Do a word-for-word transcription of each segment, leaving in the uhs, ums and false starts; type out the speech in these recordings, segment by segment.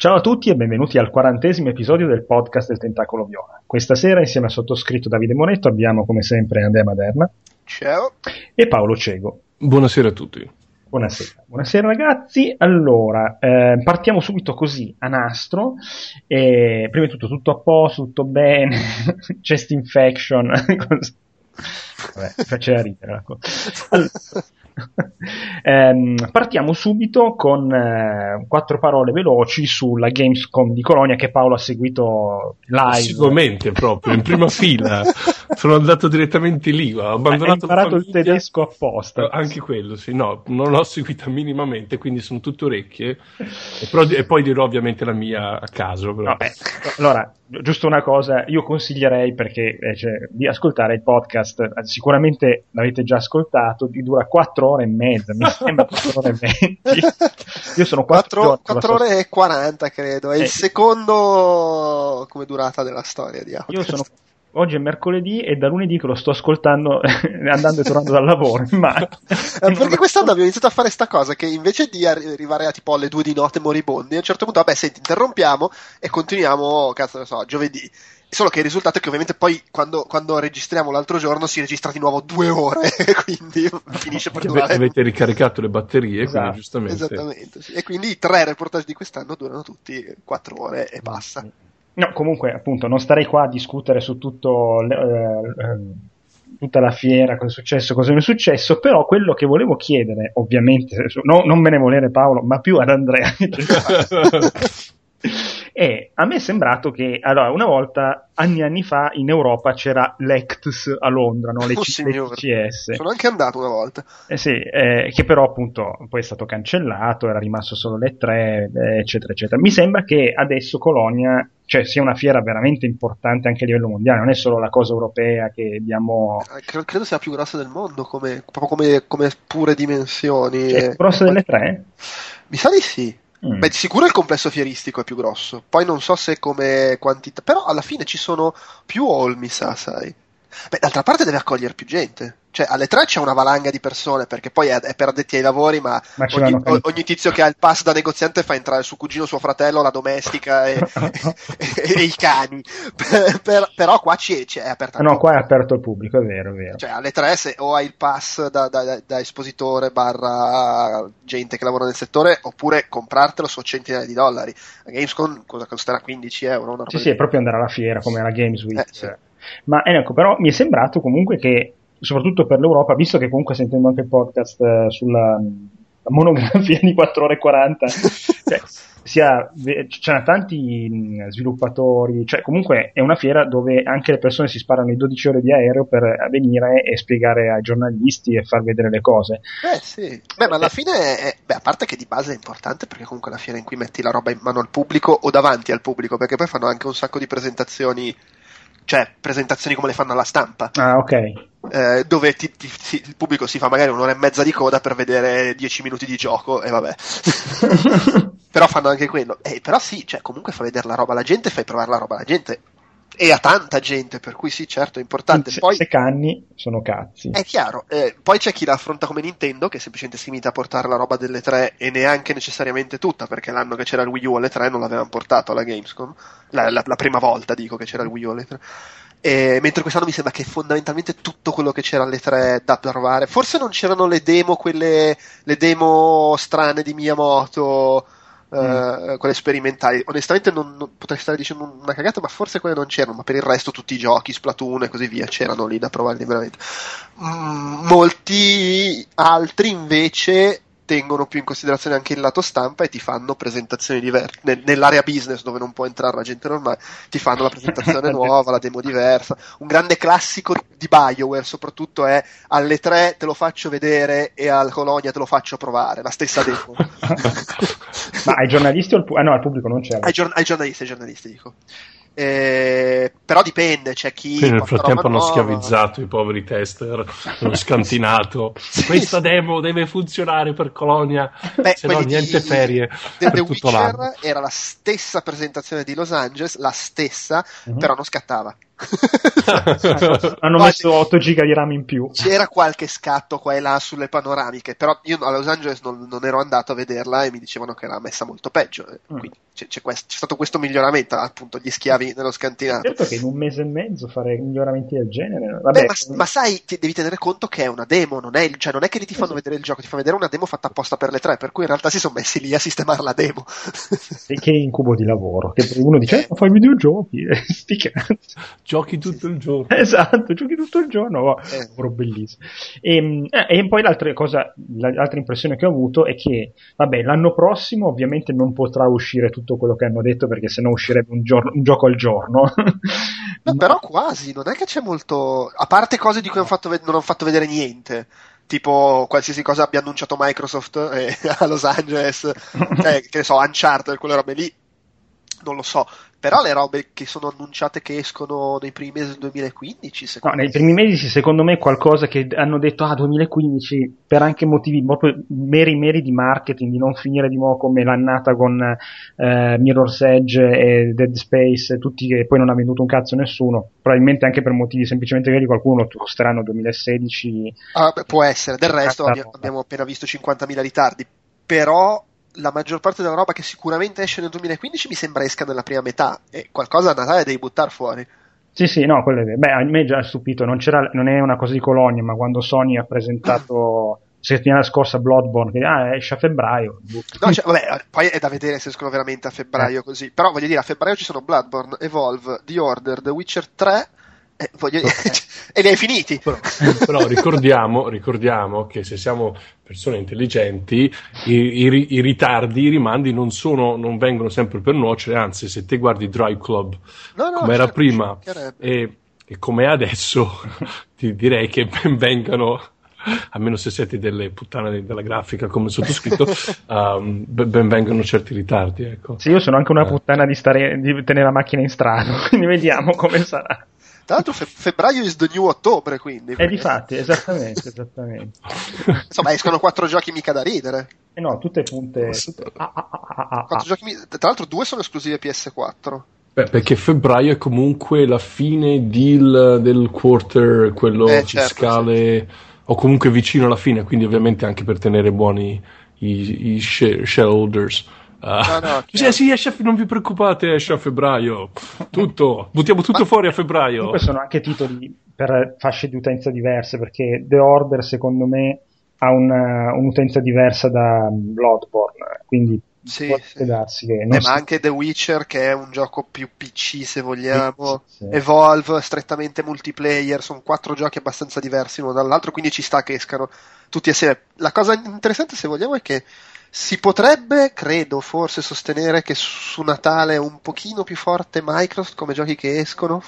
Ciao a tutti e benvenuti al quarantesimo episodio del podcast del Tentacolo Viola. Questa sera insieme al sottoscritto Davide Moretto abbiamo come sempre Andrea Maderna. Ciao. E Paolo Cego. Buonasera a tutti. Buonasera, buonasera ragazzi. Allora, eh, partiamo subito così, a nastro. Eh, prima di tutto tutto a posto, tutto bene, chest infection. Vabbè, faceva ridere la cosa. Allora, ehm, partiamo subito con eh, quattro parole veloci sulla Gamescom di Colonia che Paolo ha seguito live. Sicuramente, proprio in prima fila. Sono andato direttamente lì, ho abbandonato Hai imparato la il tedesco apposta. Anche quello, sì, no, non l'ho seguita minimamente, quindi sono tutte orecchie. E, però, e poi dirò ovviamente la mia a caso. Però. No, eh, allora, giusto una cosa, io consiglierei perché eh, cioè, di ascoltare il podcast, sicuramente l'avete già ascoltato, di dura quattro ore e mezza, mi sembra quattro ore e venti. Io sono quattro ore e quaranta credo, è eh, il secondo come durata della storia di audio. Io sono Oggi è mercoledì e da lunedì che lo sto ascoltando andando e tornando dal lavoro, ma perché quest'anno abbiamo iniziato a fare sta cosa che invece di arrivare a tipo alle due di notte moribondi, a un certo punto vabbè senti interrompiamo e continuiamo, cazzo ne so, giovedì. Solo che il risultato è che ovviamente poi quando, quando registriamo l'altro giorno si registra di nuovo due ore, quindi finisce per durare. Avete ricaricato le batterie, esatto, quindi giustamente. Esattamente, sì. E quindi i tre reportage di quest'anno durano tutti quattro ore e basta. No, comunque, appunto, non starei qua a discutere su tutto eh, eh, tutta la fiera, cosa è successo, cosa non è successo, però quello che volevo chiedere, ovviamente, no, non me ne volere Paolo, ma più ad Andrea, e a me è sembrato che allora una volta anni e anni fa in Europa c'era l'E C T S a Londra, no? le, oh, C- le C C S. Sono anche andato una volta. Eh sì, eh, che però appunto poi è stato cancellato, era rimasto solo le tre, eh, eccetera, eccetera. Mi sembra che adesso Colonia, cioè, sia una fiera veramente importante anche a livello mondiale, non è solo la cosa europea che abbiamo. Credo, credo sia la più grossa del mondo, come, proprio come, come pure dimensioni. Cioè, è più grossa delle tre? Mi sa di sì. Mm. Beh, di sicuro il complesso fieristico è più grosso, poi non so se come quantità, però alla fine ci sono più hall, mi sa, sai. Beh, d'altra parte deve accogliere più gente. Cioè, alle tre c'è una valanga di persone, perché poi è, è per addetti ai lavori, ma, ma ogni, o, ogni tizio che ha il pass da negoziante fa entrare suo cugino, suo fratello, la domestica e, e, e i cani. Per, per, però qua c'è, c'è è aperto. Ah, no, qua è aperto al pubblico, è vero, è vero. Cioè, alle tre se o hai il pass da, da, da espositore barra gente che lavora nel settore, oppure comprartelo so centinaia di dollari. La Gamescom cosa costerà quindici euro? Una sì, sì, è proprio andare alla fiera, come la Games Week. Eh, sì. Ma ecco, però mi è sembrato comunque che, soprattutto per l'Europa, visto che comunque sentendo anche il podcast eh, sulla la monografia di quattro ore e quaranta, cioè, sia, c'erano tanti mh, sviluppatori, cioè comunque è una fiera dove anche le persone si sparano i dodici ore di aereo per venire e spiegare ai giornalisti e far vedere le cose. Beh sì, beh ma alla fine, è, beh, a parte che di base è importante perché comunque è la fiera in cui metti la roba in mano al pubblico o davanti al pubblico, perché poi fanno anche un sacco di presentazioni, cioè presentazioni come le fanno alla stampa. Ah, ok. Eh, dove ti, ti, ti, il pubblico si fa magari un'ora e mezza di coda per vedere dieci minuti di gioco e vabbè. Però fanno anche quello. Eh, però sì, cioè comunque fa vedere la roba alla gente, fai provare la roba alla gente e a tanta gente, per cui sì, certo, è importante. Se, poi se canni sono cazzi. è chiaro, eh, poi c'è chi la affronta come Nintendo, che semplicemente si limita a portare la roba delle tre e neanche necessariamente tutta, perché l'anno che c'era il Wii U alle tre non l'avevano portato alla Gamescom, la, la, la prima volta dico che c'era il Wii U alle tre. E, mentre quest'anno mi sembra che fondamentalmente tutto quello che c'era alle tre da provare, forse non c'erano le demo, quelle le demo strane di Miyamoto, mm. uh, quelle sperimentali, onestamente non, non potrei stare dicendo una cagata, ma forse quelle non c'erano, ma per il resto tutti i giochi, Splatoon e così via c'erano lì da provarli veramente. Mm, molti altri invece tengono più in considerazione anche il lato stampa e ti fanno presentazioni diverse nell'area business dove non può entrare la gente normale, ti fanno la presentazione nuova, la demo diversa. Un grande classico di BioWare soprattutto è alle tre te lo faccio vedere e al Colonia te lo faccio provare, la stessa demo. Ma ai giornalisti o al, pu- ah, no, al pubblico non c'era? Ai, gior- ai giornalisti, ai giornalisti dico. Eh, però dipende, c'è chi sì, nel frattempo hanno nuova. schiavizzato i poveri tester, hanno scantinato sì, questa sì. demo deve funzionare per Colonia. Beh, se no niente di, ferie The, per The tutto Witcher l'anno. era la stessa presentazione di Los Angeles, la stessa, uh-huh. però non scattava. Hanno Quasi. messo otto giga di RAM in più. C'era qualche scatto qua e là sulle panoramiche, però io a Los Angeles non, non ero andato a vederla e mi dicevano che era messa molto peggio, mm. quindi c'è, c'è, quest- c'è stato questo miglioramento, appunto gli schiavi nello scantinato. Certo che in un mese e mezzo fare miglioramenti del genere, vabbè. Beh, ma, ma sai, ti devi tenere conto che è una demo, non è, il, cioè non è che ti fanno vedere il gioco, ti fanno vedere una demo fatta apposta per le tre, per cui in realtà si sono messi lì a sistemare la demo. E che incubo di lavoro, che uno dice eh, ma fai videogiochi, sti cazzo. Giochi tutto il giorno. Esatto, giochi tutto il giorno, oh, eh. lavoro bellissimo. E, eh, e poi l'altra cosa, l'altra impressione che ho avuto è che, vabbè, l'anno prossimo ovviamente non potrà uscire tutto quello che hanno detto, perché sennò uscirebbe un, giorno, un gioco al giorno. No, ma... però quasi, non è che c'è molto, a parte cose di cui hanno fatto ved- non hanno fatto vedere niente, tipo qualsiasi cosa abbia annunciato Microsoft eh, a Los Angeles, eh, che ne so, Uncharted, quelle robe lì, non lo so, però le robe che sono annunciate che escono nei primi mesi del duemilaquindici, secondo no, me. nei primi mesi secondo me qualcosa che hanno detto ah duemilaquindici per anche motivi proprio meri meri di marketing, di non finire di nuovo come l'annata con eh, Mirror's Edge e Dead Space, tutti che poi non ha venduto un cazzo nessuno, probabilmente anche per motivi semplicemente che qualcuno lo sposteranno duemilasedici. Ah, beh, può essere, del resto abbiamo, abbiamo appena visto cinquantamila ritardi, però la maggior parte della roba che sicuramente esce nel duemilaquindici mi sembra esca nella prima metà, e qualcosa a Natale devi buttare fuori. Sì, sì, no, quello è vero. Beh, a me già stupito, non c'era, non è una cosa di Colonia, ma quando Sony ha presentato settimana scorsa Bloodborne, che ah, esce a febbraio. No, cioè, vabbè, poi è da vedere se escono veramente a febbraio eh. così, però voglio dire, a febbraio ci sono Bloodborne, Evolve, The Order, The Witcher tre, eh, voglio dire, e li hai finiti. Però, però ricordiamo, ricordiamo che se siamo persone intelligenti, i, i, i ritardi, i rimandi non sono, non vengono sempre per nuocere, anzi, se te guardi Drive Club no, no, come era certo, prima e, e come è adesso, ti direi che ben vengano, almeno se siete delle puttane della grafica come sottoscritto, um, ben vengano certi ritardi, ecco. Sì, io sono anche una puttana di stare di tenere la macchina in strada, quindi vediamo come sarà. Tra l'altro fe- febbraio is the new ottobre, quindi. Eh, difatti, esattamente, esattamente. Insomma, escono quattro giochi mica da ridere. Eh no, tutte punte... Tutte... Ah, ah, ah, ah, quattro giochi mi... Tra l'altro due sono esclusive P S quattro. Beh, perché febbraio è comunque la fine del, del quarter, quello eh, fiscale, certo, sì. O comunque vicino alla fine, quindi ovviamente anche per tenere buoni i, i share, shareholders. Uh, no, no, sì, sì, esce, non vi preoccupate, esce a febbraio, tutto, buttiamo tutto Ma, fuori a febbraio. Comunque sono anche titoli per fasce di utenza diverse, perché The Order secondo me ha una, un'utenza diversa da Bloodborne, quindi sì, può sì. darsi che non Beh, si... ma anche The Witcher, che è un gioco più P C se vogliamo, sì, sì. Evolve strettamente multiplayer, sono quattro giochi abbastanza diversi l'uno dall'altro, quindi ci sta che escano tutti assieme. La cosa interessante se vogliamo è che si potrebbe, credo, forse sostenere che su Natale è un pochino più forte Microsoft come giochi che escono.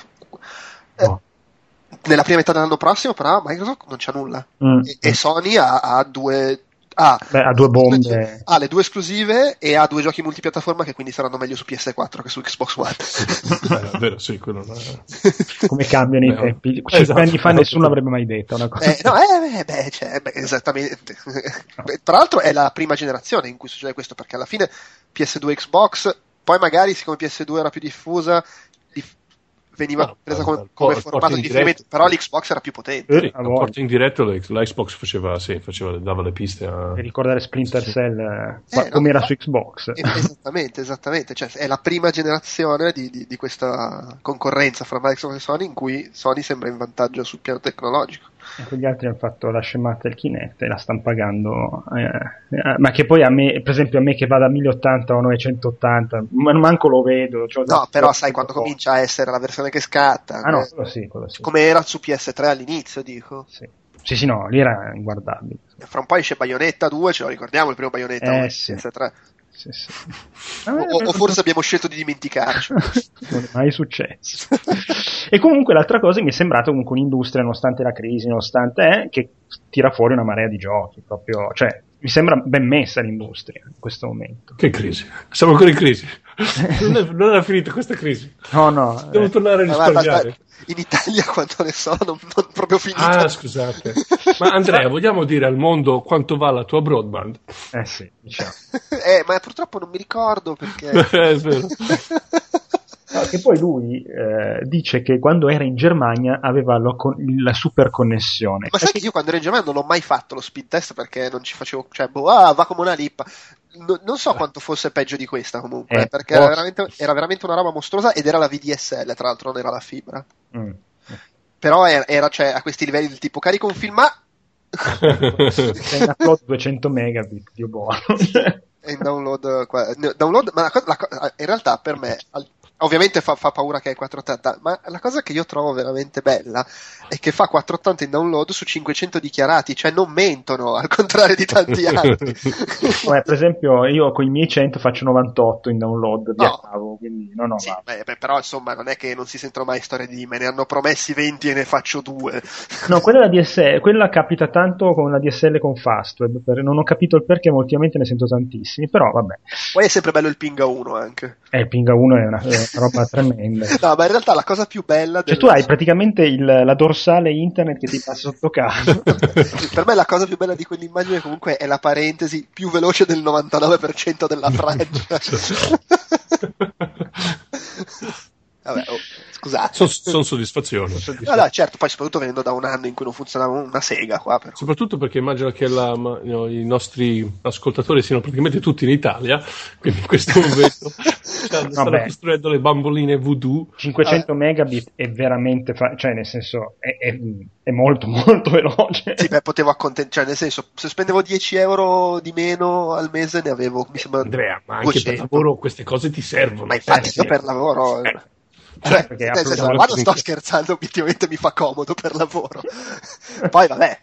No. Eh, nella prima metà dell'anno prossimo, però Microsoft non c'ha nulla. Mm. E, e Sony ha, ha due. Ah, Beh, ha due bombe. Ha le due esclusive e ha due giochi multipiattaforma che quindi saranno meglio su P S quattro che su Xbox One. È vero, sì, quello non è... Come cambiano i tempi. Cinque esatto, anni fa nessuno l'avrebbe mai detto una cosa. Eh, no, eh, beh, cioè, beh, esattamente. No. Tra l'altro è la prima generazione in cui succede questo, perché alla fine P S due Xbox, poi magari siccome P S due era più diffusa, veniva no, presa come, come formato di riferimento, però l'Xbox era più potente. Sì, a porting diretto l'Xbox faceva, sì, faceva, dava le piste a... Per ricordare Splinter Cell eh, come no, era su Xbox. Esattamente, esattamente. Cioè, è la prima generazione di, di, di questa concorrenza fra Microsoft e Sony in cui Sony sembra in vantaggio sul piano tecnologico. E gli altri hanno fatto la scemata del Kinect e la stanno pagando, eh, eh, ma che poi a me, per esempio a me che va da mille ottanta o novecentottanta, man- manco lo vedo. Cioè no, però sai quando po'. comincia a essere la versione che scatta. Ah no, quello sì, quello sì. Come era su P S tre all'inizio, dico. Sì, sì, sì no, lì era inguardabile. Fra un po' esce Bayonetta due, ce lo ricordiamo, il primo Bayonetta eh, sì. P S tre. Sì, sì. O, o forse abbiamo scelto di dimenticarci. Non è mai successo. E comunque l'altra cosa mi è sembrata comunque un'industria, nonostante la crisi, nonostante è, che tira fuori una marea di giochi, proprio, cioè mi sembra ben messa l'industria in questo momento. Che crisi? Siamo ancora in crisi. Non, è, non era finita questa crisi. No, no. Devo eh. tornare a risparmiare. In Italia quanto ne so, non, non proprio finita. Ah, scusate. Ma Andrea, vogliamo dire al mondo quanto va la tua broadband? Eh sì, diciamo. eh, ma purtroppo non mi ricordo perché... È vero. No, che poi lui eh, dice che quando era in Germania aveva lo con- la super connessione. Ma sai che io quando ero in Germania non ho mai fatto lo speed test perché non ci facevo, cioè, boh, ah, va come una lippa. No, non so quanto fosse peggio di questa comunque, Eh, perché oh. era, veramente, era veramente una roba mostruosa ed era la V D S L, tra l'altro non era la fibra. Mm. Però era, era cioè, a questi livelli del tipo carico un film, ma... C'è in upload duecento megabit, Dio buono. E in download, download ma la cosa, la, in realtà per me al, ovviamente fa, fa paura che è quattrocentottanta, ma la cosa che io trovo veramente bella è che fa quattrocentottanta in download su cinquecento dichiarati, cioè non mentono al contrario di tanti altri. Beh, per esempio io con i miei cento faccio novantotto in download via no. cavo, quindi no no sì, va. beh, beh, però insomma non è che non si sentono mai storie di me ne hanno promessi venti e ne faccio due. No, quella è la D S L, quella capita tanto con la D S L con Fastweb, per, non ho capito il perché, ma ultimamente ne sento tantissimi, però vabbè. Poi è sempre bello il ping a uno anche. Eh, il Pinga uno è una, è una roba tremenda. No, ma in realtà la cosa più bella Cioè del... tu hai praticamente il, la dorsale internet che ti passa sotto casa. Per me la cosa più bella di quell'immagine comunque è la parentesi più veloce del novantanove per cento della Francia. Vabbè, oh, scusate. Sono son soddisfazione. No, no, certo, poi soprattutto venendo da un anno in cui non funzionava una sega qua. Per... Soprattutto perché immagino che la, ma, no, i nostri ascoltatori siano praticamente tutti in Italia, quindi in questo momento stanno, stanno costruendo le bamboline voodoo. cinquecento ah. megabit è veramente, fa- cioè nel senso è, è, è molto molto veloce. Sì, beh, potevo accontentare, cioè nel senso, se spendevo dieci euro di meno al mese ne avevo, mi sembra, Andrea, ma anche duecento. per lavoro queste cose ti servono. Ma infatti eh, io sì. per lavoro... Eh. Cioè, perché nel senso, ma non sto scherzando, obiettivamente mi fa comodo per lavoro. Poi vabbè.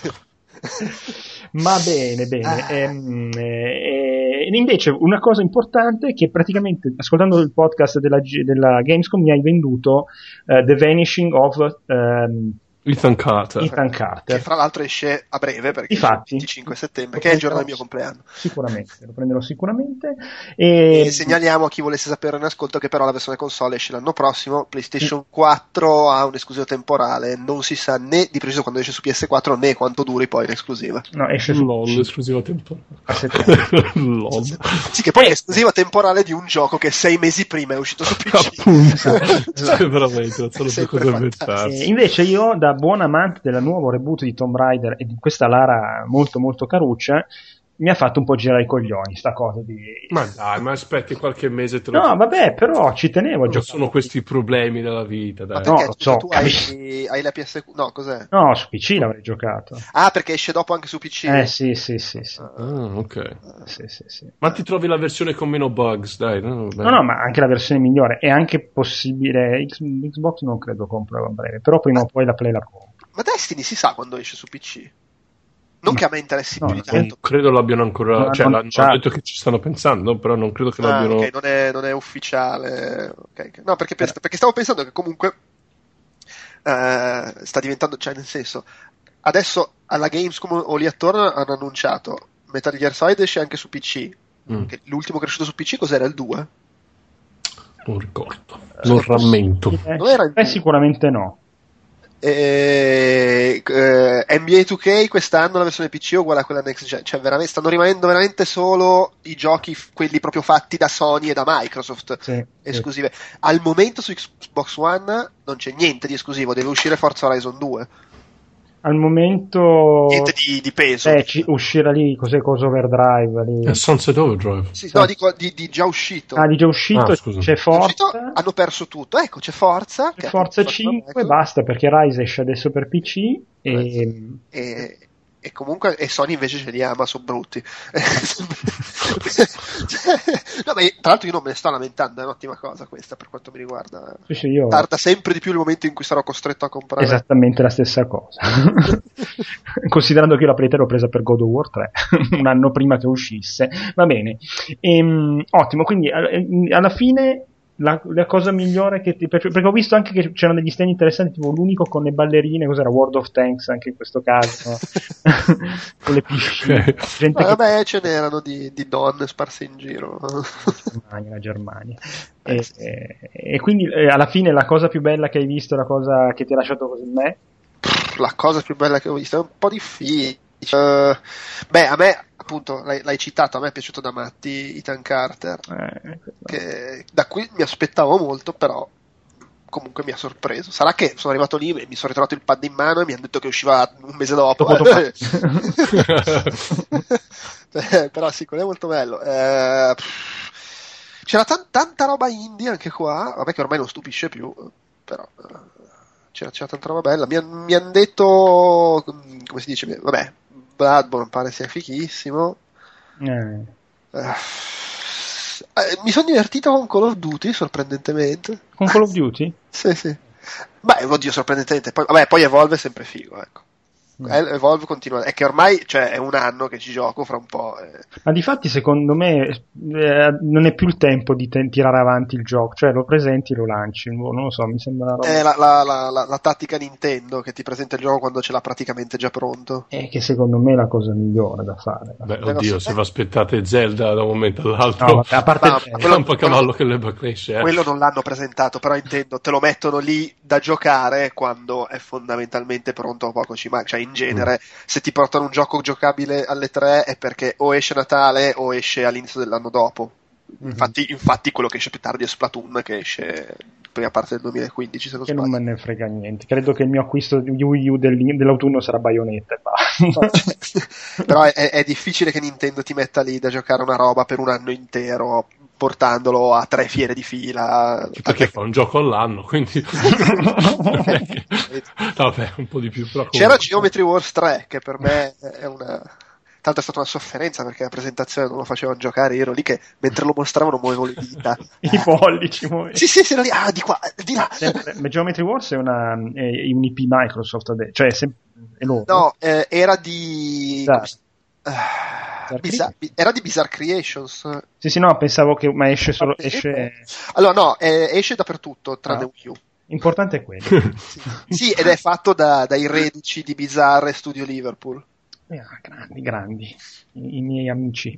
Ma bene, bene. Ah. Ehm, e, e invece una cosa importante è che praticamente, ascoltando il podcast della, della Gamescom, mi hai venduto uh, The Vanishing of um, Ethan Carter. Ethan Carter. Che fra l'altro esce a breve perché Infatti, è il venticinque settembre, che è il giorno del mio compleanno. Sicuramente, lo prenderò sicuramente. E... e segnaliamo a chi volesse sapere in ascolto che però la versione console esce l'anno prossimo. PlayStation quattro ha un'esclusiva temporale, non si sa né di preciso quando esce su P S quattro né quanto duri poi l'esclusiva. No, esce su LOL, l'esclusiva temporale. LOL. Sì, che poi è esclusiva temporale di un gioco che sei mesi prima è uscito su P C. Appunto. Cioè, veramente, non so più cosa inventarsi. Invece io, da buon amante del nuovo reboot di Tomb Raider e di questa Lara molto molto caruccia, mi ha fatto un po' girare i coglioni sta cosa di... Ma dai, ma aspetti qualche mese te lo no dico. Vabbè, però ci tenevo a giocare. Sono questi problemi della vita, dai. Ma perché no, so, tu hai, hai la P S no, cos'è? No, su P C l'avrei giocato. Ah, perché esce dopo anche su P C? Eh sì, sì, sì, sì. Ah, ok. Sì, sì, sì. Ma ti trovi la versione con meno bugs, dai. No, no, no, ma anche la versione migliore. È anche possibile, Xbox non credo compro a breve, però prima o poi la Play la compro. Ma Destiny si sa quando esce su P C? Non ma, che a me interessi no, più di non tanto. credo l'abbiano ancora, non cioè hanno l'hanno hanno detto che ci stanno pensando, però non credo che ah, l'abbiano. Ok, non è, non è ufficiale. Okay. No, perché, per, perché stavo pensando che comunque eh, sta diventando, cioè nel senso, adesso alla Gamescom o lì attorno hanno annunciato Metal Gear Solid esce anche su P C. Mm. Che l'ultimo che è uscito su P C cos'era, il due? Non ricordo, non eh, rammento. Non era il... eh, sicuramente no. Eh, eh, N B A due K quest'anno la versione P C è uguale a quella next gen, cioè veramente stanno rimanendo veramente solo i giochi quelli proprio fatti da Sony e da Microsoft, sì, esclusive. Sì. Al momento su Xbox One non c'è niente di esclusivo, deve uscire Forza Horizon due. Al momento niente di, di peso. Eh, ci, uscirà lì cos'è cosa Overdrive lì. È Sunset Overdrive. Sì, no, dico di, di già uscito. Ah, di già uscito, ah, c'è Forza. Uscito, hanno perso tutto. Ecco, c'è Forza. C'è Forza cinque, ecco. Basta, perché Rise esce adesso per P C e, e, e comunque e Sony invece ce li ama, sono brutti. No, ma tra l'altro io non me ne sto lamentando, è un'ottima cosa questa per quanto mi riguarda. Sì, sì, io... tarda sempre di più il momento in cui sarò costretto a comprare. Esattamente la stessa cosa. Considerando che io la Playtale l'ho presa per God of War tre un anno prima che uscisse, va bene. Ehm, ottimo, quindi alla fine la, la cosa migliore che ti piace, perché ho visto anche che c'erano degli stand interessanti, tipo l'unico con le ballerine, cos'era, World of Tanks anche in questo caso, con le piscine, gente ah, che... vabbè, ce n'erano di, di donne sparse in giro. Germania, la Germania. Eh, e, sì. e, e quindi eh, alla fine la cosa più bella che hai visto, la cosa che ti ha lasciato così in me? La cosa più bella che ho visto è un po' difficile. Uh, beh, a me appunto l'hai, l'hai citato, a me è piaciuto da matti Ethan Carter, Eh, che da cui mi aspettavo molto, però comunque mi ha sorpreso. Sarà che sono arrivato lì e mi sono ritrovato il pad in mano e mi hanno detto che usciva un mese dopo. dopo eh. eh, però sì, quello è molto bello. Eh, c'era tan- tanta roba indie anche qua, vabbè che ormai non stupisce più, però eh, c'era, c'era tanta roba bella. Mi, han- mi hanno detto, come si dice, vabbè, Bloodborne pare sia fichissimo. eh. Eh, eh, mi sono divertito con Call of Duty, sorprendentemente. Con Call of Duty? Sì, sì. Beh, oddio, sorprendentemente. Poi, vabbè, poi Evolve è sempre figo, ecco. Mm. Evolve continua. È che ormai, cioè, è un anno che ci gioco, fra un po'. Eh. Ma difatti secondo me eh, non è più il tempo di te- tirare avanti il gioco, cioè lo presenti e lo lanci, boh, non lo so, mi sembra una roba... È la, la, la, la, la tattica Nintendo che ti presenta il gioco quando ce l'ha praticamente già pronto. È che secondo me è la cosa migliore da fare. Beh, oddio, se vi aspettate Zelda da un momento all'altro, No, a parte Ma, eh, quello- è un po' cavallo che l'erba cresce. Eh. Quello non l'hanno presentato, però intendo, te lo mettono lì da giocare quando è fondamentalmente pronto o poco ci manca. Cioè, in genere, mm. se ti portano un gioco giocabile alle tre è perché o esce Natale o esce all'inizio dell'anno dopo. Mm-hmm. Infatti, infatti quello che esce più tardi è Splatoon, che esce prima parte del duemilaquindici, se non che sbaglio. non me ne frega niente. Credo che il mio acquisto di Wii U dell- dell'autunno sarà Bayonetta. Però è, è difficile che Nintendo ti metta lì da giocare una roba per un anno intero, portandolo a tre fiere di fila. Perché anche... fa un gioco all'anno, quindi che... vabbè, un po' di più. Però c'era Geometry Wars tre, che per me è una... tanto è stata una sofferenza perché la presentazione non lo facevano giocare, io ero lì che mentre lo mostravano muovevo le dita. I pollici muovevo. Sì, sì, sì, ero lì, ah, di qua, di là. Sempre, Geometry Wars è, una, è un I P Microsoft adesso, cioè è, sem- è loro. No, eh, era di... Uh, Bizarre, era di Bizarre Creations. Sì, sì, no, pensavo che ma esce solo esce... Allora no, eh, esce dappertutto tranne ah. Wii U. Importante è quello. sì. sì, ed è fatto da, dai reduci di Bizarre e Studio Liverpool. Ah, grandi, grandi, i, i miei amici.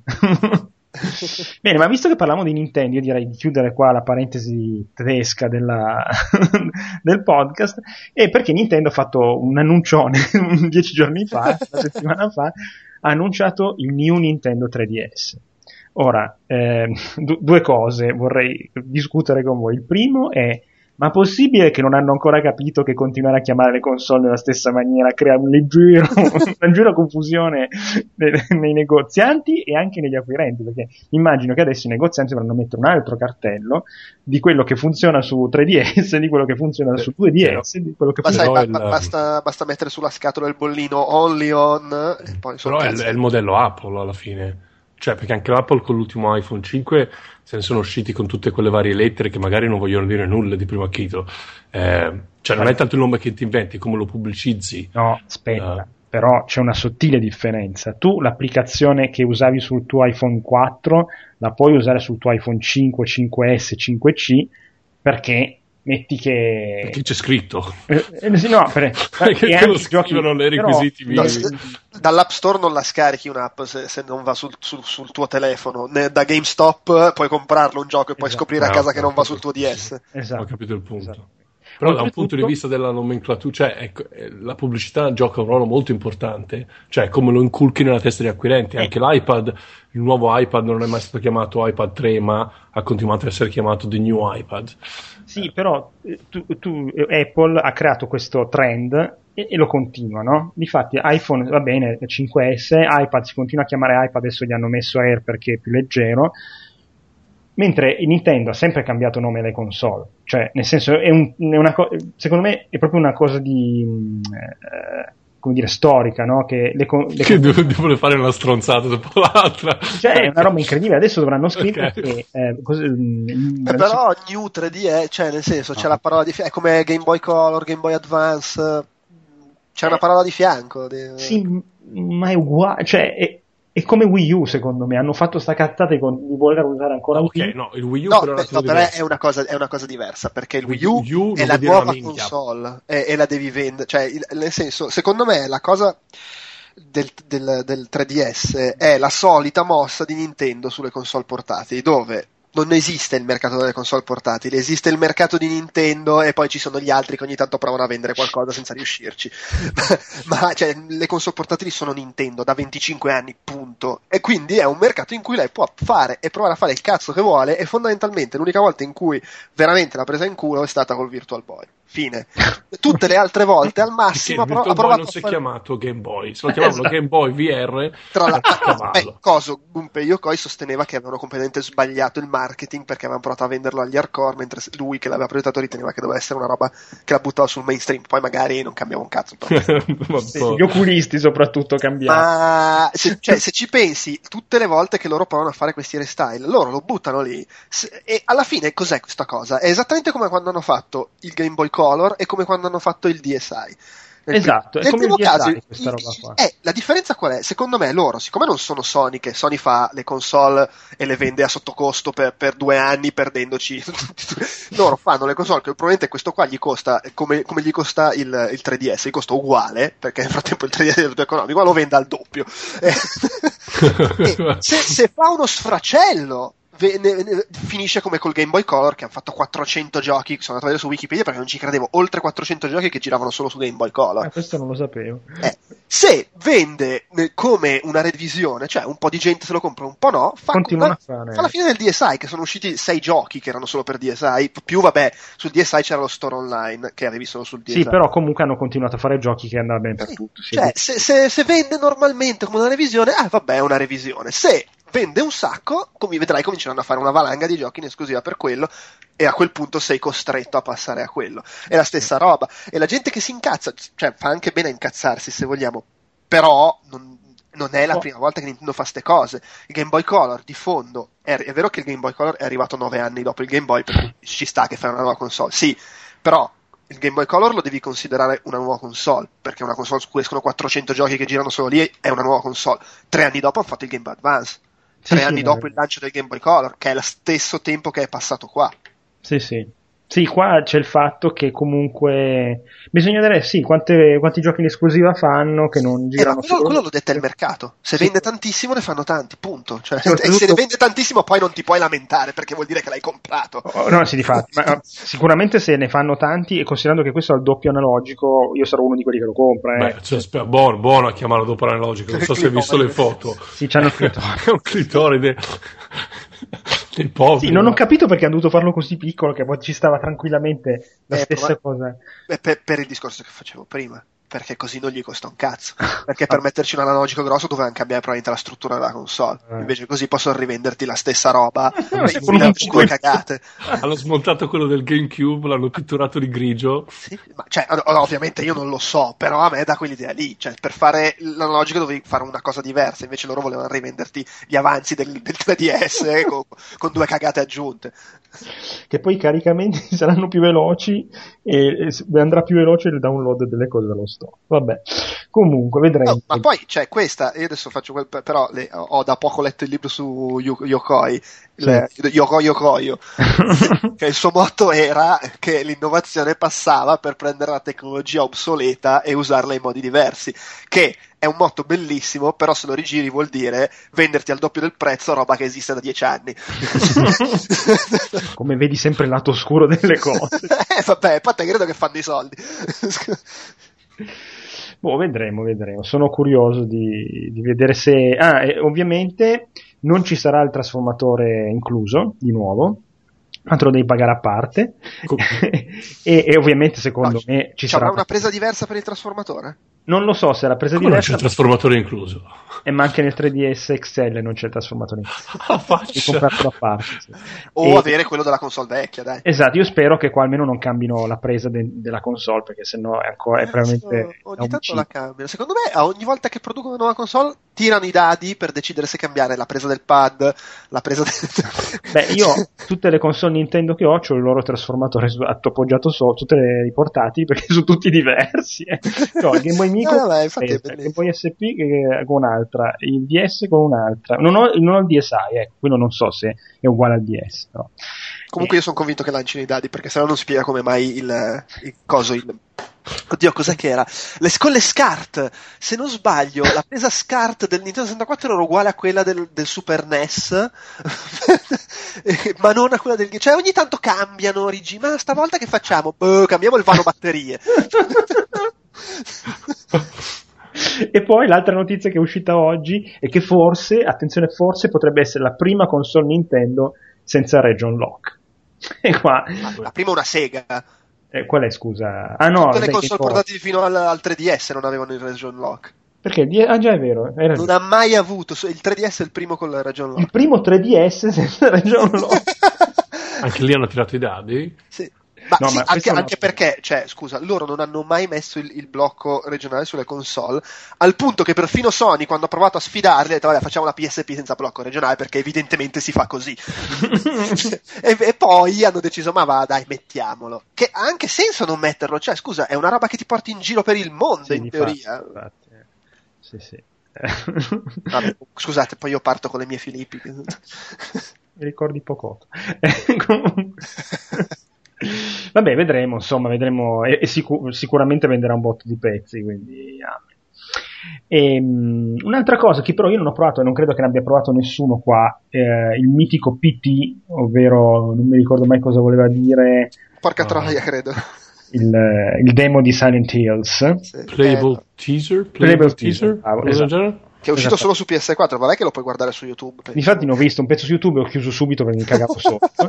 Bene, ma visto che parliamo di Nintendo, io direi di chiudere qua la parentesi tedesca della, del podcast, e perché Nintendo ha fatto un annuncione dieci giorni fa, una settimana fa, ha annunciato il New Nintendo tre D S. Ora, eh, d- due cose vorrei discutere con voi. Il primo è: ma possibile che non hanno ancora capito che continuare a chiamare le console nella stessa maniera crea un leggero, una leggera confusione nei, nei negozianti e anche negli acquirenti? Perché immagino che adesso i negozianti dovranno mettere un altro cartello di quello che funziona su tre D S, di quello che funziona su due D S, di quello che ma funziona... sai, ba- ba- basta, basta mettere sulla scatola il bollino only on e poi però è, è il modello Apple alla fine. Cioè, perché anche l'Apple con l'ultimo iPhone cinque se ne sono usciti con tutte quelle varie lettere che magari non vogliono dire nulla di primo acchito. Eh, cioè, non è tanto il nome che ti inventi, come lo pubblicizzi. No, aspetta, uh. però c'è una sottile differenza. Tu l'applicazione che usavi sul tuo iPhone quattro la puoi usare sul tuo iPhone cinque, cinque S, cinque C, perché metti che... Perché c'è scritto. Eh, eh, sì, no, per... perché te lo scrivono nei requisiti però, minimi. Dall'App Store non la scarichi un'app se, se non va sul, sul, sul tuo telefono. Ne, da GameStop puoi comprarlo un gioco e poi esatto. scoprire a casa no, che non va sul tuo D S. Esatto. Ho capito il punto. Esatto. Però da un punto di vista della nomenclatura, cioè ecco, la pubblicità gioca un ruolo molto importante, cioè come lo inculchi nella testa degli acquirenti. Anche l'iPad, il nuovo iPad non è mai stato chiamato iPad tre, ma ha continuato a essere chiamato The New iPad. Sì, però tu, tu, Apple ha creato questo trend e, e lo continua, no? Difatti iPhone va bene, cinque S, iPad si continua a chiamare iPad, adesso gli hanno messo Air perché è più leggero, mentre Nintendo ha sempre cambiato nome alle console, cioè nel senso è, un, è una co- secondo me è proprio una cosa di eh, come dire storica, no? Che, le, le che devono fare una stronzata dopo l'altra, cioè è una roba incredibile. Adesso dovranno scrivere okay. che eh, cos- eh, però New tre D S, cioè nel senso ah. c'è la parola di fianco, è come Game Boy Color, Game Boy Advance, c'è eh, una parola di fianco di... sì, ma è uguale, cioè è, è come Wii U, secondo me hanno fatto sta cazzata con, di voler usare ancora okay, Wii U. No, il Wii U no, però, beh, no, però è, una cosa, è una cosa diversa, perché il Wii U, Wii U è la nuova console e, e la devi vendere, cioè il, nel senso, secondo me la cosa del, del, del tre D S è la solita mossa di Nintendo sulle console portatili, dove non esiste il mercato delle console portatili, esiste il mercato di Nintendo e poi ci sono gli altri che ogni tanto provano a vendere qualcosa senza riuscirci. Ma cioè, le console portatili sono Nintendo da venticinque anni, punto. E quindi è un mercato in cui lei può fare e provare a fare il cazzo che vuole, e fondamentalmente l'unica volta in cui veramente l'ha presa in culo è stata col Virtual Boy. Fine. Tutte le altre volte al massimo il Virtual ha provato Boy non a si è fare... chiamato Game Boy, se lo chiamavano Esatto. Game Boy V R. Tra l'altro, eh, eh, coso, Gunpei Yokoi sosteneva che avevano completamente sbagliato il marketing perché avevano provato a venderlo agli hardcore, mentre lui che l'aveva proiettato riteneva che doveva essere una roba che la buttava sul mainstream. Poi magari non cambiava un cazzo. Sì, gli oculisti soprattutto cambiano. Ma se, cioè, se ci pensi, tutte le volte che loro provano a fare questi restyle, loro lo buttano lì. Se, e alla fine cos'è questa cosa? È esattamente come quando hanno fatto il Game Boy Color e come quando hanno fatto il D S I. Nel Esatto, nel è come il primo D S I caso, questa roba qua. Eh, la differenza qual è? Secondo me loro, siccome non sono Sony, che Sony fa le console e le vende a sottocosto per, per due anni perdendoci, loro fanno le console che probabilmente questo qua gli costa come, come gli costa il, il tre D S, gli costa uguale, perché nel frattempo il tre D S è tutto economico, ma lo vende al doppio. Eh, e se, se fa uno sfracello Ve, ne, ne, finisce come col Game Boy Color, che hanno fatto quattrocento giochi, sono andato a vedere su Wikipedia perché non ci credevo, oltre quattrocento giochi che giravano solo su Game Boy Color. Ah, questo non lo sapevo. Eh, se vende eh, come una revisione, cioè un po' di gente se lo compra, un po' no, fa, Continuano fa, a fare. fa la fine del D S I, che sono usciti sei giochi che erano solo per D S I, più vabbè, sul D S I c'era lo store online che avevi solo sul D S I. Sì, però comunque hanno continuato a fare giochi che andavano bene per sì, tutto. Sì. Cioè, se, se, se vende normalmente come una revisione, ah vabbè, è una revisione. Se vende un sacco, come vedrai cominceranno a fare una valanga di giochi in esclusiva per quello, e a quel punto sei costretto a passare a quello. È la stessa roba. E la gente che si incazza, cioè fa anche bene a incazzarsi se vogliamo, però non, non è la Oh. prima volta che Nintendo fa ste cose. Il Game Boy Color di fondo, è, è vero che il Game Boy Color è arrivato nove anni dopo il Game Boy, per cui ci sta che fai una nuova console, sì, però il Game Boy Color lo devi considerare una nuova console, perché è una console su cui escono quattrocento giochi che girano solo lì, è una nuova console. Tre anni dopo hanno fatto il Game Boy Advance. Tre Sì, anni sì, dopo ma- il lancio del Game Boy Color, che è lo stesso tempo che è passato qua. Sì, sì. Sì, qua c'è il fatto che comunque bisogna vedere sì, quante, quanti giochi in esclusiva fanno che non Eh, ma girano quello, solo- quello lo detta il mercato. Se Sì. vende tantissimo ne fanno tanti, punto. Cioè, Sì, e oltretutto- se ne vende tantissimo poi non ti puoi lamentare perché vuol dire che l'hai comprato. Oh, no, sì, difatti, ma sicuramente se ne fanno tanti, e considerando che questo è il doppio analogico, io sarò uno di quelli che lo compra. Eh. Beh, cioè, spe- buono, buono a chiamarlo dopo analogico. Non so se hai visto le foto. Sì, c'hanno il clitoride. È un clitoride del povero. Sì, non ho capito perché hanno dovuto farlo così piccolo, che poi ci stava tranquillamente la Eh, stessa prova- cosa. Beh, per, per il discorso che facevo prima, perché così non gli costa un cazzo. Perché per metterci un analogico grosso dovevano cambiare probabilmente la struttura della console. Eh. Invece così possono rivenderti la stessa roba Sì, in con un- due cagate. Hanno smontato quello del GameCube, l'hanno pitturato di grigio. Sì, ma cioè, ov- ovviamente io non lo so, però a me dà quell'idea lì, cioè per fare l'analogico dovevi fare una cosa diversa, invece loro volevano rivenderti gli avanzi del, del tre D S eh, con, con due cagate aggiunte. Che poi i caricamenti saranno più veloci e, e s- andrà più veloce il download delle cose dallo store. Vabbè, comunque vedremo. No, ma poi c'è questa, io adesso faccio quel, però le- ho da poco letto il libro su Yu- Yokoi, le- Yokoi Yokoyo, che il suo motto era che l'innovazione passava per prendere la tecnologia obsoleta e usarla in modi diversi, che è un motto bellissimo, però se lo rigiri vuol dire venderti al doppio del prezzo roba che esiste da dieci anni. Come vedi sempre il lato oscuro delle cose. eh vabbè, poi te credo che fanno i soldi. Boh, vedremo, vedremo. Sono curioso di, di vedere se... Ah, e ovviamente non ci sarà il trasformatore incluso, di nuovo, ma te lo devi pagare a parte. e, e ovviamente secondo No, me ci C'avrà sarà... una presa diversa per il trasformatore? Non lo so se la presa Come non c'è diversa... il trasformatore incluso? E ma anche nel tre D S X L non c'è il trasformatore incluso. Ah, Devi faccia. comprarlo a parte. Sì. O E- avere quello della console vecchia, dai. Esatto, io spero che qua almeno non cambino la presa de- della console, perché sennò è ancora è veramente Adesso da ogni tanto uccidere. la cambiano. Secondo me, a ogni volta che producono una nuova console, tirano i dadi per decidere se cambiare la presa del pad, la presa del... Beh, io tutte le console Nintendo che ho c'ho il loro trasformatore su- appoggiato sopra, tutte le i portatili, perché sono tutti diversi. Eh. C'ho il Game Boy Micro, Ah, vabbè, infatti è il bellissimo. Game Boy S P che- con un'altra, il D S con un'altra. Non ho, non ho il D S i, ecco, quello non so se è uguale al D S, però. Comunque io sono convinto che lancino i dadi, perché sennò non spiega come mai il, il coso... Il... Oddio, cos'è che era? Le, con le SCART, se non sbaglio, la presa SCART del Nintendo sessantaquattro era uguale a quella del, del Super N E S, ma non a quella del... Cioè ogni tanto cambiano, origi, ma stavolta che facciamo? Boh, cambiamo il vano batterie. E poi l'altra notizia che è uscita oggi è che forse, attenzione, forse potrebbe essere la prima console Nintendo senza region lock. E qua... La prima è una Sega. Eh, qual è, scusa? Ah no, tutte le dai, console portatili fino al, al tre D S non avevano il region lock. Perché? Ah già, è vero. Era non ha mai avuto, il tre D S è il primo con la region lock. Il primo tre D S senza region lock. Anche lì hanno tirato i dadi? Sì. Ma, no, sì, ma anche, no. anche perché, cioè, scusa, loro non hanno mai messo il, il blocco regionale sulle console, al punto che perfino Sony, quando ha provato a sfidarli, ha detto, vabbè, facciamo la P S P senza blocco regionale, perché evidentemente si fa così. e, e poi hanno deciso, ma va, dai, mettiamolo. Che ha anche senso non metterlo, cioè, scusa, è una roba che ti porti in giro per il mondo, sì, in teoria. Infatti, infatti. Sì, sì. Vabbè, scusate, poi io parto con le mie Filippi. Mi ricordi poco. Vabbè, vedremo, insomma, vedremo e, e sicur- sicuramente venderà un botto di pezzi, quindi ah. E, um, un'altra cosa che però io non ho provato e non credo che ne abbia provato nessuno qua, eh, il mitico P T, ovvero non mi ricordo mai cosa voleva dire. Porca uh, troia, credo. Il, il demo di Silent Hills. Sì. Playable eh, teaser? Playable, Playable teaser? teaser? Ah, esatto. Che è uscito esatto. solo su P S quattro, vabbè che lo puoi guardare su YouTube. Penso. Infatti ne ho visto un pezzo su YouTube e ho chiuso subito perché mi cagavo sotto.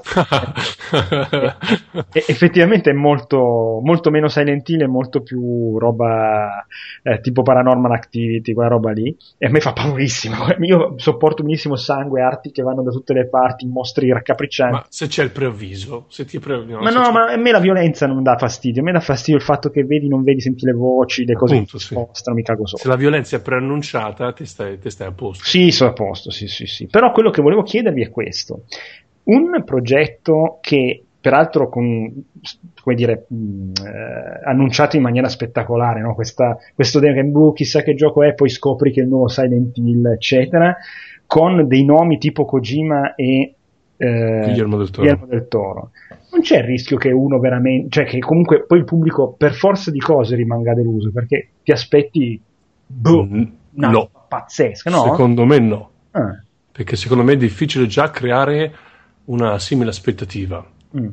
e, e, effettivamente è molto, molto meno Silent Hill e molto più roba eh, tipo Paranormal Activity, quella roba lì. E a me fa paurissimo. Io sopporto benissimo sangue, arti che vanno da tutte le parti, mostri raccapriccianti. Ma se c'è il preavviso, se ti pre... no, ma se no, c'è... ma a me la violenza non dà fastidio. A me dà fastidio il fatto che vedi, non vedi, senti le voci, le cose Appunto, che si sì. spostano, mi cago sotto. Se la violenza è preannunciata, ti stai, ti stai a posto. Sì, sono a posto, sì, sì, sì. Però quello che volevo chiedervi è questo. Un progetto che, peraltro, con, come dire, mh, eh, annunciato in maniera spettacolare, no? Questa, questo Game Book, chissà che gioco è, poi scopri che è il nuovo Silent Hill, eccetera, con dei nomi tipo Kojima e eh, Guillermo del Toro. Guillermo del Toro. Non c'è il rischio che uno veramente, cioè che comunque poi il pubblico per forza di cose rimanga deluso, perché ti aspetti boh, Mm, una no. pazzesca, no? Secondo me no. Ah. Perché secondo me è difficile già creare una simile aspettativa. Mm.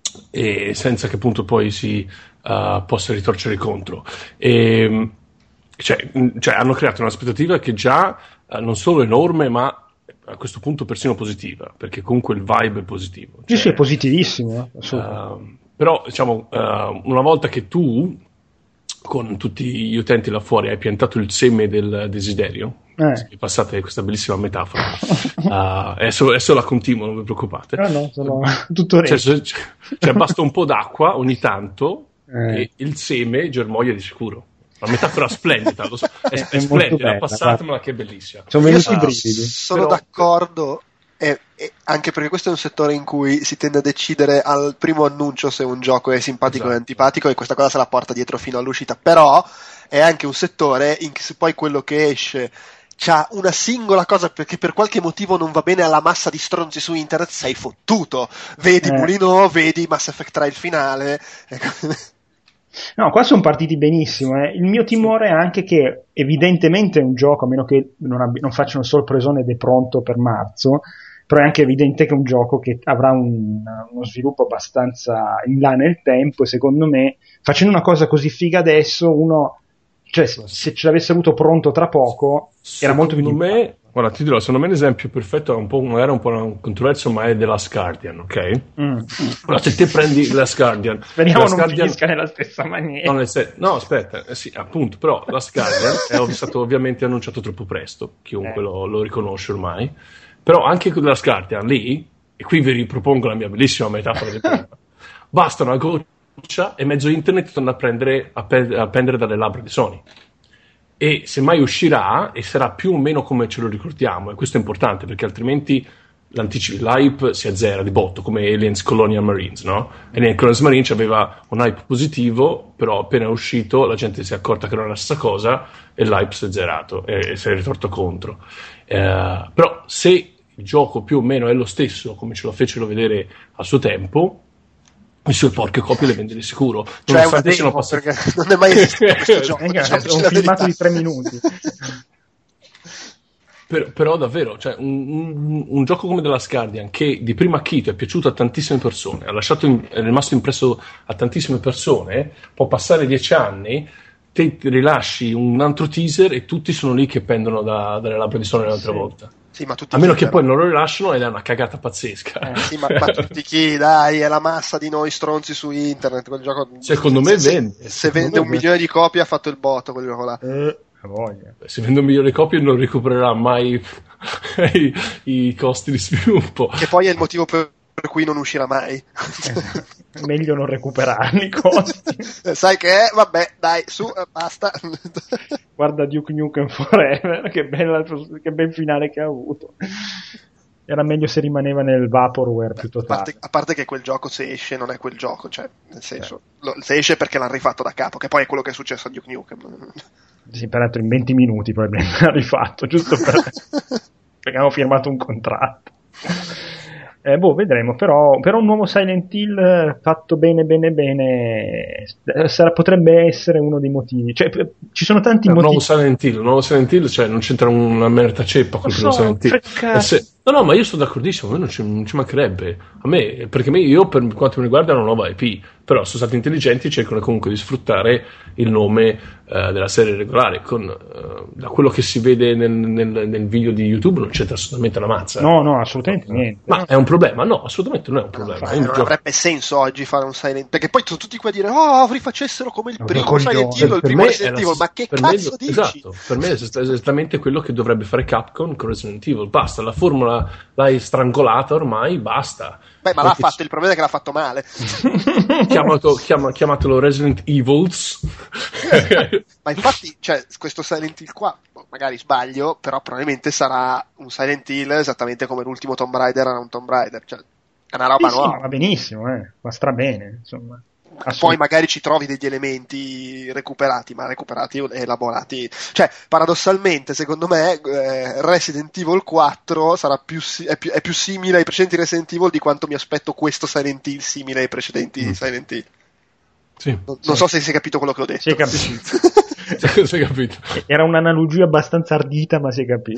E senza che appunto poi si uh, possa ritorcere contro. E, cioè, cioè hanno creato un'aspettativa che già uh, non solo è enorme, ma a questo punto persino positiva, perché comunque il vibe è positivo. Sì, cioè, sì, è positivissimo. Eh? Uh, però diciamo, uh, una volta che tu con tutti gli utenti là fuori hai piantato il seme del desiderio, eh. passate questa bellissima metafora, uh, adesso, adesso la continuo, non vi preoccupate. Ah, no, sono tutto cioè, cioè, cioè basta un po' d'acqua ogni tanto eh. e il seme germoglia di sicuro. Una metafora splendida, lo so, è, è, è splendida, bella, passatemela che è bellissima. Sono venuti i brividi. Sono Però... d'accordo. E, e anche perché questo è un settore in cui si tende a decidere al primo annuncio se un gioco è simpatico esatto. o antipatico, e questa cosa se la porta dietro fino all'uscita. Però è anche un settore in cui se poi quello che esce c'ha una singola cosa perché per qualche motivo non va bene alla massa di stronzi su internet, sei fottuto. Vedi eh. Mulino, vedi Mass Effect tre il finale. No, qua sono partiti benissimo. Eh. Il mio timore è anche che evidentemente è un gioco, a meno che non, abbi- non facciano sorpresone ed è pronto per marzo, però è anche evidente che è un gioco che avrà un, uno sviluppo abbastanza in là nel tempo, e secondo me facendo una cosa così figa adesso, uno, cioè se, se ce l'avesse avuto pronto tra poco era molto più me, di... Guarda, ti dirò, secondo me l'esempio perfetto è un po', magari un po' controverso, ma è The Last Guardian, ok? Mm. Allora, se te prendi The Last Guardian, speriamo Last non Guardian... finisca nella stessa maniera. No, nel sen- no aspetta, eh, sì, appunto, però Last Guardian è stato ovviamente annunciato troppo presto, chiunque eh. lo, lo riconosce ormai, però anche con The Last Guardian lì, e qui vi ripropongo la mia bellissima metafora del prima, basta una goccia e mezzo internet torna a prendere a, pe- a pendere dalle labbra di Sony. E semmai uscirà e sarà più o meno come ce lo ricordiamo, e questo è importante perché altrimenti l'hype si azzera di botto, come Aliens Colonial Marines, no? Aliens Colonial Marines aveva un hype positivo, però appena uscito la gente si è accorta che non era la stessa cosa e l'hype si è azzerato e, e si è ritorto contro. Eh, però se il gioco più o meno è lo stesso come ce lo fecero vedere a suo tempo, le sue porche copie le vende di sicuro. Cioè una demo, passati... perché non è mai esistito questo gioco. È un filmato di tre minuti. Per, però davvero, cioè, un, un, un gioco come The Last Guardian, che di primo acchito è piaciuto a tantissime persone, ha lasciato in, è rimasto impresso a tantissime persone, può passare dieci anni, te rilasci un altro teaser e tutti sono lì che pendono da, dalle labbra di Sony un'altra sì. volta. Sì, ma tutti a meno chi, che però. poi non lo rilasciano ed è una cagata pazzesca. Eh, sì, ma, ma tutti chi, dai, è la massa di noi stronzi su internet. Quel gioco, secondo me se, vende. Se, se vende un milione di copie ha fatto il botto quel gioco là. Eh, voglia. Se vende un milione di copie non recupererà mai i, i costi di sviluppo. Che poi è il motivo per per cui non uscirà mai. È meglio non recuperarli i costi. Sai che è? Vabbè, dai, su, basta. Guarda Duke Nukem Forever, che bella, che bel finale che ha avuto. Era meglio se rimaneva nel vaporware più totale. A parte, a parte che quel gioco, se esce, non è quel gioco, cioè, nel senso, eh. lo, se esce perché l'hanno rifatto da capo, che poi è quello che è successo a Duke Nukem. Sì, peraltro in venti minuti probabilmente l'ha rifatto, giusto per... perché hanno firmato un contratto. Eh, boh, vedremo, però, però un nuovo Silent Hill fatto bene bene bene sarà, potrebbe essere uno dei motivi, cioè ci sono tanti un motivi. Nuovo Silent Hill, un nuovo Silent Hill, cioè non c'entra una merda ceppa col primo so, Silent Hill. Se... No, no, ma io sono d'accordissimo, a me non ci, non ci mancherebbe, a me, perché me, io per quanto mi riguarda è una nuova I P, però sono stati intelligenti e cercano comunque di sfruttare il nome uh, della serie regolare, con, uh, da quello che si vede nel, nel, nel video di YouTube non c'entra assolutamente la mazza. No, no, assolutamente niente. Ma è un problema? No, assolutamente non è un problema. No, non gioco... avrebbe senso oggi fare un Silent Hill, perché poi sono tutti qua a dire oh, rifacessero come il primo Silent Hill o il primo Resident Evil, ma che cazzo me, dici? Esatto, per me è esattamente quello che dovrebbe fare Capcom con Resident Evil, basta, la formula l'hai strangolata ormai, basta. Beh, ma l'ha fatto, il problema è che l'ha fatto male. Chiamato, chiama, chiamatelo Resident Evils. Ma infatti, cioè, questo Silent Hill qua, magari sbaglio, però probabilmente sarà un Silent Hill esattamente come l'ultimo Tomb Raider era un Tomb Raider, cioè è una roba sì, nuova. Sì, va benissimo, eh. Va strabene, insomma. Poi magari ci trovi degli elementi recuperati, ma recuperati e elaborati. Cioè, paradossalmente, secondo me, eh, Resident Evil quattro sarà più, è, più, è più simile ai precedenti Resident Evil di quanto mi aspetto questo Silent Hill simile ai precedenti mm. Silent Hill. Sì, non, sì. non so se si è capito quello che ho detto. Si è capito. Si è capito. Era un'analogia abbastanza ardita, ma si è capito.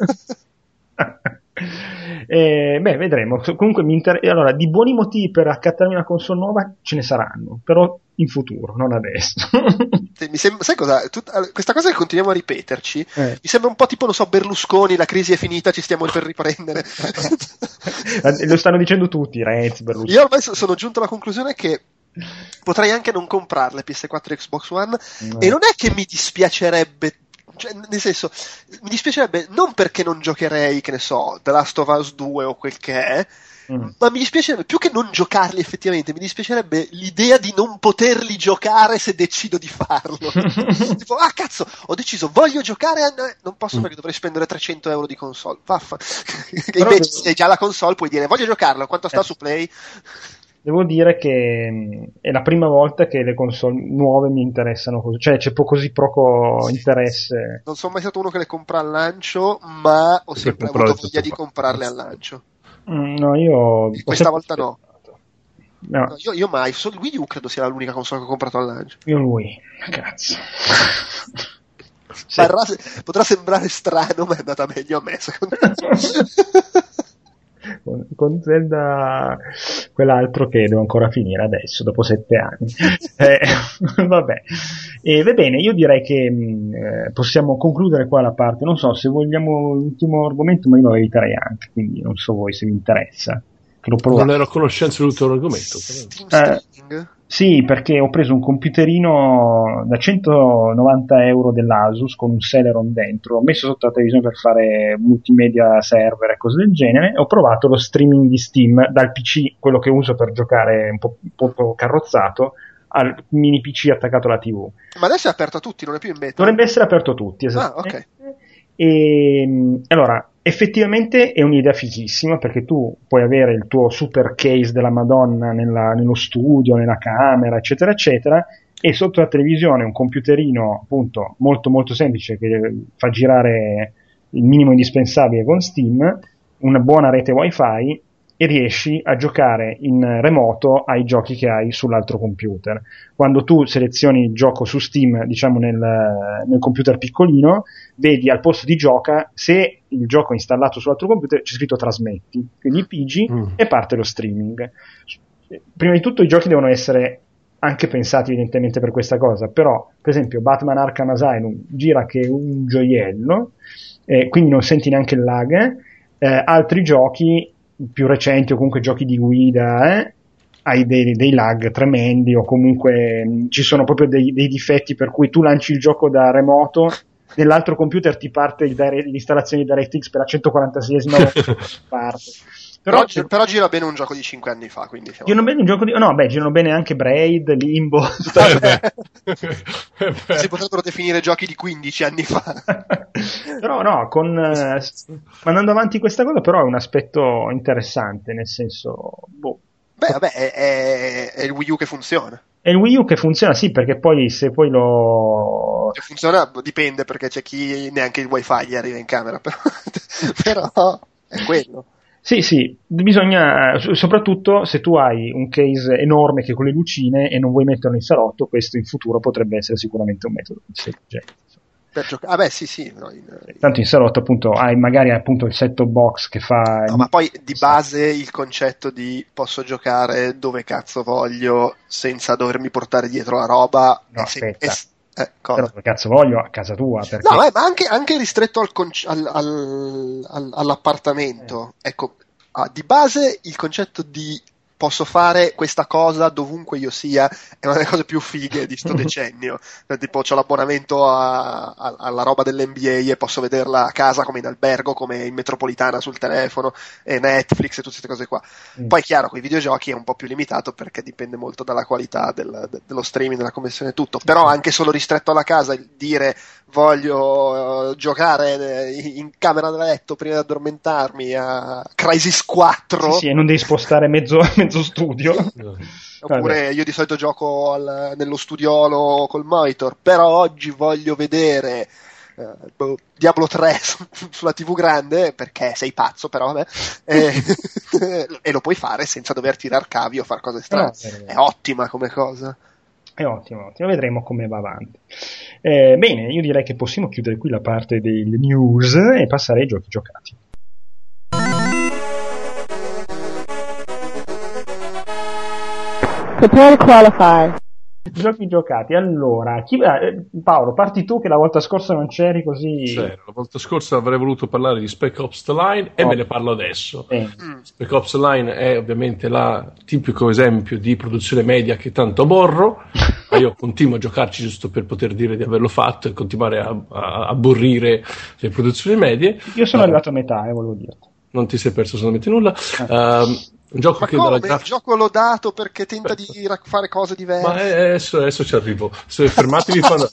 Eh, beh, vedremo. Comunque mi inter... allora, di buoni motivi per accattarmi una console nuova ce ne saranno, però in futuro, non adesso. Sì, mi sembra, sai cosa? Tut... questa cosa che continuiamo a ripeterci eh. mi sembra un po' tipo, non so, Berlusconi, la crisi è finita, ci stiamo per riprendere. Lo stanno dicendo tutti, Renzi, Berlusconi. Io ormai sono giunto alla conclusione che potrei anche non comprarle P S quattro e Xbox One no. E non è che mi dispiacerebbe, cioè, nel senso, mi dispiacerebbe non perché non giocherei, che ne so, The Last of Us due o quel che è, mm. ma mi dispiacerebbe, più che non giocarli effettivamente, mi dispiacerebbe l'idea di non poterli giocare se decido di farlo. Tipo, ah cazzo, ho deciso, voglio giocare, a... non posso mm. perché dovrei spendere trecento euro di console. Vaffa. Invece devo... se hai già la console puoi dire, voglio giocarlo, quanto sta eh. su Play? Devo dire che è la prima volta che le console nuove mi interessano così, cioè c'è po- così poco interesse. Non sono mai stato uno che le compra al lancio, ma ho sempre avuto voglia di comprarle al lancio. Mm, no, io questa volta no. No. no io, io mai, solo Wii U credo sia l'unica console che ho comprato al lancio. Io lui, cazzo. Parrà, potrà sembrare strano, ma è andata meglio a me, secondo me. Con, con Zelda quell'altro che devo ancora finire adesso dopo sette anni eh, vabbè e va bene, io direi che eh, possiamo concludere qua la parte, non so se vogliamo l'ultimo argomento, ma io lo eviterei anche, quindi non so voi se vi interessa che lo non ero a conoscenza di tutto l'argomento. Steam eh, sì, perché ho preso un computerino da centonovanta euro dell'Asus con un Celeron dentro, ho messo sotto la televisione per fare multimedia server e cose del genere, e ho provato lo streaming di Steam dal P C, quello che uso per giocare un po', un po' carrozzato, al mini P C attaccato alla tivù. Ma adesso è aperto a tutti, non è più in beta? Dovrebbe essere aperto a tutti, esatto. Ah, ok. E allora, effettivamente è un'idea fighissima, perché tu puoi avere il tuo super case della Madonna nella, nello studio, nella camera, eccetera, eccetera, e sotto la televisione un computerino appunto molto molto semplice che fa girare il minimo indispensabile con Steam, una buona rete wifi e riesci a giocare in remoto ai giochi che hai sull'altro computer. Quando tu selezioni il gioco su Steam, diciamo nel, nel computer piccolino, vedi al posto di gioca, se il gioco è installato sull'altro computer c'è scritto trasmetti, quindi pigi mm. e parte lo streaming. Prima di tutto i giochi devono essere anche pensati evidentemente per questa cosa, però per esempio Batman Arkham Asylum gira che è un gioiello, eh, quindi non senti neanche il lag. Eh, altri giochi più recenti o comunque giochi di guida eh, hai dei, dei lag tremendi, o comunque mh, ci sono proprio dei, dei difetti per cui tu lanci il gioco da remoto, nell'altro computer ti parte il dire- l'installazione di DirectX per la centoquarantaseiesima parte. Però, però, però gira bene un gioco di cinque anni fa, quindi siamo... girano bene un gioco di no beh girano bene anche Braid, Limbo. Si potrebbero definire giochi di quindici anni fa. Però no, con eh, andando avanti questa cosa, però è un aspetto interessante, nel senso boh. Beh vabbè è, è, è il Wii U che funziona. È il Wii U che funziona, sì, perché poi se poi lo... Se funziona dipende, perché c'è chi neanche il wifi gli arriva in camera, però, però è quello. Sì, sì, bisogna, soprattutto se tu hai un case enorme che con le lucine e non vuoi metterlo in salotto, questo in futuro potrebbe essere sicuramente un metodo. Per giocare, ah beh sì sì. No, in... Tanto in salotto appunto hai magari appunto il set-top box che fa... No, ma poi di base il concetto di posso giocare dove cazzo voglio senza dovermi portare dietro la roba... No, è aspetta. È... Eh, però dove cazzo voglio a casa tua, perché... no, eh, ma anche, anche ristretto al conce- al, al, al, all'appartamento eh. Ecco, ah, di base il concetto di posso fare questa cosa dovunque io sia è una delle cose più fighe di sto decennio. Tipo c'ho l'abbonamento a, a, alla roba dell'N B A e posso vederla a casa come in albergo, come in metropolitana sul telefono, e Netflix e tutte queste cose qua. Mm. Poi chiaro, con i videogiochi è un po' più limitato perché dipende molto dalla qualità del, de, dello streaming, della connessione e tutto, però anche solo ristretto alla casa, il dire voglio uh, giocare in camera da letto prima di addormentarmi a Crysis quattro, sì, sì, e non devi spostare mezzo, mezzo studio. Oppure io di solito gioco al, nello studiolo col monitor, però oggi voglio vedere uh, Diablo tre su, sulla tivù grande, perché sei pazzo, però vabbè, e, e lo puoi fare senza dover tirar cavi o fare cose strane. No, è ottima come cosa. È ottimo, ottimo, vedremo come va avanti. Eh, bene, io direi che possiamo chiudere qui la parte delle news e passare ai giochi giocati. Prepare to qualify. Giochi giocati. Allora, chi, eh, Paolo, parti tu che la volta scorsa non c'eri, così... C'ero. La volta scorsa avrei voluto parlare di Spec Ops The Line e oh. me ne parlo adesso. Eh. Spec Ops The Line è ovviamente il tipico esempio di produzione media che tanto aborro, ma io continuo a giocarci giusto per poter dire di averlo fatto e continuare a, a aborrire le produzioni medie. Io sono uh, arrivato a metà, eh, volevo dirti. Non ti sei perso assolutamente nulla. Ah. Um, Un gioco ma che come? dalla graf... Il gioco lodato perché tenta di fare cose diverse. Ma adesso, adesso ci arrivo. Se, fermatevi, quando...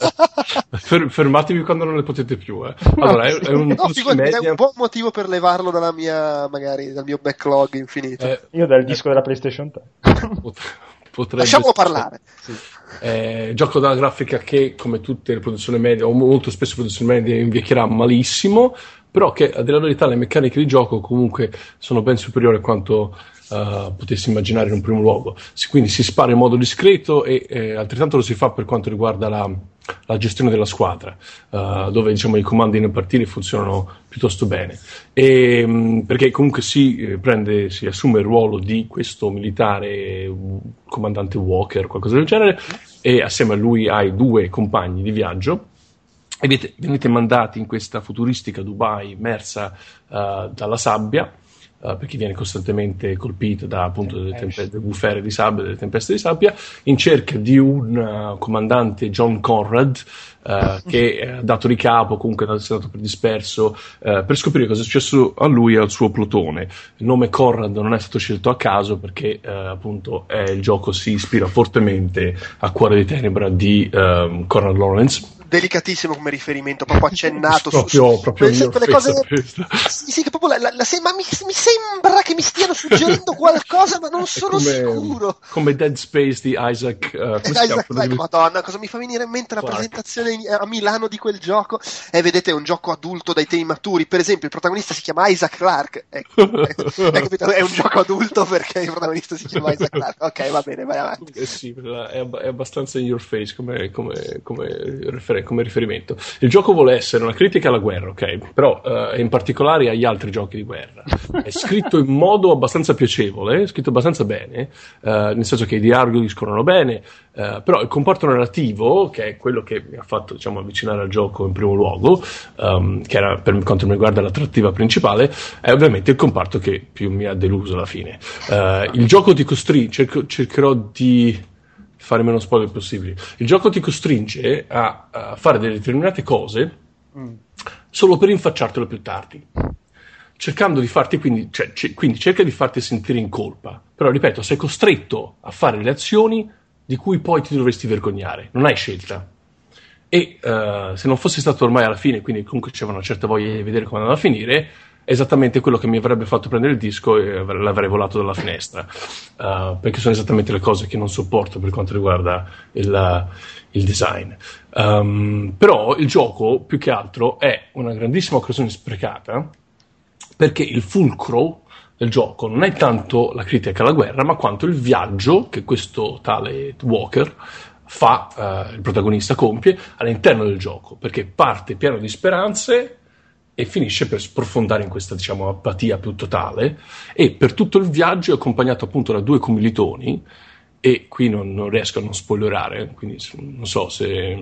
Fer, fermatevi quando non le potete più. Eh. Allora, è, è un no, figurati, media... è un buon motivo per levarlo dalla mia, magari, dal mio backlog infinito. Eh, Io dal disco eh, della PlayStation tre. Potrebbe... Lasciamolo parlare. Sì. Eh, gioco dalla grafica che, come tutte le produzioni medie, o molto spesso produzioni medie, invecchierà malissimo, però che, a dire la verità, le meccaniche di gioco comunque sono ben superiori a quanto uh, potessi immaginare in un primo luogo. Quindi si spara in modo discreto e eh, altrettanto lo si fa per quanto riguarda la, la gestione della squadra, uh, dove diciamo i comandi nei partiti funzionano piuttosto bene. E, mh, perché comunque si eh, prende, si assume il ruolo di questo militare, comandante Walker, qualcosa del genere, e assieme a lui hai due compagni di viaggio. E venite, venite mandati in questa futuristica Dubai immersa uh, dalla sabbia, uh, perché viene costantemente colpito da appunto delle, tempe- delle bufere di sabbia, delle tempeste di sabbia, in cerca di un uh, comandante John Conrad uh, che ha dato di capo, comunque è stato per disperso, uh, per scoprire cosa è successo a lui e al suo plotone. Il nome Conrad non è stato scelto a caso perché uh, appunto è, il gioco si ispira fortemente a Cuore di Tenebra di um, Conrad Lawrence. Delicatissimo come riferimento, proprio accennato proprio, su, proprio su quelle cose. Sì, sì, che proprio la, la, la, ma mi, mi sembra che mi stiano suggerendo qualcosa, ma non sono come, sicuro. Come Dead Space di Isaac. Uh, Isaac, like, Madonna, cosa mi fa venire in mente la Clark. presentazione a Milano di quel gioco. E eh, vedete, è un gioco adulto dai temi maturi. Per esempio, il protagonista si chiama Isaac Clarke. Ecco, è, è un gioco adulto perché il protagonista si chiama Isaac Clarke. Ok, va bene, vai avanti. Eh sì, è, è abbastanza in your face come, come, come, rifer- come riferimento. Il gioco vuole essere una critica alla guerra, ok? Però uh, in particolare agli altri giochi di guerra. È scritto in modo abbastanza piacevole, è scritto abbastanza bene, uh, nel senso che i dialoghi scorrono bene, uh, però il comparto narrativo, che è quello che mi ha fatto, diciamo, avvicinare al gioco in primo luogo, um, che era per quanto mi riguarda l'attrattiva principale, è ovviamente il comparto che più mi ha deluso alla fine. Uh, il gioco ti costringe, cerco, cercherò di fare meno spoiler possibili. Il gioco ti costringe a, a fare delle determinate cose mm. solo per rinfacciartelo più tardi, cercando di farti quindi, cioè, c- quindi cerca di farti sentire in colpa, però ripeto, sei costretto a fare le azioni di cui poi ti dovresti vergognare, non hai scelta. E uh, se non fosse stato ormai alla fine, quindi comunque c'era una certa voglia di vedere come andava a finire, è esattamente quello che mi avrebbe fatto prendere il disco e l'avrei volato dalla finestra, uh, perché sono esattamente le cose che non sopporto per quanto riguarda il, il design. Um, però il gioco, più che altro, è una grandissima occasione sprecata, perché il fulcro del gioco non è tanto la critica alla guerra, ma quanto il viaggio che questo tale Walker fa, uh, il protagonista compie all'interno del gioco, perché parte pieno di speranze e finisce per sprofondare in questa, diciamo, apatia più totale, e per tutto il viaggio è accompagnato appunto da due commilitoni, e qui non, non riesco a non spoilerare, quindi non so se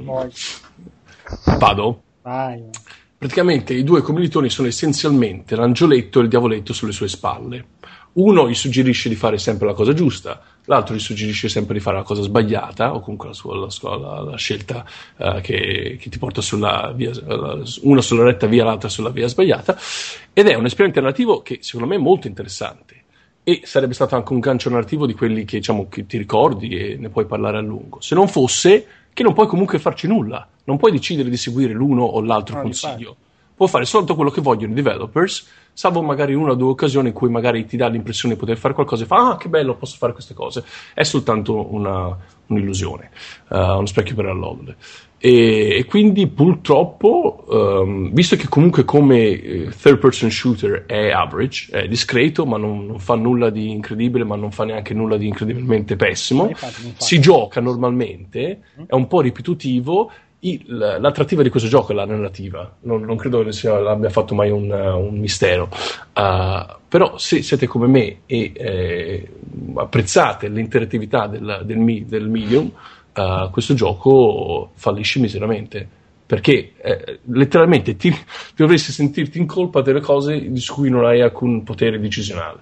vado. Vai. Praticamente i due commilitoni sono essenzialmente l'angioletto e il diavoletto sulle sue spalle. Uno gli suggerisce di fare sempre la cosa giusta, l'altro gli suggerisce sempre di fare la cosa sbagliata, o comunque la, sua, la, la, la scelta uh, che, che ti porta sulla via, una sulla retta via, l'altra sulla via sbagliata, ed è un esperimento narrativo che secondo me è molto interessante, e sarebbe stato anche un gancio narrativo di quelli che, diciamo, che ti ricordi e ne puoi parlare a lungo, se non fosse che non puoi comunque farci nulla, non puoi decidere di seguire l'uno o l'altro no, consiglio, può fare soltanto quello che vogliono i developers, salvo magari una o due occasioni in cui magari ti dà l'impressione di poter fare qualcosa e fa, ah, che bello, posso fare queste cose. È soltanto una, un'illusione, uh, uno specchio per all'ogle. E, e quindi purtroppo, um, visto che comunque come third person shooter è average, è discreto, ma non, non fa nulla di incredibile, ma non fa neanche nulla di incredibilmente pessimo, infatti, infatti. Si gioca normalmente, mm. è un po' ripetitivo. Il, l'attrattiva di questo gioco è la narrativa, non, non credo che sia, l'abbia fatto mai un, un mistero, uh, però se siete come me e eh, apprezzate l'interattività del, del, del medium, uh, questo gioco fallisce miseramente, perché eh, letteralmente ti, ti dovresti sentirti in colpa delle cose di cui non hai alcun potere decisionale,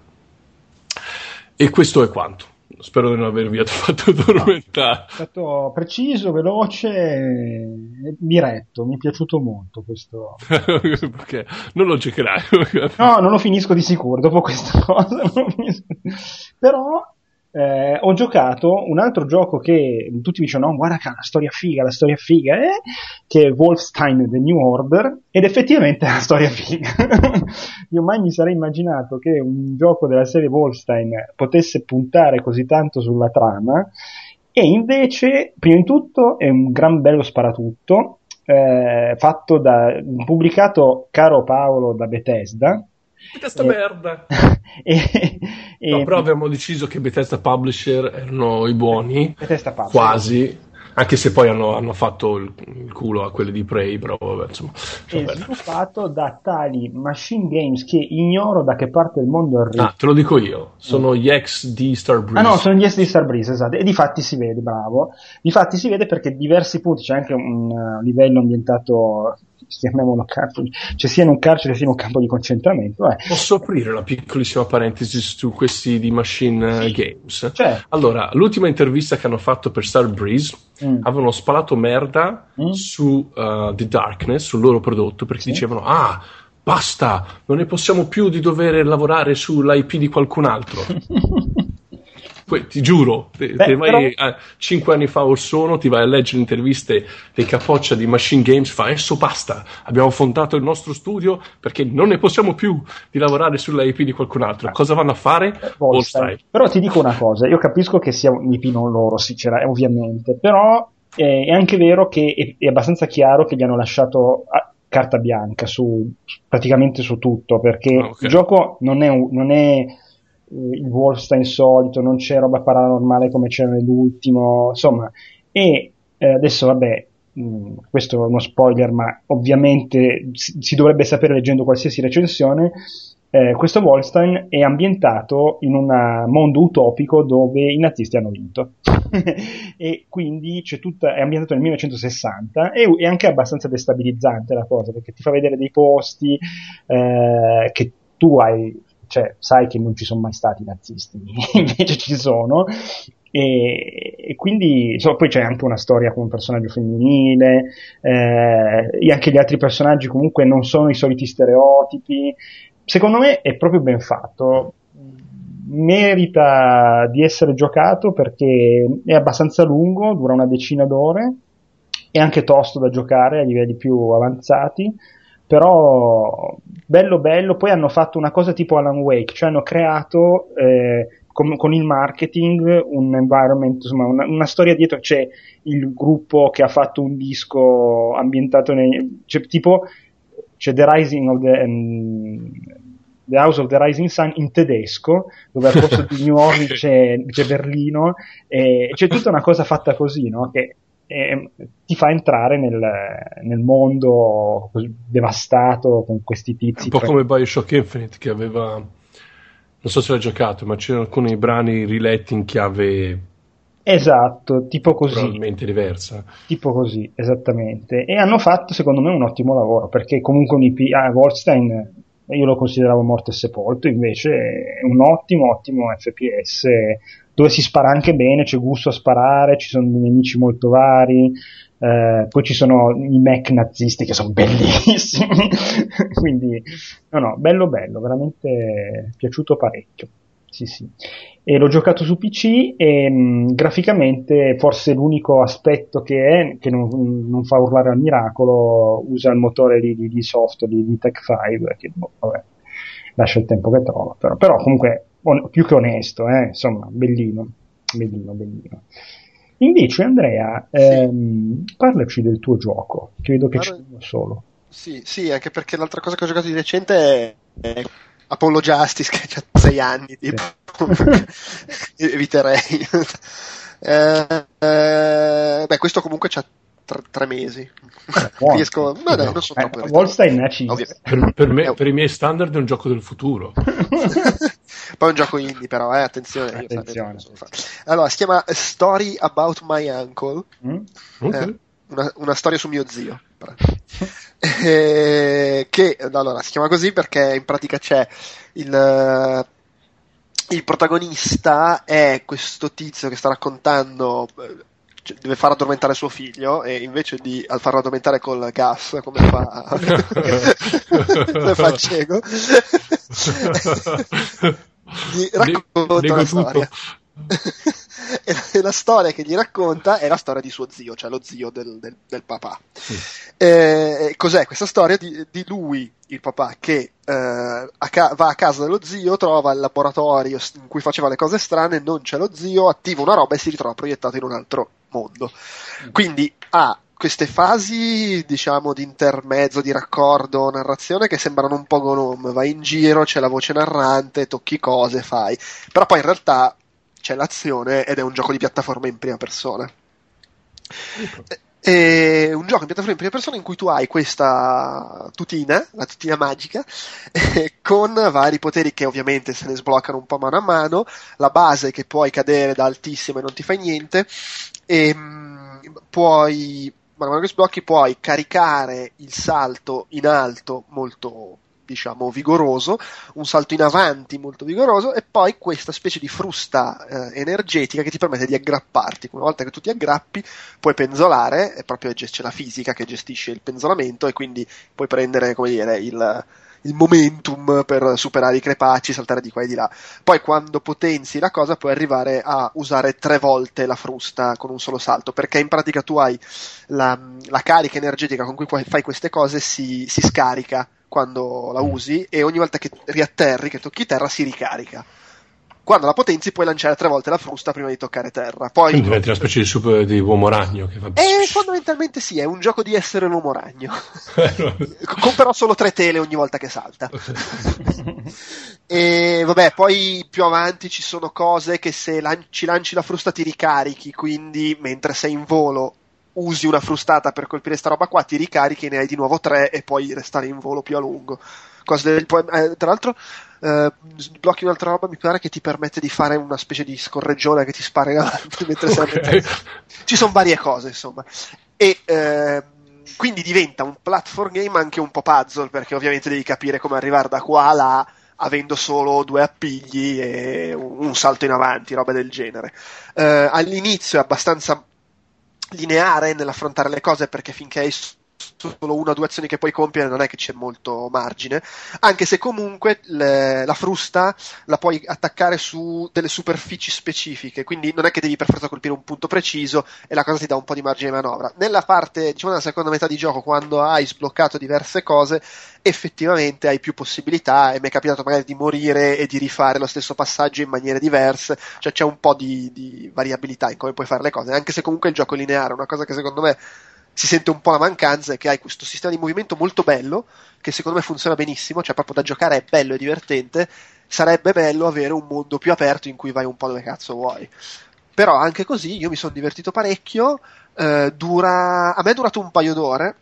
e questo è quanto. Spero di non avervi fatto addormentare. È stato preciso, veloce e diretto. Mi è piaciuto molto questo. Perché non lo giocherai. No, non lo finisco di sicuro dopo questa cosa. Però eh, ho giocato un altro gioco che tutti mi dicono: no, guarda che la storia figa, la storia figa, eh? Che è Wolfenstein The New Order, ed effettivamente è una storia figa. Io mai mi sarei immaginato che un gioco della serie Wolfenstein potesse puntare così tanto sulla trama, e invece, prima di tutto, è un gran bello sparatutto, eh, fatto da, pubblicato, caro Paolo, da Bethesda. Bethesda e, merda. e, e, no, però abbiamo deciso che Bethesda Publisher erano i buoni, Bethesda Publisher. Quasi. Anche se poi hanno, hanno fatto il, il culo a quelli di Prey, però vabbè, insomma. È sviluppato da tali Machine Games che ignoro da che parte del mondo arriva. Ah, te lo dico io, sono mm. gli ex di Starbreeze. Ah no, sono gli ex di Starbreeze, esatto, e difatti si vede, bravo. Difatti si vede perché diversi punti, c'è anche un uh, livello ambientato, chiamiamolo carcere, cioè sia in un carcere sia in un campo di concentramento. Eh. Posso aprire la piccolissima parentesi su questi di Machine sì. Games? Cioè. Allora, l'ultima intervista che hanno fatto per Starbreeze mm. avevano spalato merda mm. su uh, The Darkness, sul loro prodotto, perché sì. dicevano, ah, basta, non ne possiamo più di dover lavorare sull'I P di qualcun altro. Poi, ti giuro, te, Beh, te vai però... a, cinque anni fa o sono, ti vai a leggere interviste dei capoccia di Machine Games, fa adesso basta, abbiamo fondato il nostro studio perché non ne possiamo più di lavorare sull'I P di qualcun altro. Cosa vanno a fare? Wolfenstein. Però ti dico una cosa, io capisco che sia un I P non loro, sinceramente, ovviamente, però è anche vero che è, è abbastanza chiaro che gli hanno lasciato carta bianca su praticamente su tutto, perché oh, okay. il gioco non è, non è il Wolfenstein solito, non c'è roba paranormale come c'era nell'ultimo, insomma, e eh, adesso vabbè, mh, questo è uno spoiler, ma ovviamente si, si dovrebbe sapere leggendo qualsiasi recensione. Eh, questo Wolfenstein è ambientato in un mondo utopico dove i nazisti hanno vinto e quindi c'è tutta, è ambientato nel millenovecentosessanta e è anche abbastanza destabilizzante la cosa, perché ti fa vedere dei posti eh, che tu hai, cioè sai che non ci sono mai stati i nazisti, invece ci sono. E, e quindi insomma, poi c'è anche una storia con un personaggio femminile, eh, e anche gli altri personaggi comunque non sono i soliti stereotipi. Secondo me è proprio ben fatto, merita di essere giocato perché è abbastanza lungo, dura una decina d'ore, è anche tosto da giocare a livelli più avanzati, però bello bello. Poi hanno fatto una cosa tipo Alan Wake, cioè hanno creato eh, con, con il marketing un environment, insomma una, una storia dietro. C'è il gruppo che ha fatto un disco ambientato nei, cioè, tipo c'è The Rising of the, um, the House of the Rising Sun in tedesco, dove al posto di New Orleans c'è, c'è Berlino, e c'è tutta una cosa fatta così, no? Che eh, ti fa entrare nel, nel mondo devastato con questi tizi. Un po' come Bioshock Infinite, che aveva, non so se l'hai giocato, ma c'erano alcuni brani riletti in chiave esatto, tipo così, probabilmente diversa, tipo così, esattamente. E hanno fatto secondo me un ottimo lavoro, perché comunque un I P, ah, Wolfenstein io lo consideravo morto e sepolto, invece è un ottimo ottimo F P S dove si spara anche bene, c'è gusto a sparare, ci sono nemici molto vari, eh, poi ci sono i mech nazisti che sono bellissimi quindi no no, bello bello, veramente piaciuto parecchio. Sì, sì. E l'ho giocato su P C e mh, graficamente forse l'unico aspetto che è che non, non fa urlare al miracolo, usa il motore di, di, di software di, di Tech cinque che boh, vabbè, lascia il tempo che trova, però, però comunque on, più che onesto, eh, insomma, bellino, bellino, bellino. Invece Andrea, sì. ehm, parlaci del tuo gioco, che vedo che Parla... c'è uno solo. Sì, sì, anche perché l'altra cosa che ho giocato di recente è, è Apollo Justice, che ha sei anni, tipo. Sì. Eviterei. eh, eh, beh, questo comunque c'ha tre, tre mesi. Buono. Riesco, ma dai, non so eh, troppo. Wolfenstein per, per, me, per i miei standard è un gioco del futuro. Poi è un gioco indie, però, eh, attenzione. attenzione. Io allora, si chiama Story About My Uncle. Mm? Okay. Eh, una, una storia su mio zio. eh, che allora si chiama così perché in pratica c'è il, il protagonista è questo tizio che sta raccontando, cioè, deve far addormentare suo figlio e invece di farlo addormentare col gas come fa come fa il cieco gli racconta una storia e la storia che gli racconta è la storia di suo zio, cioè lo zio del, del, del papà. Mm. Eh, cos'è questa storia di, di lui, il papà, che eh, a ca- va a casa dello zio, trova il laboratorio in cui faceva le cose strane, non c'è lo zio, attiva una roba e si ritrova proiettato in un altro mondo. Mm. Quindi ha queste fasi, diciamo, di intermezzo, di raccordo, narrazione che sembrano un po' Gnome, vai in giro, c'è la voce narrante, tocchi cose, fai. Però poi in realtà c'è l'azione ed è un gioco di piattaforma in prima persona. Okay. È un gioco in piattaforma in prima persona in cui tu hai questa tutina, la tutina magica, eh, con vari poteri che ovviamente se ne sbloccano un po' mano a mano, la base che puoi cadere da altissimo e non ti fai niente, e mh, puoi, man mano che sblocchi, puoi caricare il salto in alto molto, diciamo, vigoroso, un salto in avanti molto vigoroso e poi questa specie di frusta eh, energetica che ti permette di aggrapparti. Una volta che tu ti aggrappi puoi penzolare, e proprio c'è la fisica che gestisce il penzolamento e quindi puoi prendere, come dire, il, il momentum per superare i crepacci, saltare di qua e di là. Poi quando potenzi la cosa puoi arrivare a usare tre volte la frusta con un solo salto, perché in pratica tu hai la, la carica energetica con cui fai queste cose si, si scarica quando la usi e ogni volta che riatterri, che tocchi terra, si ricarica. quando la potenzi puoi lanciare tre volte la frusta prima di toccare terra. Poi quindi diventi una specie di, super, di uomo ragno che fa... E fondamentalmente sì, è un gioco di essere l'uomo ragno con però solo tre tele ogni volta che salta. E vabbè, poi più avanti ci sono cose che se lanci, lanci la frusta ti ricarichi, quindi mentre sei in volo usi una frustata per colpire sta roba qua, ti ricarichi, ne hai di nuovo tre e puoi restare in volo più a lungo. Cose del, poi, eh, tra l'altro eh, sblocchi un'altra roba, mi pare, che ti permette di fare una specie di scorreggione che ti spara in avanti mentre okay. sei ci sono varie cose, insomma. E eh, quindi diventa un platform game anche un po' puzzle, perché ovviamente devi capire come arrivare da qua a là avendo solo due appigli e un, un salto in avanti, roba del genere. Eh, all'inizio è abbastanza lineare nell'affrontare le cose, perché finché hai solo una o due azioni che puoi compiere non è che c'è molto margine, anche se comunque le, la frusta la puoi attaccare su delle superfici specifiche, quindi non è che devi per forza colpire un punto preciso e la cosa ti dà un po' di margine di manovra. Nella parte, diciamo nella seconda metà di gioco, quando hai sbloccato diverse cose, effettivamente hai più possibilità, e mi è capitato magari di morire e di rifare lo stesso passaggio in maniere diverse, cioè c'è un po' di, di variabilità in come puoi fare le cose, anche se comunque il gioco è lineare. Una cosa che secondo me si sente un po' la mancanza è che hai questo sistema di movimento molto bello, che secondo me funziona benissimo, cioè proprio da giocare è bello e divertente. Sarebbe bello avere un mondo più aperto in cui vai un po' dove cazzo vuoi, però anche così io mi sono divertito parecchio. Eh, dura a me è durato un paio d'ore,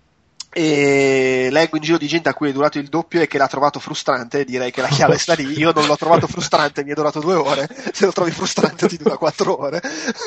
e leggo in giro di gente a cui è durato il doppio e che l'ha trovato frustrante. Direi che la chiave sta lì. Io non l'ho trovato frustrante, mi è durato due ore. Se lo trovi frustrante ti dura quattro ore.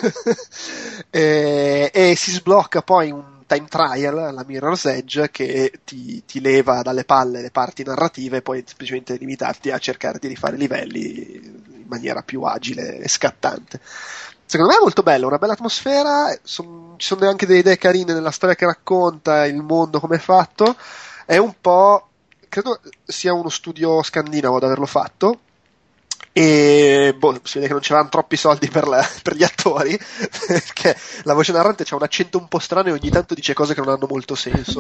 e, e si sblocca poi un time trial, la Mirror's Edge, che ti, ti leva dalle palle le parti narrative e puoi semplicemente limitarti a cercare di rifare livelli in maniera più agile e scattante. Secondo me è molto bello, una bella atmosfera, son, ci sono anche delle idee carine nella storia che racconta, il mondo come è fatto. È un po', credo sia uno studio scandinavo ad averlo fatto, e boh, si vede che non c'erano troppi soldi per, la, per gli attori, perché la voce narrante c'ha un accento un po' strano e ogni tanto dice cose che non hanno molto senso.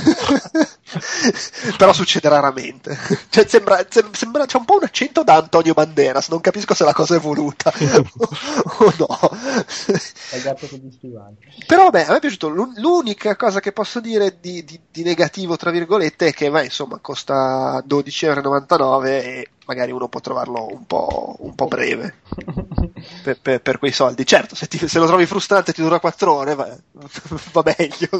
Però succede raramente, cioè, sembra, sembra c'è un po' un accento da Antonio Banderas, non capisco se la cosa è voluta o no. Però vabbè, a me è piaciuto. L'unica cosa che posso dire di, di, di negativo tra virgolette è che beh, insomma costa dodici virgola novantanove euro e magari uno può trovarlo un po', un po' breve per, per, per quei soldi. Certo, se, ti, se lo trovi frustrante e ti dura quattro ore va, va meglio.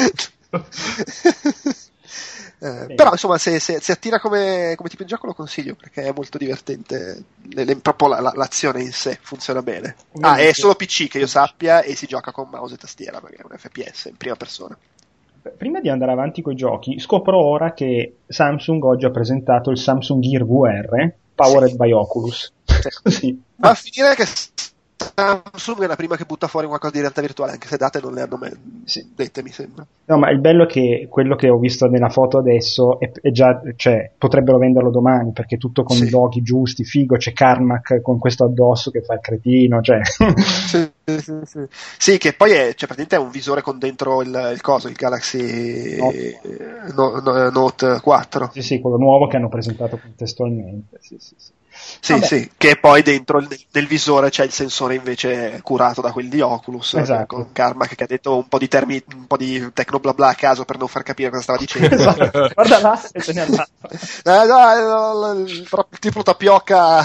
Eh, sì. Però insomma se, se, se attira come, come tipo di gioco lo consiglio, perché è molto divertente, le, le, proprio la, la, l'azione in sé funziona bene. Ah, è solo P C che io sappia e si gioca con mouse e tastiera perché è un F P S in prima persona. Prima di andare avanti con i giochi, scopro ora che Samsung oggi ha presentato il Samsung Gear V R powered sì. by Oculus. Sì. Sì. Va a finire che Samsung è la prima che butta fuori qualcosa di realtà virtuale, anche se date non le hanno mai sì. dette, mi sembra. No, ma il bello è che quello che ho visto nella foto adesso è, è già, cioè, potrebbero venderlo domani, perché tutto con sì. i loghi giusti, figo, c'è Carmack con questo addosso che fa il cretino, cioè. Sì, sì, sì. Sì, che poi è, cioè, praticamente è un visore con dentro il, il coso, il Galaxy no. No, no, Note quattro. Sì, sì, quello nuovo che hanno presentato contestualmente, sì, sì, sì. Sì, Vabbè. sì, che poi dentro il, nel visore c'è il sensore invece curato da quelli di Oculus, esatto. con Carmack che ha detto un po' di termini, un po' di tecno bla bla a caso per non far capire cosa stava dicendo. Esatto. Guarda là e se ne andava. Eh, no, il, il tipo tapioca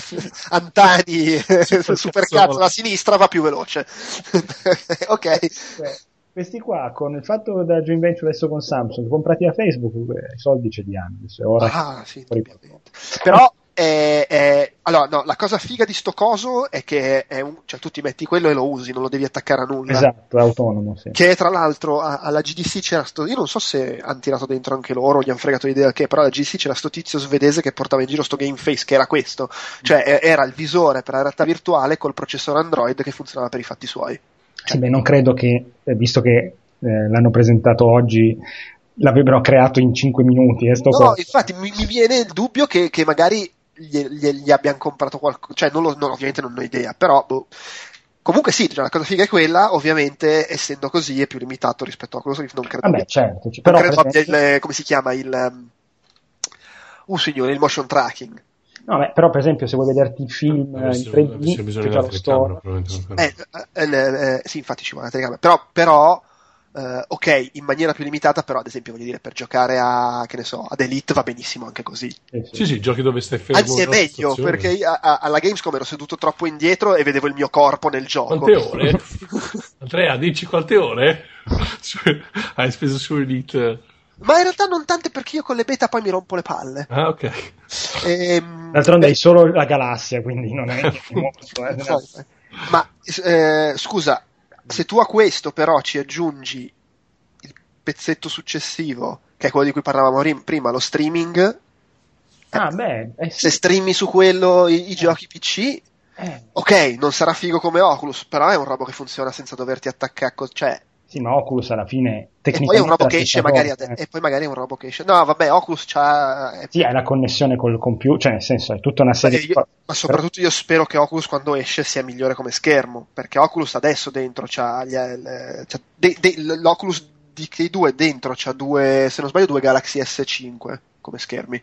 Antani super cazzo alla sinistra va più veloce. Ok. Beh, questi qua con il fatto della joint venture adesso con Samsung comprati a Facebook, i soldi ce li hanno. Ora ah, sì, però Eh, eh, allora no, la cosa figa di sto coso è che è un, cioè tu ti metti quello e lo usi, non lo devi attaccare a nulla. Esatto, è autonomo, sì. Che tra l'altro a, alla G D C c'era sto, io non so se hanno tirato dentro anche loro, gli hanno fregato l'idea che, però alla G D C c'era sto tizio svedese che portava in giro sto game face che era questo, cioè era il visore per la realtà virtuale col processore Android che funzionava per i fatti suoi. Sì, beh, non credo che, visto che eh, l'hanno presentato oggi, l'avrebbero creato in cinque minuti. Eh, sto no, qua. Infatti mi, mi viene il dubbio che, che magari Gli, gli, gli abbiano comprato qualcosa, cioè non lo, non, ovviamente non ho idea, però boh. Comunque sì, cioè, la cosa figa è quella, ovviamente essendo così è più limitato rispetto a quello che non credo. Vabbè, certo, non credo abbia il, come si chiama il uh signore, il motion tracking. No, beh, però per esempio se vuoi vederti il film eh, in tre D c'è bisogno c'è di già una lo store. telecamera, eh, eh, eh, sì, infatti ci vuole una telecamera, però, però eh, ok, in maniera più limitata, però ad esempio voglio dire, per giocare a, che ne so, ad Elite va benissimo anche così. Sì, sì. Sì, sì, giochi dove stai fermo. Anzi è meglio, perché io, a, a, alla Gamescom ero seduto troppo indietro e vedevo il mio corpo nel gioco. Quante ore? Andrea, dici quante ore hai speso su Elite? Ma in realtà non tante, perché io con le beta poi mi rompo le palle. Ah, ok. Ehm, D'altronde beh, hai solo la galassia, quindi non è molto. Eh. no, ma eh, scusa, se tu a questo però ci aggiungi il pezzetto successivo, che è quello di cui parlavamo rim- prima, lo streaming, Ah, beh, eh, sì. se streami su quello i, i giochi P C, Eh. ok, non sarà figo come Oculus, però è un robo che funziona senza doverti attaccare, co- cioè, Sì, ma Oculus alla fine e tecnicamente poi è un robo la che stessa esce magari cosa, ade- eh. e poi magari è un robo che esce. No, vabbè, Oculus c'ha è- Sì, hai la connessione col computer, cioè nel senso è tutta una serie Beh, di io- cose. ma soprattutto io spero che Oculus quando esce sia migliore come schermo, perché Oculus adesso dentro c'ha, gli, eh, c'ha de- de- l'Oculus D K due dentro c'ha due, se non sbaglio, due Galaxy S cinque come schermi.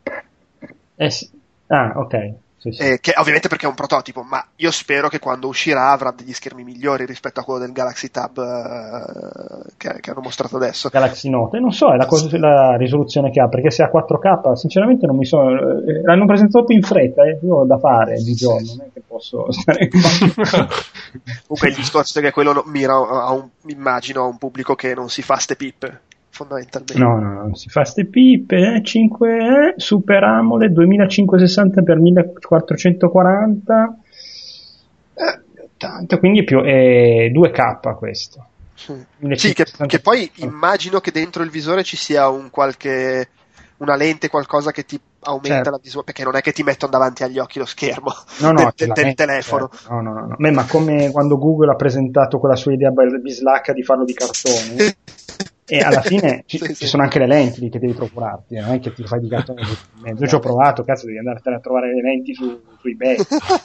Eh sì. Ah, ok. Sì, sì. Eh, che ovviamente perché è un prototipo, ma io spero che quando uscirà avrà degli schermi migliori rispetto a quello del Galaxy Tab eh, che, che hanno mostrato adesso. Galaxy Note, non so, è la, cosa, la risoluzione che ha, perché se ha quattro K, sinceramente non mi sono. Eh, l'hanno presentato in fretta, eh, io ho da fare di giorno, non è che posso stare qua. Comunque il discorso è che quello mira a un, immagino, a un pubblico che non si fa ste pippe, fondamentalmente. No, no, non si fa ste pippe, eh, cinque, eh, Super AMOLED duemilacinquecentosessanta per millequattrocentoquaranta, eh, tanto, quindi è più, è due K questo. Sì, che, che poi immagino che dentro il visore ci sia un qualche una lente, qualcosa che ti aumenta certo. la visuale, perché non è che ti mettono davanti agli occhi lo schermo no, no, del, del telefono. Certo. No, no, no, no. Beh, ma come quando Google ha presentato quella sua idea bislacca di farlo di cartone e alla fine ci, sì, ci sì. sono anche le lenti che devi procurarti, non è che ti fai di cartone in mezzo. Io ci ho provato, cazzo, devi andare a trovare le lenti su, su eBay.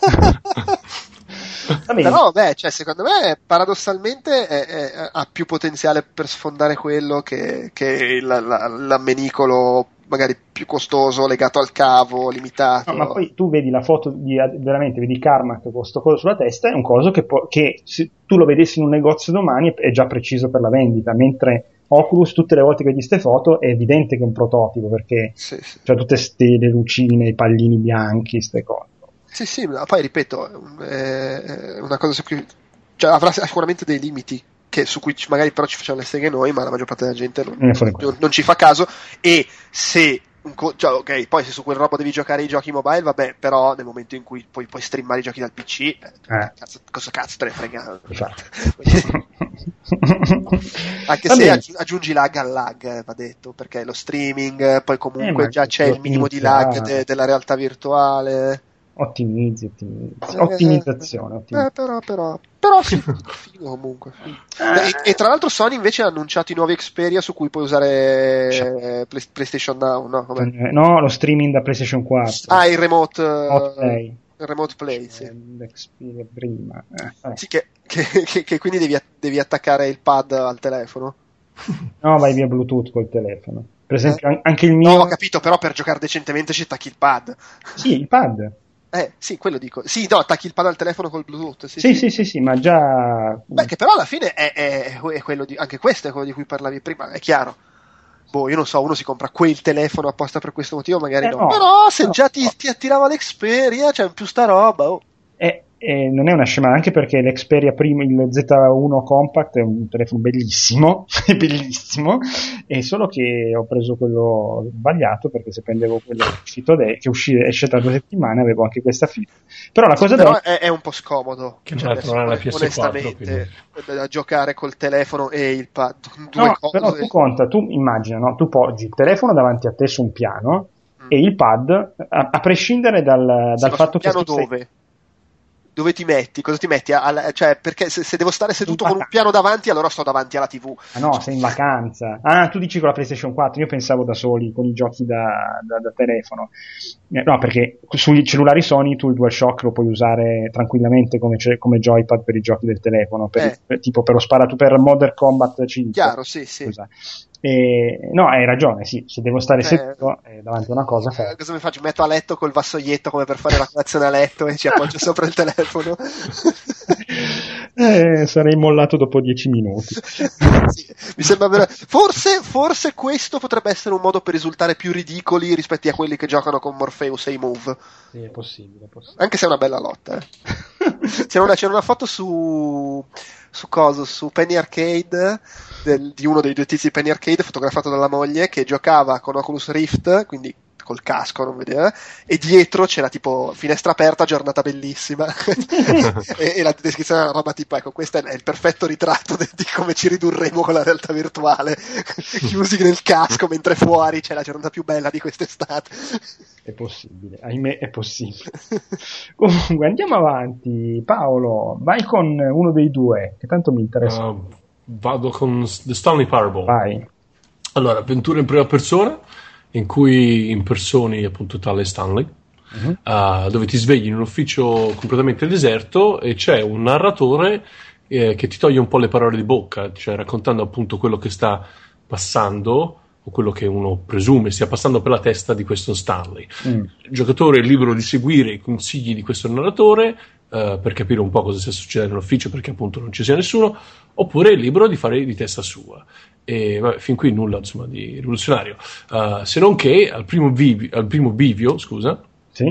Però beh, cioè, secondo me paradossalmente è, è, ha più potenziale per sfondare quello che, che la, la, l'ammenicolo magari più costoso, legato al cavo, limitato. No, ma poi tu vedi la foto di veramente, vedi Carmack con sto coso sulla testa, è un coso che, può, che se tu lo vedessi in un negozio domani è già preciso per la vendita, mentre Oculus tutte le volte che vedi ste foto è evidente che è un prototipo, perché sì, sì. c'è tutte ste le lucine, i pallini bianchi, ste cose. Sì, sì, ma poi ripeto, è una cosa su cui cioè, avrà sicuramente dei limiti che, su cui magari però ci facciamo le seghe noi, ma la maggior parte della gente non, non, non ci fa caso. E se un co- cioè, ok, poi se su quel robo devi giocare i giochi mobile, vabbè, però nel momento in cui poi puoi streamare i giochi dal P C, eh, eh. Cazzo, cosa cazzo te ne frega? Anche va se bene. aggi- aggiungi lag al lag, eh, va detto, perché lo streaming, poi comunque eh, già c'è il minimo di lag de- della realtà virtuale. Ottimizzi, ottimizzi. Eh, Ottimizzazione, ottimizzazione. Eh, però, però, però sì, figo comunque. E, e tra l'altro Sony invece ha annunciato i nuovi Xperia su cui puoi usare eh, Play- PlayStation Now, no? Com'è? No, lo streaming da PlayStation quattro. Ah, il remote, Remote Play. il remote play, sì. L'Xperia prima. Eh, sì che, che, che, che quindi devi, devi attaccare il pad al telefono. No, vai via Bluetooth col telefono. Per esempio, eh? anche il mio. No, ho capito, però per giocare decentemente ci attacchi il pad. Sì, il pad. Eh, sì, quello dico. Sì, no, attacchi il pad al telefono col Bluetooth. Sì, sì, sì, sì, sì, sì, ma già. Beh, che però alla fine è, è, è quello di. Anche questo è quello di cui parlavi prima, è chiaro. Boh, io non so, uno si compra quel telefono apposta per questo motivo, magari eh no. no. Però se no, già ti, no. ti attirava l'Xperia, c'è più sta roba. Oh. E, e non è una scema, anche perché l'Xperia prima, il Z uno Compact è un telefono bellissimo, è bellissimo, è solo che ho preso quello sbagliato, perché se prendevo quello che è uscito de- che uscì, esce tra due settimane avevo anche questa fila. Però la cosa sì, però da... è, è un po' scomodo, che cioè, adesso, la P S quattro, onestamente, da giocare col telefono e il pad. Due no, cose. però tu conta, tu immagina, no? Tu poggi il telefono davanti a te su un piano mm. e il pad, a, a prescindere dal, sì, dal fatto che... piano dove? Sei... Dove ti metti? Cosa ti metti? Al, cioè, perché se, se devo stare seduto con un piano davanti, allora sto davanti alla tivù. Ah no, sei in vacanza. Ah, tu dici con la PlayStation quattro, io pensavo da soli, con i giochi da, da, da telefono. Eh, no, perché sui cellulari Sony tu il DualShock lo puoi usare tranquillamente come, come joypad per i giochi del telefono, per, eh. per, tipo per lo sparato per Modern Combat cinque. Chiaro, sì, sì. E, no, hai ragione, sì, se devo stare Eh, seduto eh, davanti a una cosa fa... Eh, cosa mi faccio? Metto a letto col vassoietto come per fare la colazione a letto e ci appoggio sopra il telefono. eh, sarei mollato dopo dieci minuti. Sì, mi sembra vero. Forse, forse questo potrebbe essere un modo per risultare più ridicoli rispetto a quelli che giocano con Morpheus e i Move. Sì, è possibile, è possibile. Anche se è una bella lotta. Eh. C'era, una, c'era una foto su su cosa? Su Penny Arcade del, di uno dei due tizi di Penny Arcade fotografato dalla moglie che giocava con Oculus Rift, quindi col casco, non vedeva, e dietro c'era tipo finestra aperta, giornata bellissima e, e la descrizione era una roba tipo, ecco, questo è il perfetto ritratto de, di come ci ridurremo con la realtà virtuale, chiusi nel casco mentre fuori c'è la giornata più bella di quest'estate. È possibile, ahimè è possibile. Comunque andiamo avanti. Paolo, vai con uno dei due, che tanto mi interessa. Uh, vado con The Stanley Parable. Vai. Allora, avventura in prima persona, in cui impersoni appunto tale Stanley, uh-huh. uh, dove ti svegli in un ufficio completamente deserto e c'è un narratore eh, che ti toglie un po' le parole di bocca, cioè raccontando appunto quello che sta passando o quello che uno presume stia passando per la testa di questo Stanley. Mm. Il giocatore è libero di seguire i consigli di questo narratore uh, per capire un po' cosa sta succedendo nell'ufficio, perché appunto non ci sia nessuno, oppure è libero di fare di testa sua. E vabbè, fin qui nulla insomma di rivoluzionario, uh, se non che al primo, vivi, al primo bivio, scusa, sì.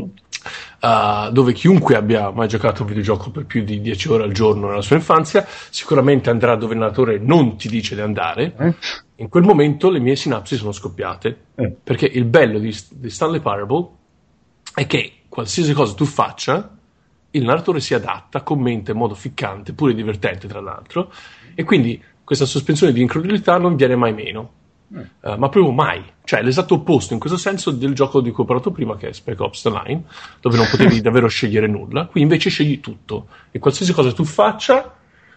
uh, dove chiunque abbia mai giocato a un videogioco per più di dieci ore al giorno nella sua infanzia sicuramente andrà dove il narratore non ti dice di andare. Eh? In quel momento le mie sinapsi sono scoppiate, eh. perché il bello di, di Stanley Parable è che qualsiasi cosa tu faccia il narratore si adatta, commenta in modo ficcante, pure divertente tra l'altro, e quindi questa sospensione di incredulità non viene mai meno, mm. uh, ma proprio mai. Cioè è l'esatto opposto in questo senso del gioco di cui ho parlato prima, che è Spec Ops The Line, dove non potevi davvero scegliere nulla. Qui invece scegli tutto, e qualsiasi cosa tu faccia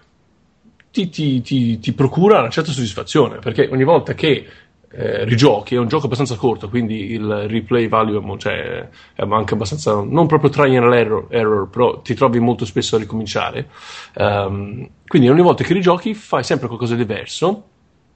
ti, ti, ti, ti procura una certa soddisfazione, perché ogni volta che eh, rigiochi, è un gioco abbastanza corto, quindi il replay value cioè, è anche abbastanza, non proprio trial and error, error, però ti trovi molto spesso a ricominciare. Um, quindi ogni volta che rigiochi fai sempre qualcosa di diverso,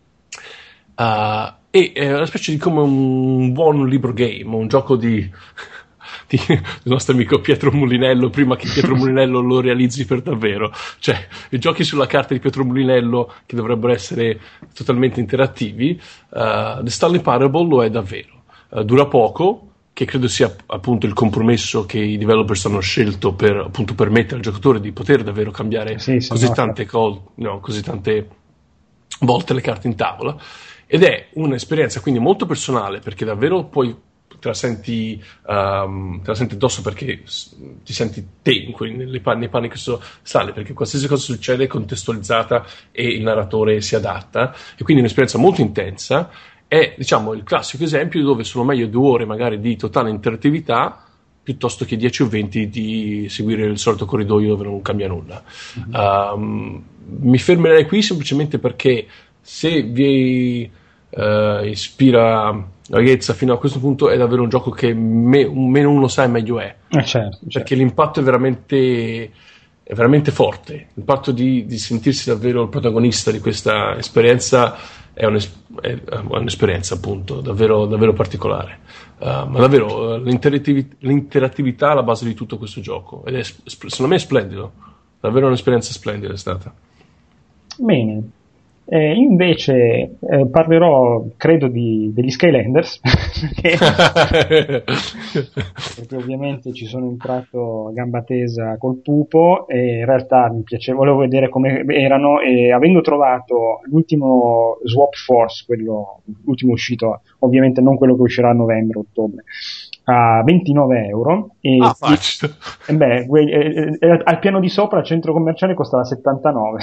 uh, e è una specie di come un buon libro game, un gioco di di, del nostro amico Pietro Mulinello, prima che Pietro Mulinello lo realizzi per davvero. Cioè i giochi sulla carta di Pietro Mulinello che dovrebbero essere totalmente interattivi, uh, The Stanley Parable lo è davvero. Uh, dura poco, che credo sia appunto il compromesso che i developers hanno scelto per appunto permettere al giocatore di poter davvero cambiare sì, così no, tante cose, no, così tante volte le carte in tavola, ed è un'esperienza quindi molto personale, perché davvero puoi te la senti um, te la senti addosso, perché ti senti te in quei, nei panni, nei panni che sono Stanley, perché qualsiasi cosa succede è contestualizzata e il narratore si adatta, e quindi è un'esperienza molto intensa. È, diciamo, il classico esempio dove sono meglio due ore magari di totale interattività piuttosto che dieci o venti di seguire il solito corridoio dove non cambia nulla. Mm-hmm. Um, mi fermerei qui semplicemente perché se vi uh, ispira vaghezza fino a questo punto è davvero un gioco che me, meno uno sa meglio è, eh certo, perché certo. l'impatto è veramente è veramente forte, l'impatto di, di sentirsi davvero il protagonista di questa esperienza è, un'es- è un'esperienza appunto davvero, davvero particolare, uh, ma davvero uh, l'interattiv- l'interattività è la base di tutto questo gioco, ed è secondo me è splendido, davvero un'esperienza splendida è stata. Bene. Eh, invece eh, parlerò credo di, degli Skylanders perché, perché ovviamente ci sono entrato a gamba tesa col pupo e in realtà mi piaceva, volevo vedere come erano, e avendo trovato l'ultimo Swap Force, quello l'ultimo uscito, ovviamente non quello che uscirà a novembre-ottobre, a ventinove euro e, ah, facile. E, beh, eh, eh, al piano di sopra al centro commerciale costava settantanove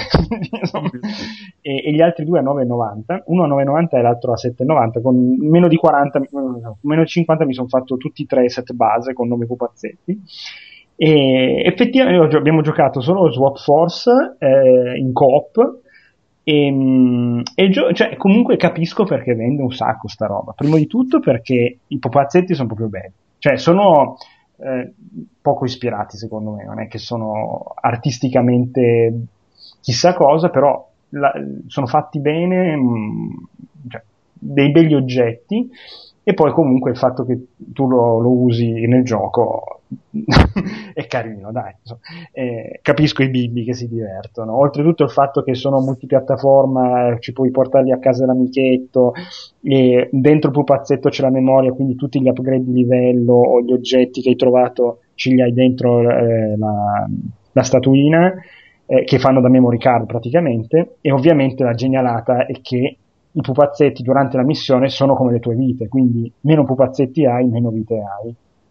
e, e gli altri due a nove e novanta, uno a nove e novanta e l'altro a sette e novanta, con meno di quaranta, meno di cinquanta mi sono fatto tutti e tre i set base con nove pupazzetti. E effettivamente abbiamo giocato solo Swap Force eh, in coop. E, e gio- cioè, comunque capisco perché vende un sacco sta roba. Prima di tutto perché i pupazzetti sono proprio belli, cioè sono eh, poco ispirati secondo me, non è che sono artisticamente chissà cosa, però la, sono fatti bene, mh, cioè, dei begli oggetti, e poi comunque il fatto che tu lo, lo usi nel gioco è carino, dai. Eh, capisco i bimbi che si divertono. Oltretutto il fatto che sono multipiattaforma, ci puoi portarli a casa l'amichetto, e dentro il pupazzetto c'è la memoria, quindi tutti gli upgrade di livello o gli oggetti che hai trovato ce li hai dentro eh, la, la statuina, eh, che fanno da memory card praticamente. E ovviamente la genialata è che i pupazzetti durante la missione sono come le tue vite, quindi meno pupazzetti hai, meno vite hai.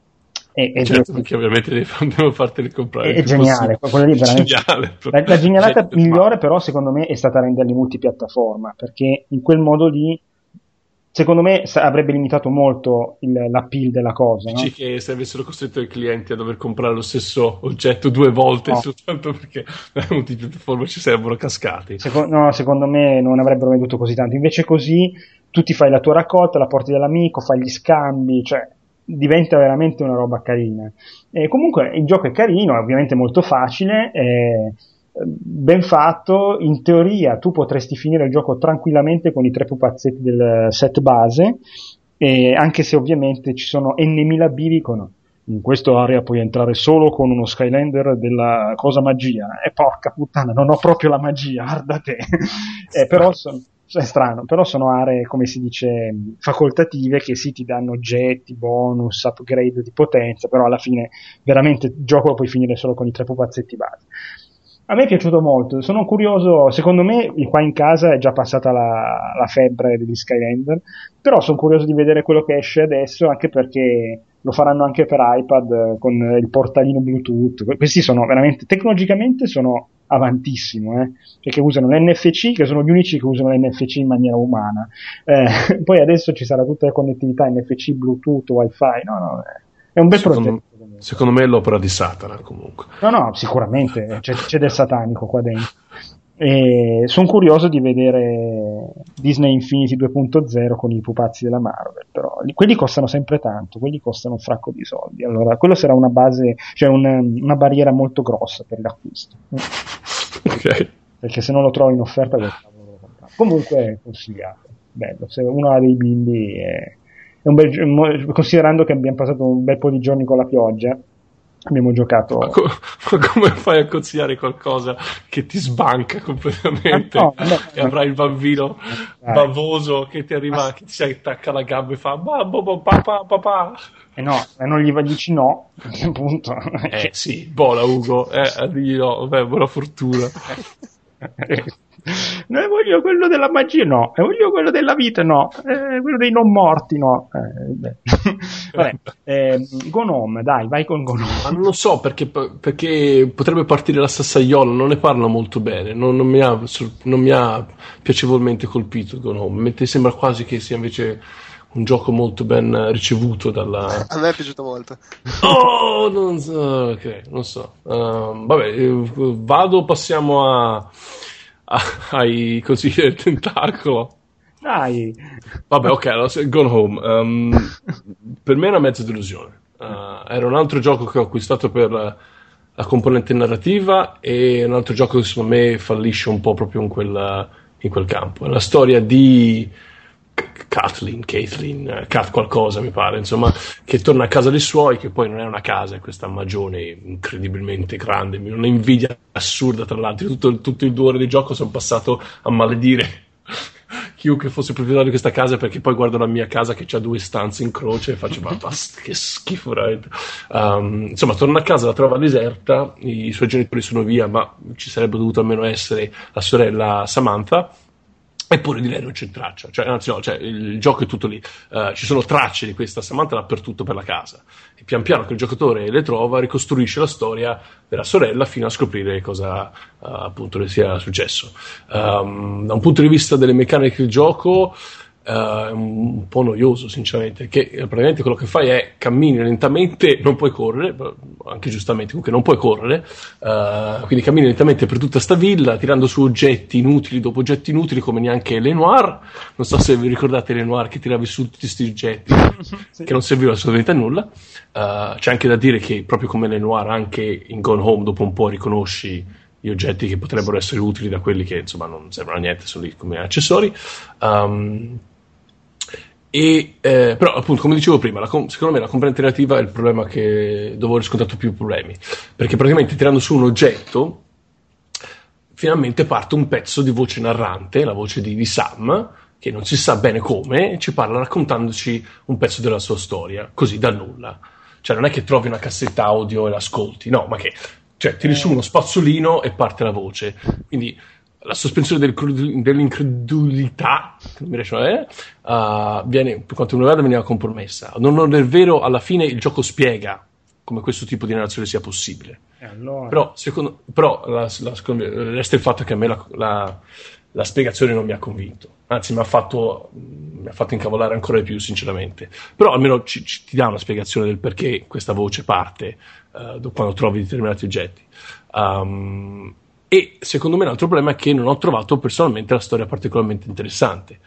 E, e certo, perché ovviamente devo farteli comprare. È, è geniale, quello lì è veramente geniale. La, la genialata certo, migliore ma... però secondo me è stata renderli multipiattaforma, perché in quel modo lì secondo me avrebbe limitato molto il, l'appeal della cosa. Dici, no? Che se avessero costretto i clienti a dover comprare lo stesso oggetto due volte no. soltanto perché le multipiattaforme ci sarebbero cascati. Secondo, no, secondo me non avrebbero venduto così tanto. Invece così tu ti fai la tua raccolta, la porti dall'amico, fai gli scambi, cioè diventa veramente una roba carina. E comunque il gioco è carino, è ovviamente molto facile, è ben fatto. In teoria tu potresti finire il gioco tranquillamente con i tre pupazzetti del set base, e anche se ovviamente ci sono n mila B dicono in questa area puoi entrare solo con uno Skylander della cosa magia, e porca puttana, non ho proprio la magia, guarda te. eh, però sono è strano, però sono aree, come si dice, facoltative, che sì ti danno oggetti, bonus, upgrade di potenza, però alla fine veramente il gioco lo puoi finire solo con i tre pupazzetti base. A me è piaciuto molto, sono curioso, secondo me qua in casa è già passata la, la febbre degli Skylander, però sono curioso di vedere quello che esce adesso, anche perché lo faranno anche per iPad con il portalino Bluetooth. Questi sono veramente, tecnologicamente sono avantissimo, eh? Perché usano l'N F C, che sono gli unici che usano l'N F C in maniera umana. Eh, poi adesso ci sarà tutta la connettività N F C, Bluetooth, Wi-Fi, no, no, è un bel secondo, progetto. Secondo me è l'opera di Satana comunque. No, no, sicuramente c'è, c'è del satanico qua dentro. E sono curioso di vedere Disney Infinity due punto zero con i pupazzi della Marvel, però quelli costano sempre tanto, quelli costano un fracco di soldi, allora quello sarà una base, cioè una, una barriera molto grossa per l'acquisto. Okay. Perché se non lo trovo in offerta quel cavolo lo compro. Comunque è consigliato, bello, se uno ha dei bimbi è, è un bel, considerando che abbiamo passato un bel po' di giorni con la pioggia, abbiamo giocato. Ma, co- ma come fai a consigliare qualcosa che ti sbanca completamente? Ah, no, no, e avrai il bambino dai. bavoso che ti arriva, che ti si attacca alla gamba e fa babbo, papà, papà. E eh no, e non gli dici no, appunto. Eh sì, buona Ugo, eh, digli no, vabbè, buona fortuna. No, voglio quello della magia, no, e voglio quello della vita, no, eh, quello dei non morti, no. Eh, vabbè, eh, Gone Home, dai, vai con Gone Home. Ma non lo so, perché, perché potrebbe partire la sassaiola, non ne parla molto bene, non, non, mi ha, non mi ha piacevolmente colpito Gone Home, mentre sembra quasi che sia invece un gioco molto ben ricevuto dalla... A me è piaciuto molto. Oh, non so, ok, non so. Uh, vabbè, vado, passiamo a... ai consigli del tentacolo. Dai. Vabbè, ok, allora, Gone Home. Um, per me è una mezza delusione. Uh, era un altro gioco che ho acquistato per la, la componente narrativa, e un altro gioco che secondo me fallisce un po' proprio in quel, in quel campo. È la storia di Kathleen, Kathleen, Kat qualcosa mi pare, insomma, che torna a casa dei suoi, che poi non è una casa, è questa magione incredibilmente grande, una invidia assurda tra l'altro. Tutto, tutto il due ore di gioco sono passato a maledire chiunque fosse proprietario di questa casa, perché poi guardo la mia casa che ha due stanze in croce e faccio ma basta, che schifo veramente. Um, insomma, torna a casa, la trova deserta, i suoi genitori sono via, ma ci sarebbe dovuto almeno essere la sorella Samantha. Eppure di lei non c'è traccia, cioè, anzi no, cioè, il gioco è tutto lì, uh, ci sono tracce di questa Samantha dappertutto per la casa, e pian piano che il giocatore le trova ricostruisce la storia della sorella fino a scoprire cosa uh, appunto le sia successo. Um, da un punto di vista delle meccaniche del gioco è uh, un po' noioso sinceramente, che praticamente quello che fai è cammini lentamente, non puoi correre, anche giustamente comunque non puoi correre, uh, quindi cammini lentamente per tutta sta villa tirando su oggetti inutili dopo oggetti inutili, come neanche Lenoir. Non so se vi ricordate Lenoir, che tiravi su tutti questi oggetti sì. che non serviva assolutamente a nulla. Uh, c'è anche da dire che proprio come Lenoir anche in Gone Home dopo un po' riconosci gli oggetti che potrebbero essere utili da quelli che insomma non servono a niente, sono lì come accessori. um, E, eh, però appunto come dicevo prima la com- secondo me la componente narrativa è il problema che dove ho riscontrato più problemi, perché praticamente tirando su un oggetto finalmente parte un pezzo di voce narrante, la voce di, di Sam, che non si sa bene come, ci parla raccontandoci un pezzo della sua storia, così dal nulla. Cioè non è che trovi una cassetta audio e l'ascolti, no, ma che cioè, tiri su uno spazzolino e parte la voce. Quindi la sospensione del, dell'incredulità non mi riesco a dire, uh, viene, per quanto mi riguarda, veniva compromessa. Non, non è vero, alla fine il gioco spiega come questo tipo di narrazione sia possibile. Allora. Però, secondo, però la, la, resta il fatto che a me la, la, la spiegazione non mi ha convinto, anzi mi ha fatto mi ha fatto incavolare ancora di più, sinceramente. Però almeno ci, ci, ti dà una spiegazione del perché questa voce parte uh, quando trovi determinati oggetti. Um, e secondo me l'altro problema è che non ho trovato personalmente la storia particolarmente interessante.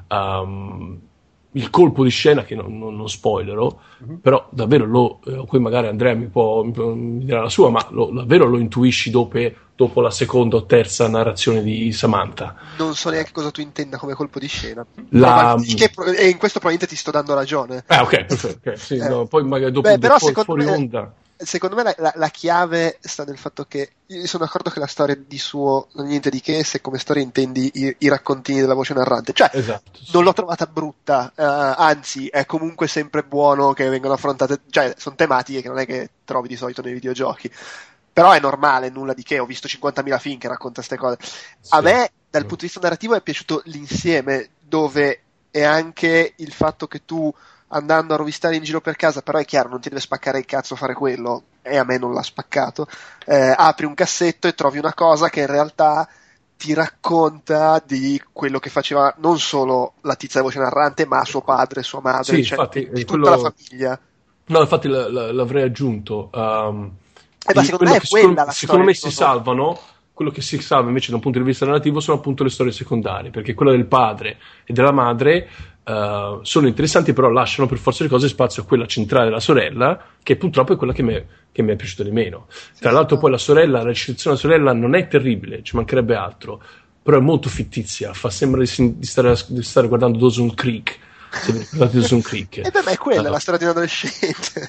Um, il colpo di scena, che non, non, non spoilerò, uh-huh. però davvero lo, eh, poi magari Andrea mi può, mi può mi dirà la sua, ma lo, davvero lo intuisci dopo, dopo la seconda o terza narrazione di Samantha. Non so neanche cosa tu intenda come colpo di scena. La... Che, e in questo probabilmente ti sto dando ragione. Ah, ok, perfetto. Okay, sì, eh. no, poi magari dopo, Beh, però dopo fuori me... onda. Secondo me la, la, la chiave sta nel fatto che io sono d'accordo che la storia di suo non è niente di che se come storia intendi i, i raccontini della voce narrante, cioè esatto, sì. Non l'ho trovata brutta, uh, anzi è comunque sempre buono che vengano affrontate, cioè sono tematiche che non è che trovi di solito nei videogiochi, però è normale, nulla di che, ho visto cinquantamila film che racconta queste cose. Sì, a me dal sì. punto di vista narrativo è piaciuto l'insieme, dove è anche il fatto che tu andando a rovistare in giro per casa, però è chiaro, non ti deve spaccare il cazzo fare quello, e a me non l'ha spaccato, eh, apri un cassetto e trovi una cosa che in realtà ti racconta di quello che faceva non solo la tizia voce narrante, ma suo padre, sua madre, sì, cioè infatti, di quello... tutta la famiglia. No, infatti l- l- l'avrei aggiunto. Um, eh, ma secondo me è quella secondo, la secondo me si no? salvano. Quello che si salva invece da un punto di vista narrativo sono appunto le storie secondarie, perché quella del padre e della madre uh, sono interessanti, però lasciano per forza di cose spazio a quella centrale della sorella, che purtroppo è quella che mi è, che mi è piaciuta di meno. Sì, Tra l'altro sì, poi la sorella, la recitazione della sorella non è terribile, ci mancherebbe altro, però è molto fittizia, fa sembra di, di, stare, di stare guardando Dawson's Creek, se vi ricordate Dawson's Creek. E beh, ma è quella, uh, la storia di un adolescente.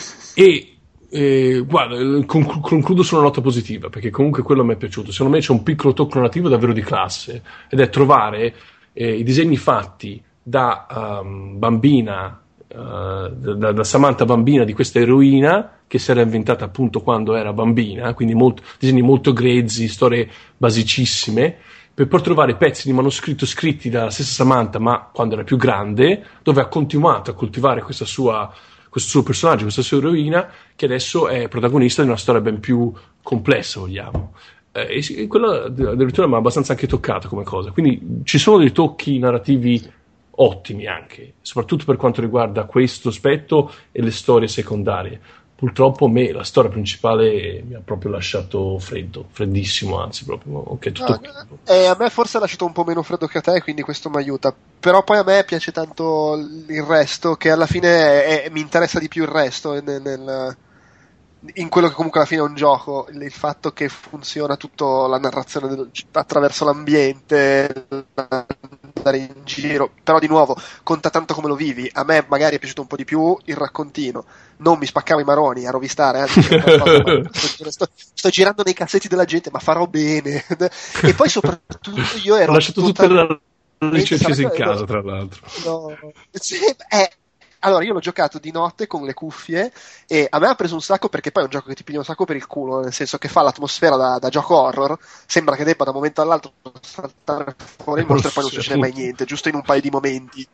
E Eh, guarda, conclu- concludo su una nota positiva, perché comunque quello mi è piaciuto. Secondo me c'è un piccolo tocco narrativo davvero di classe, ed è trovare eh, i disegni fatti da um, bambina, uh, da, da Samantha bambina, di questa eroina che si era inventata appunto quando era bambina, quindi molto, disegni molto grezzi, storie basicissime, per poi trovare pezzi di manoscritto scritti dalla stessa Samantha, ma quando era più grande, dove ha continuato a coltivare questa sua questo suo personaggio, questa sua eroina, che adesso è protagonista di una storia ben più complessa, vogliamo. Eh, e quella addirittura mi ha abbastanza anche toccato come cosa. Quindi ci sono dei tocchi narrativi ottimi anche, soprattutto per quanto riguarda questo aspetto e le storie secondarie. Purtroppo a me la storia principale mi ha proprio lasciato freddo, freddissimo, anzi proprio, ok, tutto no, eh, a me forse ha lasciato un po' meno freddo che a te, quindi questo mi aiuta, però poi a me piace tanto il resto, che alla fine è, mi interessa di più il resto nel, nel, in quello che comunque alla fine è un gioco, il, il fatto che funziona tutta la narrazione del, attraverso l'ambiente, andare in giro, però di nuovo conta tanto come lo vivi. A me magari è piaciuto un po' di più il raccontino, non mi spaccavo i maroni a rovistare, anzi sto, sto, sto girando nei cassetti della gente, ma farò bene. E poi soprattutto io ero ho lasciato tutte le licenze in casa, tra l'altro. No, sì, eh, allora io l'ho giocato di notte con le cuffie e a me ha preso un sacco, perché poi è un gioco che ti piglia un sacco per il culo, nel senso che fa l'atmosfera da, da gioco horror, sembra che debba da un momento all'altro saltare fuori il mostro e poi non succede mai niente, giusto in un paio di momenti.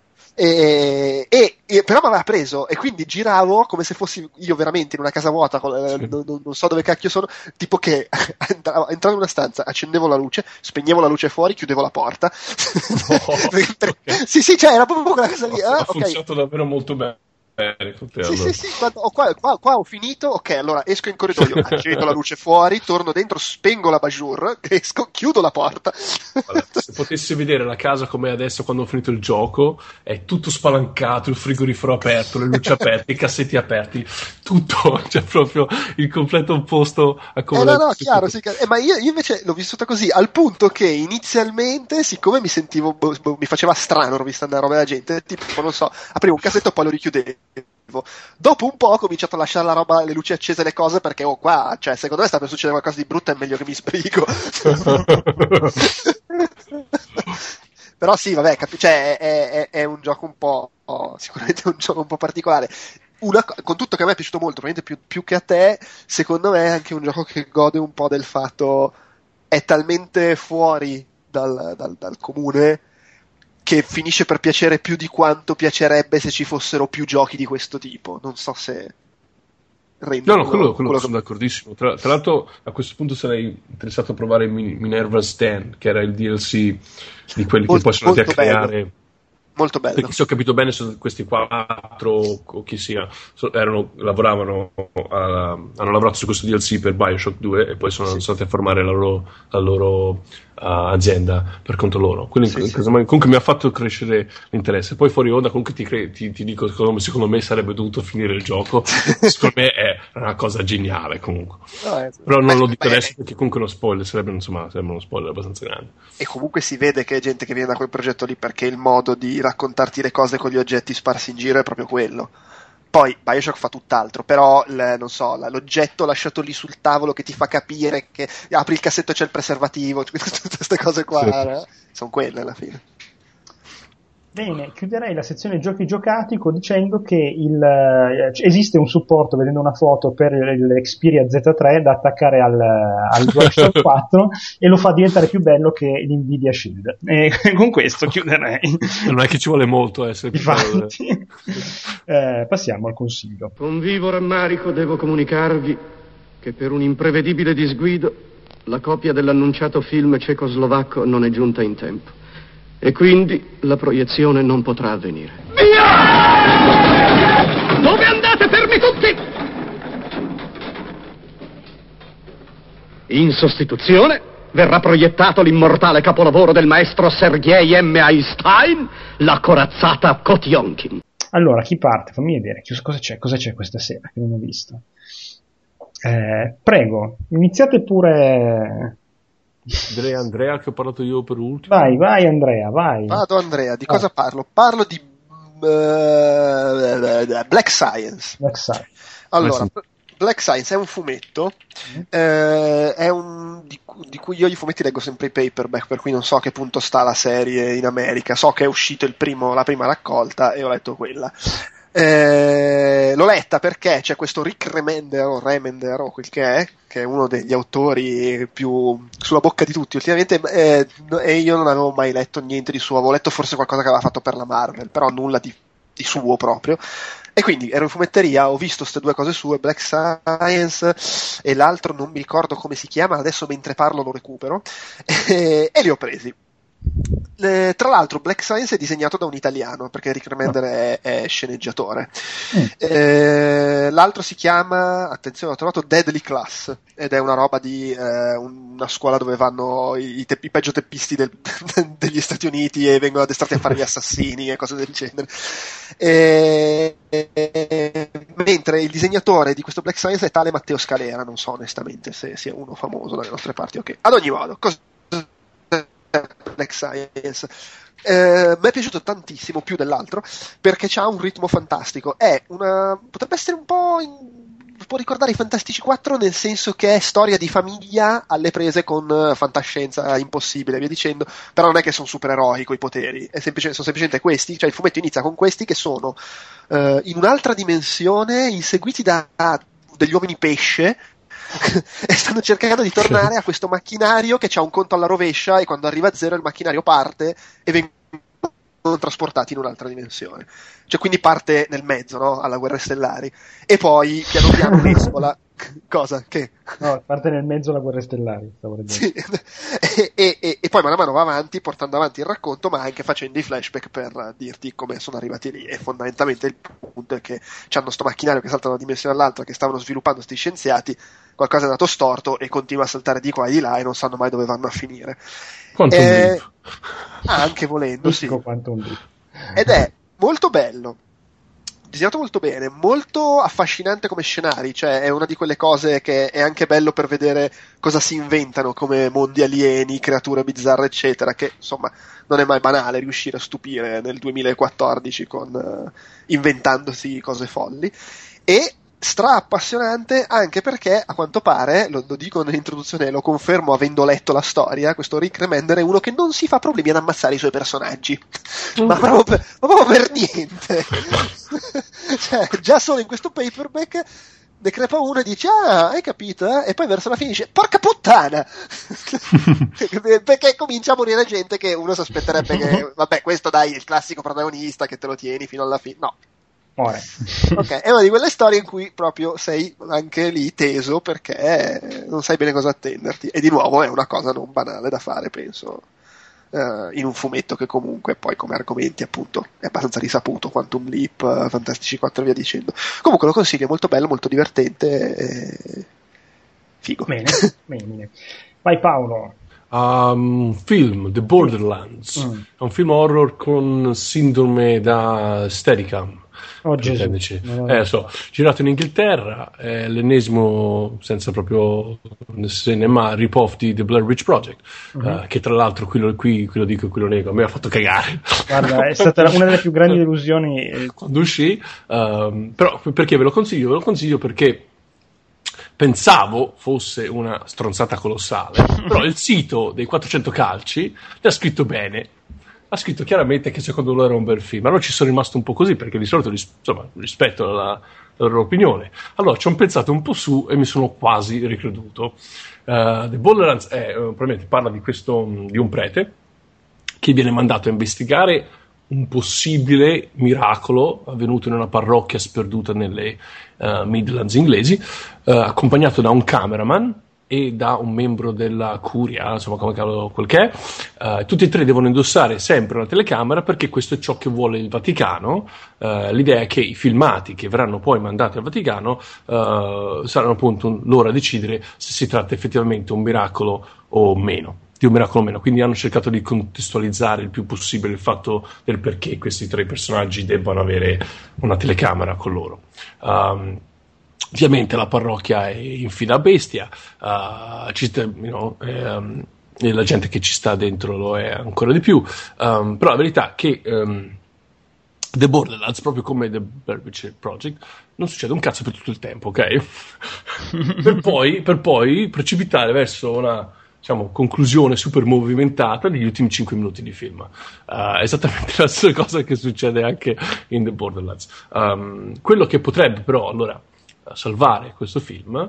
E, e, e però mi aveva preso, e quindi giravo come se fossi io veramente in una casa vuota con, sì. non, non so dove cacchio sono, tipo che entravo, entravo in una stanza, accendevo la luce, spegnevo la luce fuori, chiudevo la porta. Oh, per, okay. Sì sì, cioè era proprio quella cosa lì. Ha ah, funzionato okay. davvero molto bene. te, sì, allora. sì, sì, quando, oh, qua, qua, qua ho finito, ok, allora esco in corridoio, accendo la luce fuori, torno dentro, spengo la bajour, esco, chiudo la porta. Allora, se potessi vedere la casa come adesso quando ho finito il gioco, è tutto spalancato, il frigorifero aperto, le luci aperte, i cassetti aperti, tutto, cioè proprio il completo opposto a come... Eh no, no, chiaro, sì, eh, ma io, io invece l'ho vissuta così, al punto che inizialmente, siccome mi sentivo, boh, boh, mi faceva strano, ho visto andare roba della gente, tipo, non so, aprivo un cassetto e poi lo richiudevo. Dopo un po' ho cominciato a lasciare la roba, le luci accese, le cose, perché oh qua, cioè, secondo me sta per succedere qualcosa di brutto, è meglio che mi sbrigo. Però sì, vabbè, capi- cioè, è, è, è un gioco un po', oh, sicuramente un gioco un po' particolare. Una, con tutto che a me è piaciuto molto, probabilmente più, più che a te, secondo me è anche un gioco che gode un po' del fatto è talmente fuori dal, dal, dal comune che finisce per piacere più di quanto piacerebbe se ci fossero più giochi di questo tipo. Non so se rendo No, no, quello, quello, quello sono che... d'accordissimo. Tra, tra l'altro, a questo punto sarei interessato a provare Min- Minerva's Den, che era il D L C di quelli molto, che poi sono andati a bello. creare. Molto bello. Perché se ho capito bene, sono questi quattro o chi sia, so, erano, lavoravano, a, hanno lavorato su questo D L C per Bioshock due e poi sono Sì. andati a formare la loro, la loro uh, azienda per conto loro. Quindi Sì, sì. comunque mi ha fatto crescere l'interesse. Poi fuori onda comunque ti, cre- ti, ti dico come secondo me sarebbe dovuto finire il gioco. Secondo me è una cosa geniale comunque. No, è... Però non beh, lo dico beh, adesso perché comunque uno spoiler sarebbe, insomma, sarebbe uno spoiler abbastanza grande. E comunque si vede che è gente che viene da quel progetto lì perché il modo di raccontarti le cose con gli oggetti sparsi in giro è proprio quello. Poi Bioshock fa tutt'altro, però il, non so, l'oggetto lasciato lì sul tavolo che ti fa capire che apri il cassetto e c'è il preservativo, tutte queste cose qua, Sì. no? Sono quelle alla fine. Bene, chiuderei la sezione giochi giocati dicendo che il, eh, esiste un supporto, vedendo una foto, per l'Xperia Z tre da attaccare al, al DualShock quattro e lo fa diventare più bello che l'Nvidia Shield. E con questo chiuderei. Non è che ci vuole molto essere più bello. eh, passiamo al consiglio. Con vivo rammarico devo comunicarvi che per un imprevedibile disguido la copia dell'annunciato film cecoslovacco non è giunta in tempo. E quindi la proiezione non potrà avvenire. Via! Dove andate, fermi tutti? In sostituzione verrà proiettato l'immortale capolavoro del maestro Sergei M. Einstein, La corazzata Kotionkin. Allora, chi parte? Fammi vedere cosa c'è, cosa c'è questa sera che non ho visto. Eh, prego, iniziate pure... Direi Andrea che ho parlato io per ultimo. Vai, vai Andrea, vai. Vado Andrea, di cosa ah. parlo? Parlo di uh, Black Science. Black Science. Allora, Black Science è un fumetto, mm. eh, è un, di, di cui io i fumetti leggo sempre i paperback, per cui non so a che punto sta la serie in America, so che è uscito il primo, la prima raccolta e ho letto quella. Eh, l'ho letta perché c'è questo Rick Remender o Remender o quel che è, che è uno degli autori più sulla bocca di tutti ultimamente, eh, e io non avevo mai letto niente di suo, avevo letto forse qualcosa che aveva fatto per la Marvel, però nulla di, di suo proprio, e quindi ero in fumetteria, ho visto queste due cose sue, Black Science e l'altro non mi ricordo come si chiama, adesso mentre parlo lo recupero, e, e li ho presi. Eh, tra l'altro Black Science è disegnato da un italiano perché Rick Remender è, è sceneggiatore. mm. eh, l'altro si chiama, attenzione, ho trovato Deadly Class ed è una roba di eh, una scuola dove vanno i, te- i peggio teppisti del, degli Stati Uniti e vengono addestrati a fare gli assassini e cose del genere. eh, eh, mentre il disegnatore di questo Black Science è tale Matteo Scalera, non so onestamente se sia uno famoso dalle nostre parti. Ok, ad ogni modo, cosa Black Science eh, mi è piaciuto tantissimo, più dell'altro, perché c'ha un ritmo fantastico, è una, potrebbe essere un po' in, può ricordare i Fantastici quattro, nel senso che è storia di famiglia alle prese con fantascienza impossibile, via dicendo, però non è che sono supereroi coi poteri, è semplice, sono semplicemente questi, cioè il fumetto inizia con questi che sono eh, in un'altra dimensione, inseguiti da degli uomini pesce e stanno cercando di tornare a questo macchinario che c'ha un conto alla rovescia e quando arriva a zero il macchinario parte e vengono trasportati in un'altra dimensione, cioè quindi parte nel mezzo, no? Alla Guerre Stellari, e poi piano piano mescola Cosa? Che? No, parte nel mezzo la Guerre Stellari, stavo sì. e, e, e, e poi man mano va avanti, portando avanti il racconto, ma anche facendo i flashback per dirti come sono arrivati lì. E fondamentalmente il punto è che c'hanno sto macchinario che salta da una dimensione all'altra, che stavano sviluppando sti scienziati, qualcosa è andato storto e continua a saltare di qua e di là e non sanno mai dove vanno a finire. Quantum eh, Leap. Anche volendo, sì. Quantum Leap. Ed è molto bello, disegnato molto bene, molto affascinante come scenari, cioè è una di quelle cose che è anche bello per vedere cosa si inventano come mondi alieni, creature bizzarre eccetera, che insomma non è mai banale riuscire a stupire nel duemilaquattordici con uh, inventandosi cose folli. E stra appassionante anche perché a quanto pare, lo, lo dico nell'introduzione e lo confermo avendo letto la storia, questo Rick Remender è uno che non si fa problemi ad ammazzare i suoi personaggi, mm. ma, proprio per, ma proprio per niente. Cioè, già solo in questo paperback ne crepa uno e dice ah, hai capito, eh? E poi verso la fine dice porca puttana. Perché comincia a morire gente che uno si aspetterebbe che vabbè, questo dai, il classico protagonista che te lo tieni fino alla fine. No. Ok, è una di quelle storie in cui proprio sei anche lì teso perché non sai bene cosa attenderti, e di nuovo è una cosa non banale da fare, penso, uh, in un fumetto che comunque poi come argomenti appunto è abbastanza risaputo, Quantum Leap, uh, Fantastici quattro e via dicendo. Comunque lo consiglio, è molto bello, molto divertente e figo. Bene, bene. Vai Paolo. Um, film The Borderlands, mm. è un film horror con sindrome da Steadicam. Oh Gesù. Eh, so, girato in Inghilterra, è l'ennesimo, senza proprio ma rip-off di The Blair Witch Project, uh-huh. uh, che tra l'altro qui lo, qui, qui lo dico e qui lo nego, a me ha fatto cagare. Guarda, è stata una delle più grandi delusioni quando uscì, um, però perché ve lo consiglio? Ve lo consiglio perché pensavo fosse una stronzata colossale, però il sito dei quattrocento calci l'ha scritto bene. Ha scritto chiaramente che secondo loro era un bel film. Allora ci sono rimasto un po' così, perché di solito insomma, rispetto alla, alla loro opinione. Allora ci ho pensato un po' su e mi sono quasi ricreduto. Uh, The Borderlands è, uh, probabilmente parla di, questo, di un prete che viene mandato a investigare un possibile miracolo avvenuto in una parrocchia sperduta nelle uh, Midlands inglesi, uh, accompagnato da un cameraman e da un membro della curia, insomma come quel che è. Uh, tutti e tre devono indossare sempre una telecamera perché questo è ciò che vuole il Vaticano. Uh, l'idea è che i filmati che verranno poi mandati al Vaticano uh, saranno appunto loro a decidere se si tratta effettivamente di un miracolo o meno, di un miracolo o meno. Quindi hanno cercato di contestualizzare il più possibile il fatto del perché questi tre personaggi debbano avere una telecamera con loro. Um, Ovviamente la parrocchia è in fila a bestia, uh, ci sta, you know, um, e la gente che ci sta dentro lo è ancora di più, um, però la verità è che um, The Borderlands, proprio come The Blair Witch Project, non succede un cazzo per tutto il tempo, ok? per, poi, per poi precipitare verso una, diciamo, conclusione super movimentata degli ultimi cinque minuti di film. Uh, esattamente la stessa cosa che succede anche in The Borderlands. Um, quello che potrebbe però, allora, salvare questo film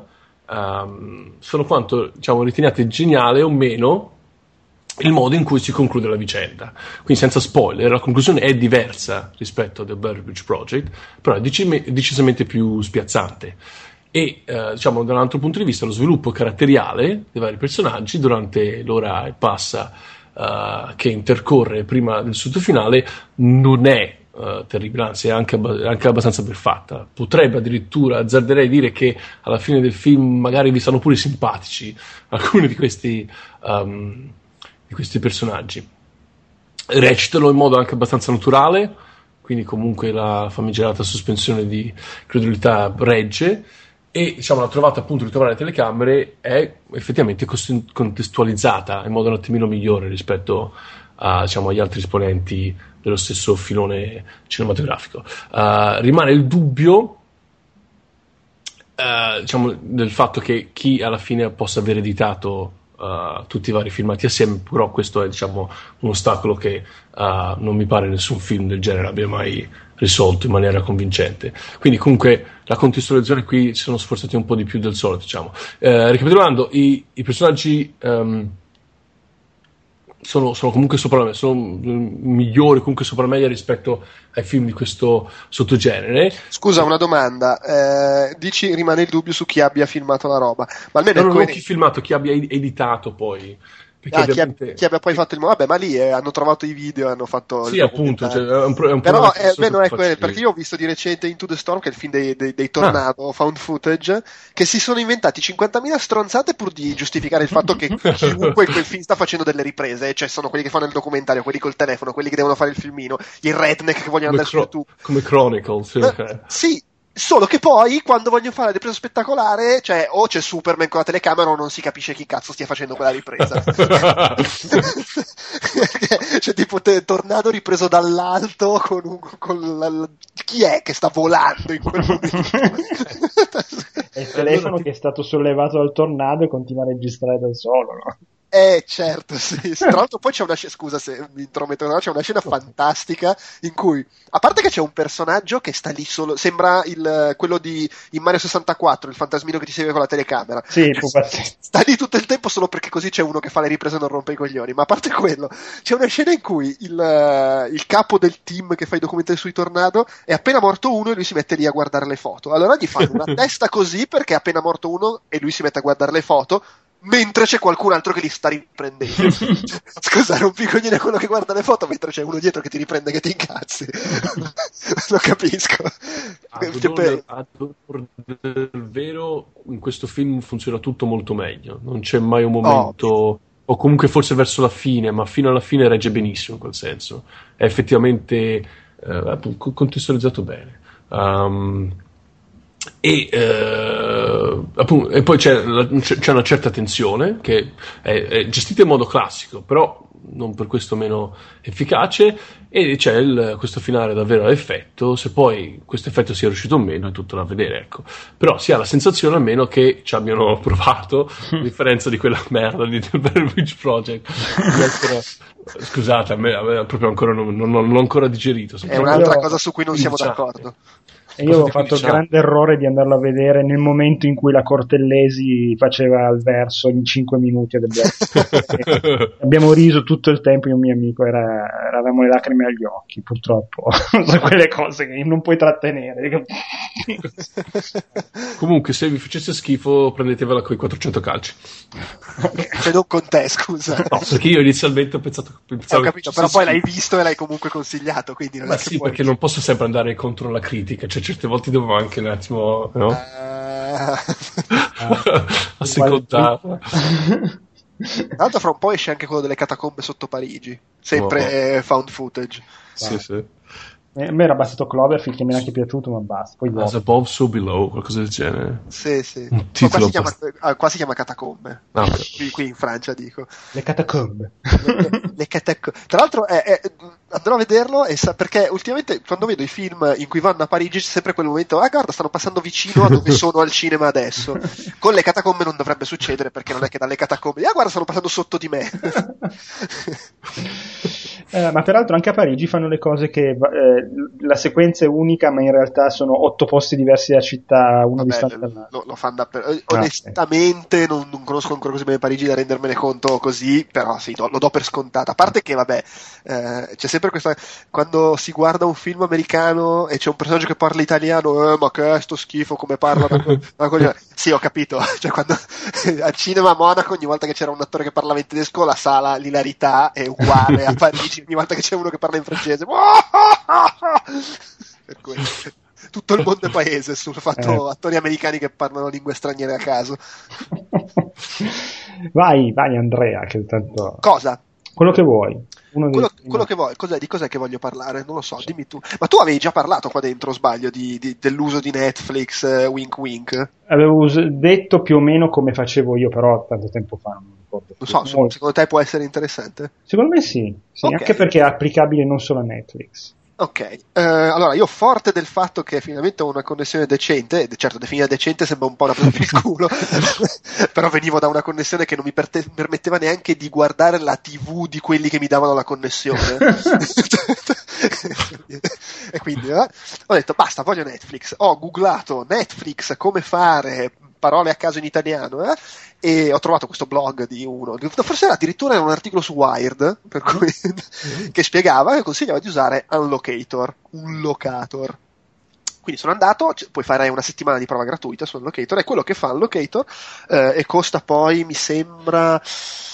um, sono quanto, diciamo, riteniate geniale o meno il modo in cui si conclude la vicenda. Quindi senza spoiler, la conclusione è diversa rispetto a The Blair Witch Project, però è decis- decisamente più spiazzante. E eh, diciamo, da un altro punto di vista, lo sviluppo caratteriale dei vari personaggi durante l'ora e passa uh, che intercorre prima del suo finale non è Uh, terribile, anzi è anche, anche abbastanza ben fatta. Potrebbe addirittura, azzarderei dire che alla fine del film magari vi stanno pure simpatici alcuni di questi um, di questi personaggi. Recitano in modo anche abbastanza naturale, quindi comunque la famigerata sospensione di credulità regge, e diciamo la trovata appunto di trovare le telecamere è effettivamente contestualizzata in modo un attimino migliore rispetto a, diciamo, agli altri esponenti dello stesso filone cinematografico. Uh, rimane il dubbio uh, diciamo, del fatto che chi alla fine possa aver editato uh, tutti i vari filmati assieme, però questo è, diciamo, un ostacolo che uh, non mi pare nessun film del genere abbia mai risolto in maniera convincente. Quindi comunque la contestualizzazione qui si sono sforzati un po' di più del solito, diciamo. Uh, ricapitolando, i, i personaggi um, sono, sono comunque sopra me, sono migliori, comunque sopra media rispetto ai film di questo sottogenere. Scusa, una domanda, eh, dici rimane il dubbio su chi abbia filmato la roba, ma almeno no, è non coerente. chi filmato, chi abbia editato poi. Ah, chi, abbia, chi abbia poi fatto il vabbè, ma lì eh, hanno trovato i video e hanno fatto sì il appunto, cioè, è un, è un però è, almeno è quel, perché io ho visto di recente Into the Storm, che è il film dei, dei, dei tornado ah. found footage, che si sono inventati cinquantamila stronzate pur di giustificare il fatto che chiunque in quel film sta facendo delle riprese, cioè sono quelli che fanno il documentario, quelli col telefono, quelli che devono fare il filmino, i redneck che vogliono come andare cro- su YouTube come Chronicles eh, sì. Solo che poi, quando vogliono fare la ripresa spettacolare, cioè o c'è Superman con la telecamera o non si capisce chi cazzo stia facendo quella ripresa. Cioè tipo te, tornado ripreso dall'alto con, un, con la, la, chi è che sta volando in quel momento? È il telefono che è stato sollevato dal tornado e continua a registrare da solo, no? Eh certo, sì. Tra l'altro poi c'è una scena, scusa se mi intrometto, no? C'è una scena fantastica in cui, a parte che c'è un personaggio che sta lì solo, sembra il, quello di in Mario sessantaquattro, il fantasmino che ti segue con la telecamera. Sì, sta lì tutto il tempo solo perché così c'è uno che fa le riprese e non rompe i coglioni. Ma a parte quello, c'è una scena in cui il, il capo del team che fa i documentari sui tornado è appena morto uno e lui si mette lì a guardare le foto. Allora gli fanno una testa così perché è appena morto uno e lui si mette a guardare le foto, mentre c'è qualcun altro che li sta riprendendo. Scusa, rompi i coglioni a quello che guarda le foto mentre c'è uno dietro che ti riprende che ti incazzi. Lo capisco. A onor del vero, in questo film funziona tutto molto meglio. Non c'è mai un momento, oh. o comunque forse verso la fine, ma fino alla fine regge benissimo in quel senso. È effettivamente eh, contestualizzato bene. Um, E, eh, appunto, e poi c'è, c'è una certa tensione che è, è gestita in modo classico, però non per questo meno efficace, e c'è il, questo finale davvero a effetto. Se poi questo effetto sia riuscito o meno è tutto da vedere, ecco. Però si ha la sensazione almeno che ci abbiano provato, a differenza di quella merda di The Blair Witch Project. Ancora, scusate, a me, a me proprio ancora non, non, non l'ho ancora digerito. È un'altra cosa su cui non siamo d'accordo. E io ho fatto il grande errore di andarlo a vedere nel momento in cui la Cortellesi faceva il verso in cinque minuti. Abbiamo riso tutto il tempo, io e un mio amico, era, eravamo le lacrime agli occhi, purtroppo. Sono quelle cose che non puoi trattenere. Comunque, se vi facesse schifo, prendetevela con i quattrocento calci. Cioè, non con te, scusa. No, perché io inizialmente ho pensato, pensavo ho capito, però poi schifo. L'hai visto e l'hai comunque consigliato, quindi non Ma è sì, che puoi... perché non posso sempre andare contro la critica, cioè certe volte devo anche un attimo, no? Uh... a secondarla. Tra l'altro fra un po' esce anche quello delle catacombe sotto Parigi, sempre oh. found footage. Sì, sì. A me era bastato Cloverfield, che mi è anche piaciuto, ma basta. Poi As above, so below, qualcosa del genere. Sì, sì. Qua si, chiama, qua si chiama catacombe. Ah, okay. qui, qui in Francia, dico. Le catacombe. Le, le catacombe. Tra l'altro è, è, andrò a vederlo e sa, perché ultimamente quando vedo i film in cui vanno a Parigi c'è sempre quel momento, ah guarda, stanno passando vicino a dove sono al cinema adesso. Con le catacombe non dovrebbe succedere, perché non è che dalle catacombe, ah guarda, stanno passando sotto di me. Eh, ma peraltro anche a Parigi fanno le cose che eh, la sequenza è unica, ma in realtà sono otto posti diversi della città, uno distante dall'altro. Lo, lo fanno da per... ah, onestamente non, non conosco ancora così bene Parigi da rendermene conto così, però sì, do, lo do per scontata. A parte che vabbè, eh, c'è sempre questa, quando si guarda un film americano e c'è un personaggio che parla italiano, eh, ma che è sto schifo come parla una... Sì, ho capito, cioè quando al cinema a Monaco ogni volta che c'era un attore che parlava in tedesco la sala, l'ilarità è uguale a Parigi ogni volta che c'è uno che parla in francese. Per cui tutto il mondo è paese sul fatto eh. attori americani che parlano lingue straniere a caso. Vai, vai Andrea, che tanto... Cosa? Quello che vuoi. Uno quello, quello che vuoi, cos'è, di cos'è che voglio parlare? Non lo so, dimmi tu. Ma tu avevi già parlato qua dentro, sbaglio, di, di, dell'uso di Netflix, uh, wink wink? Avevo us- detto più o meno come facevo io, però tanto tempo fa non mi ricordo. Non so, Molto. Secondo te può essere interessante? Secondo me sì, sì okay. Anche perché è applicabile non solo a Netflix. Ok, uh, allora io forte del fatto che finalmente ho una connessione decente, certo definita decente sembra un po' una presa per il culo, però venivo da una connessione che non mi per- permetteva neanche di guardare la tivù di quelli che mi davano la connessione. E quindi eh, ho detto basta, voglio Netflix. Ho googlato Netflix, come fare parole a caso in italiano, eh? E ho trovato questo blog di uno, forse era addirittura un articolo su Wired, per cui, che spiegava e consigliava di usare Unlocator, un locator. Quindi sono andato, puoi fare una settimana di prova gratuita su Unlocator, è quello che fa Unlocator, eh, e costa poi, mi sembra,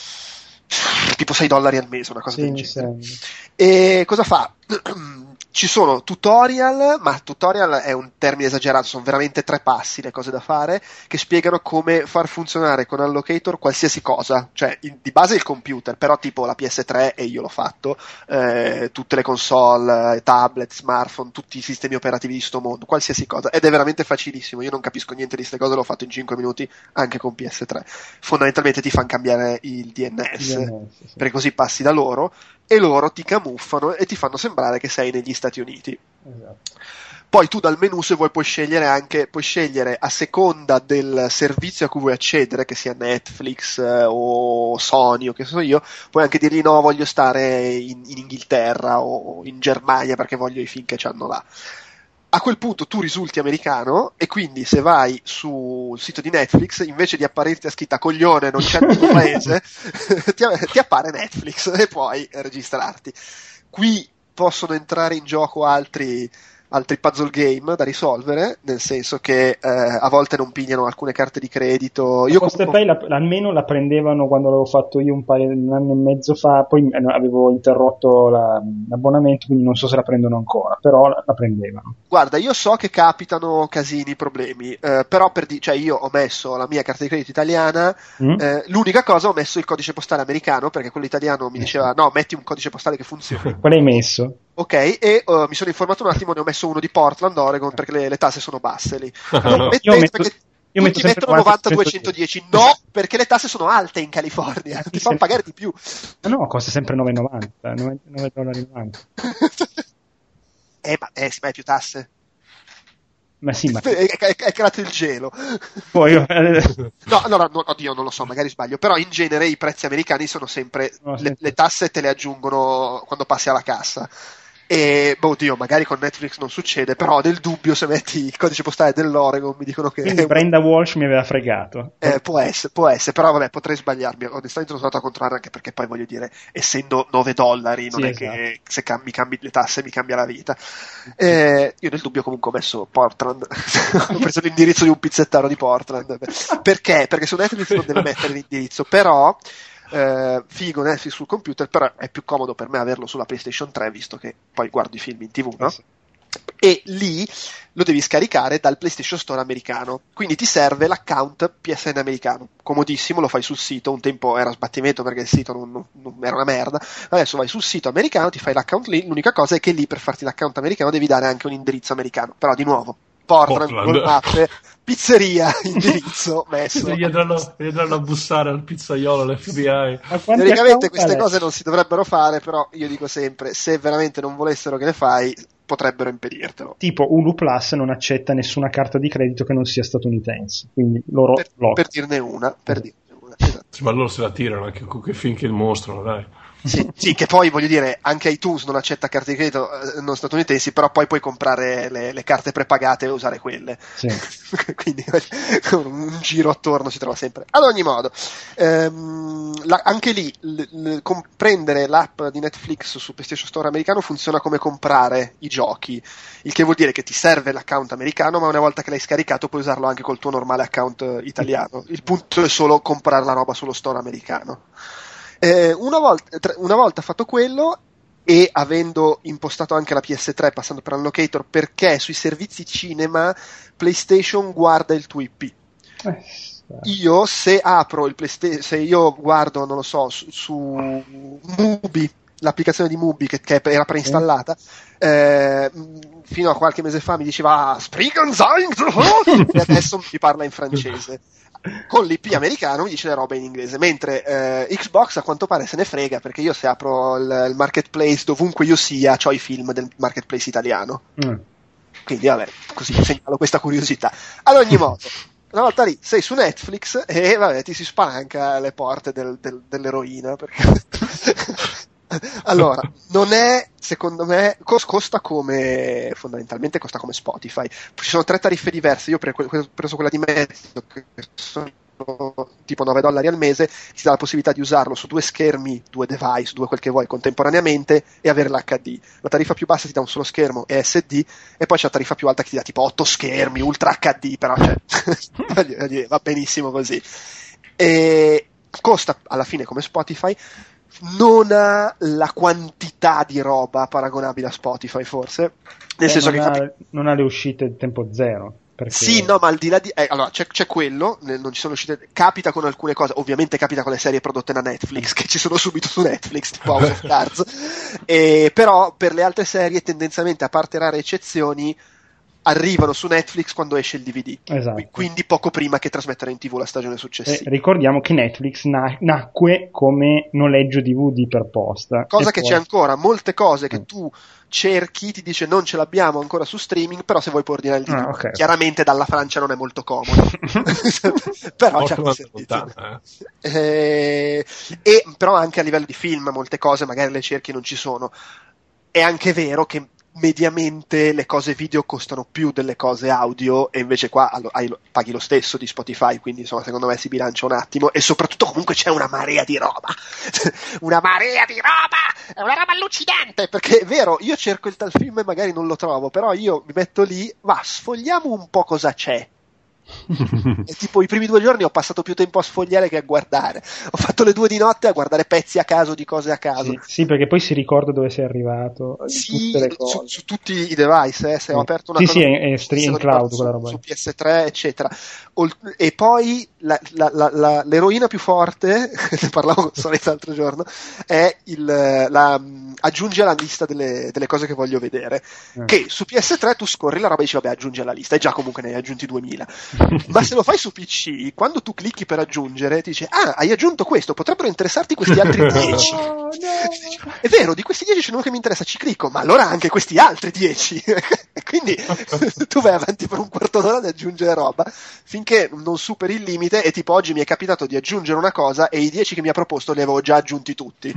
tipo sei dollari al mese, una cosa sì, del genere. E cosa fa? Ci sono tutorial, ma tutorial è un termine esagerato, sono veramente tre passi le cose da fare, che spiegano come far funzionare con Unlocator qualsiasi cosa, cioè in, di base il computer, però tipo la P S tre, e io l'ho fatto, eh, tutte le console, tablet, smartphone, tutti i sistemi operativi di sto mondo, qualsiasi cosa, ed è veramente facilissimo, io non capisco niente di queste cose, l'ho fatto in cinque minuti anche con P S tre. Fondamentalmente ti fanno cambiare il D N S, D N S sì. Perché così passi da loro, e loro ti camuffano e ti fanno sembrare che sei negli Stati Uniti. Esatto. Poi tu dal menu, se vuoi, puoi scegliere anche, puoi scegliere a seconda del servizio a cui vuoi accedere, che sia Netflix eh, o Sony o che so io, puoi anche dirgli no, voglio stare in, in Inghilterra o in Germania perché voglio i film che c'hanno là. A quel punto tu risulti americano e quindi se vai sul sito di Netflix, invece di apparirti a scritta coglione non c'è il tuo paese, ti, ti appare Netflix e puoi registrarti. Qui possono entrare in gioco altri altri puzzle game da risolvere, nel senso che eh, a volte non pigliano alcune carte di credito. Io comunque... la, almeno la prendevano quando l'avevo fatto io un paio un anno e mezzo fa, poi avevo interrotto la, l'abbonamento, quindi non so se la prendono ancora, però la, la prendevano. Guarda, io so che capitano casini, problemi, eh, però per di- cioè io ho messo la mia carta di credito italiana, mm. eh, l'unica cosa ho messo il codice postale americano, perché quello italiano mi diceva no, metti un codice postale che funzioni. Qual hai messo? Ok, e uh, mi sono informato un attimo, ne ho messo uno di Portland, Oregon, perché le, le tasse sono basse lì. Non io metto, perché io tutti mettono novantadue centodieci, no, perché le tasse sono alte in California, ti fanno pagare di più. No, costa sempre nove virgola novanta, nove dollari e novanta. eh, ma eh, si ma è più tasse. Ma sì, ma... è, è, è creato il gelo. Poi io... no, allora, no, oddio, non lo so, magari sbaglio, però in genere i prezzi americani sono sempre, no, le, le tasse te le aggiungono quando passi alla cassa. E, boh, oddio, magari con Netflix non succede, però nel dubbio, se metti il codice postale dell'Oregon, mi dicono che... Quindi Brenda Walsh mi aveva fregato. Eh, può essere, può essere, però vabbè, potrei sbagliarmi. Onestamente sono stato a controllare, anche perché poi voglio dire, essendo nove dollari, non sì, è esatto. Che se cambi, cambi le tasse mi cambia la vita. Eh, io nel dubbio comunque ho messo Portland, ho preso l'indirizzo di un pizzettaro di Portland. Perché? Perché su Netflix non deve mettere l'indirizzo, però... Uh, figo Netflix sul computer, però è più comodo per me averlo sulla PlayStation tre, visto che poi guardo i film in TV, no? Sì. E lì lo devi scaricare dal PlayStation Store americano, quindi ti serve l'account P S N americano, comodissimo, lo fai sul sito. Un tempo era sbattimento perché il sito non, non, non era una merda, adesso vai sul sito americano, ti fai l'account lì. L'unica cosa è che lì per farti l'account americano devi dare anche un indirizzo americano, però di nuovo Portland, Google Maps, pizzeria, indirizzo messo. Gli andranno, gli andranno a bussare al pizzaiolo, all'F B I. Teoricamente queste cose non si dovrebbero fare, però io dico sempre, se veramente non volessero che le fai, potrebbero impedirtelo. Tipo Hulu Plus non accetta nessuna carta di credito che non sia statunitense, quindi loro per, per dirne una, per dirne una, esatto. Sì, ma loro se la tirano anche con quei film che mostrano, dai. Sì, sì, che poi voglio dire, anche iTunes non accetta carte di credito eh, non statunitensi, però poi puoi comprare le, le carte prepagate e usare quelle. Sì. Quindi un giro attorno si trova sempre. Ad ogni modo, ehm, la, anche lì l, l, comprendere l'app di Netflix su PlayStation Store americano funziona come comprare i giochi, il che vuol dire che ti serve l'account americano, ma una volta che l'hai scaricato puoi usarlo anche col tuo normale account italiano. Il punto è solo comprare la roba sullo store americano. Eh, una volta, tre, una volta fatto quello, e avendo impostato anche la P S tre passando per Unlocator, perché sui servizi cinema PlayStation guarda il tuo I P. Eh, io se apro il PlayStation, se io guardo, non lo so, su, su Mubi, l'applicazione di Mubi che, che era preinstallata, eh, fino a qualche mese fa mi diceva ah, Sprigen sein, e adesso mi parla in francese. Con l'I P americano mi dice le robe in inglese, mentre eh, Xbox a quanto pare se ne frega, perché io se apro il, il marketplace dovunque io sia c'ho i film del marketplace italiano. Mm. Quindi vabbè, così segnalo questa curiosità. Ad ogni modo, una volta lì sei su Netflix e vabbè ti si spalanca le porte del, del, dell'eroina, perché Allora, non è, secondo me, cos- costa come, fondamentalmente costa come Spotify. Ci sono tre tariffe diverse, io ho pre- preso quella di mezzo, che sono tipo nove dollari al mese, ti dà la possibilità di usarlo su due schermi, due device, due quel che vuoi contemporaneamente e avere l'H D. La tariffa più bassa ti dà un solo schermo e S D, e poi c'è la tariffa più alta che ti dà tipo otto schermi, Ultra H D, però cioè, va benissimo così. E costa alla fine come Spotify, non ha la quantità di roba paragonabile a Spotify forse, nel eh, senso non che ha, capi- non ha le uscite in tempo zero. Perché... Sì, no, ma al di là di... Eh, allora, c'è, c'è quello, non ci sono uscite... Capita con alcune cose, ovviamente capita con le serie prodotte da Netflix, che ci sono subito su Netflix, tipo House of Cards, e, però per le altre serie tendenzialmente, a parte rare eccezioni, arrivano su Netflix quando esce il D V D, esatto. Quindi poco prima che trasmettere in tivù la stagione successiva. E ricordiamo che Netflix na- nacque come noleggio D V D per posta. Cosa e che poi... c'è ancora, molte cose che tu cerchi, ti dice non ce l'abbiamo ancora su streaming, però se vuoi puoi ordinare il D V D. Ah, okay. Chiaramente dalla Francia non è molto comodo, però c'è quel servizio. Lontana, eh. Eh, e però anche a livello di film molte cose magari le cerchi e non ci sono. È anche vero che mediamente le cose video costano più delle cose audio, e invece qua allo, hai, paghi lo stesso di Spotify, quindi insomma secondo me si bilancia un attimo, e soprattutto comunque c'è una marea di roba una marea di roba, è una roba allucinante, perché è vero, io cerco il tal film e magari non lo trovo, però io mi metto lì, va, sfogliamo un po' cosa c'è. E tipo i primi due giorni ho passato più tempo a sfogliare che a guardare, ho fatto le due di notte a guardare pezzi a caso di cose a caso. Sì, sì, perché poi si ricorda dove sei arrivato, sì, tutte le cose. Su, su tutti i device, eh, se ho aperto una sì, cosa sì, è, è stream in cloud su, quella roba su P S tre eccetera. E poi la, la, la, la, l'eroina più forte, ne parlavo con Solita l'altro giorno, è il, la, aggiunge alla lista delle, delle cose che voglio vedere, eh. Che su P S tre tu scorri la roba e dici vabbè aggiungi alla lista, e già comunque ne hai aggiunti duemila. Ma se lo fai su P C, quando tu clicchi per aggiungere ti dice ah, hai aggiunto questo, potrebbero interessarti questi altri dieci. No, no. È vero, di questi dieci c'è uno che mi interessa, ci clicco, ma allora anche questi altri dieci. Quindi tu vai avanti per un quarto d'ora ad aggiungere roba finché non superi il limite, e tipo oggi mi è capitato di aggiungere una cosa e i dieci che mi ha proposto li avevo già aggiunti tutti.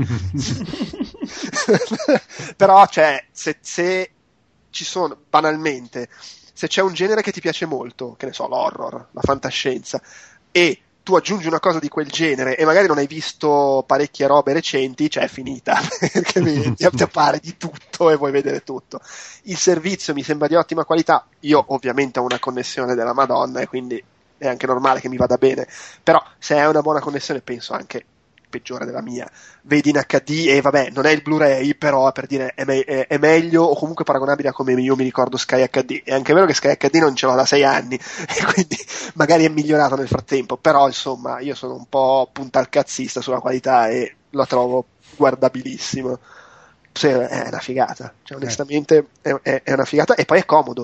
Però cioè se, se ci sono banalmente, se c'è un genere che ti piace molto, che ne so, l'horror, la fantascienza, e tu aggiungi una cosa di quel genere e magari non hai visto parecchie robe recenti, cioè è finita, perché ti appare di tutto e vuoi vedere tutto. Il servizio mi sembra di ottima qualità, io ovviamente ho una connessione della Madonna e quindi è anche normale che mi vada bene, però se è una buona connessione penso anche peggiore della mia, vedi in H D e vabbè non è il Blu-ray, però per dire è, me- è, è meglio o comunque paragonabile a come io mi ricordo Sky H D. È anche vero che Sky H D non ce l'ho da sei anni e quindi magari è migliorato nel frattempo, però insomma io sono un po' puntalcazzista sulla qualità e la trovo guardabilissimo. Cioè, è una figata, cioè, onestamente è, è, è una figata, e poi è comodo,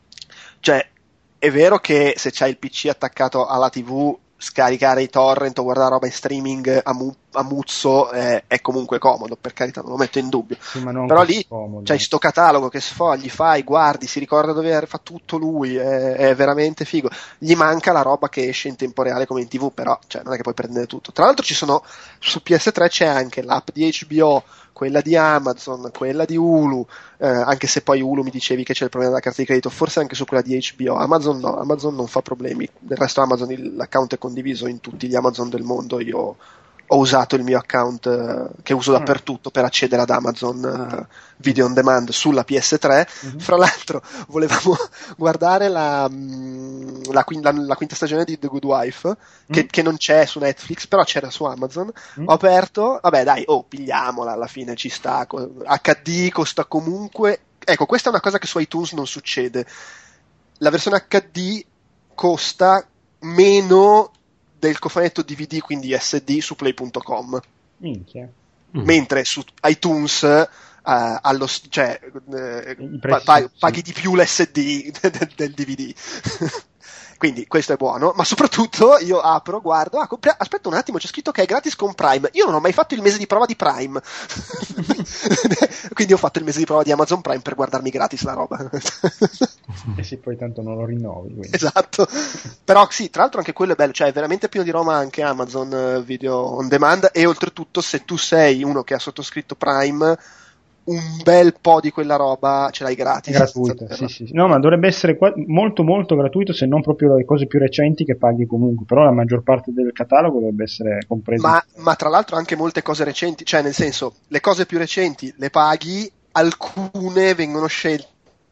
cioè è vero che se c'hai il P C attaccato alla tivù scaricare i torrent o guardare roba in streaming a, mu- a muzzo eh, è comunque comodo, per carità, non lo metto in dubbio, sì, però lì comodo. C'hai sto catalogo che sfogli, fai, guardi, si ricorda dove fa tutto lui, è, è veramente figo. Gli manca la roba che esce in tempo reale come in tivù, però cioè, non è che puoi prendere tutto. Tra l'altro ci sono su P S tre c'è anche l'app di H B O, quella di Amazon, quella di Hulu, eh, anche se poi Hulu mi dicevi che c'è il problema della carta di credito, forse anche su quella di H B O. Amazon no, Amazon non fa problemi, del resto Amazon il, l'account è condiviso in tutti gli Amazon del mondo. Io ho usato il mio account eh, che uso dappertutto per accedere ad Amazon eh, Video on Demand sulla P S tre. Mm-hmm. Fra l'altro volevamo guardare la, mh, la, la, la quinta stagione di The Good Wife, mm-hmm. che, che non c'è su Netflix, però c'era su Amazon. Mm-hmm. Ho aperto, vabbè dai, oh, pigliamola, alla fine ci sta, H D costa comunque, ecco, questa è una cosa che su iTunes non succede, la versione H D costa meno del cofanetto D V D, quindi S D, su play punto com. Minchia. Mm. Mentre su iTunes uh, allo, cioè, uh, pa- pa- paghi di più l'S D del, del D V D. quindi questo è buono, ma soprattutto io apro, guardo, ah, compri- aspetta un attimo, c'è scritto che è gratis con Prime. Io non ho mai fatto il mese di prova di Prime, quindi ho fatto il mese di prova di Amazon Prime per guardarmi gratis la roba. E sì, poi tanto non lo rinnovi. Quindi. Esatto, però sì, tra l'altro anche quello è bello, cioè è veramente pieno di roba anche Amazon Video On Demand, e oltretutto se tu sei uno che ha sottoscritto Prime, un bel po' di quella roba ce l'hai gratis. Gratuito, sì, sì, sì. No, ma dovrebbe essere qua- molto molto gratuito, se non proprio le cose più recenti che paghi comunque, però la maggior parte del catalogo dovrebbe essere compreso. Ma, ma tra l'altro anche molte cose recenti, cioè nel senso, le cose più recenti le paghi, alcune vengono scelte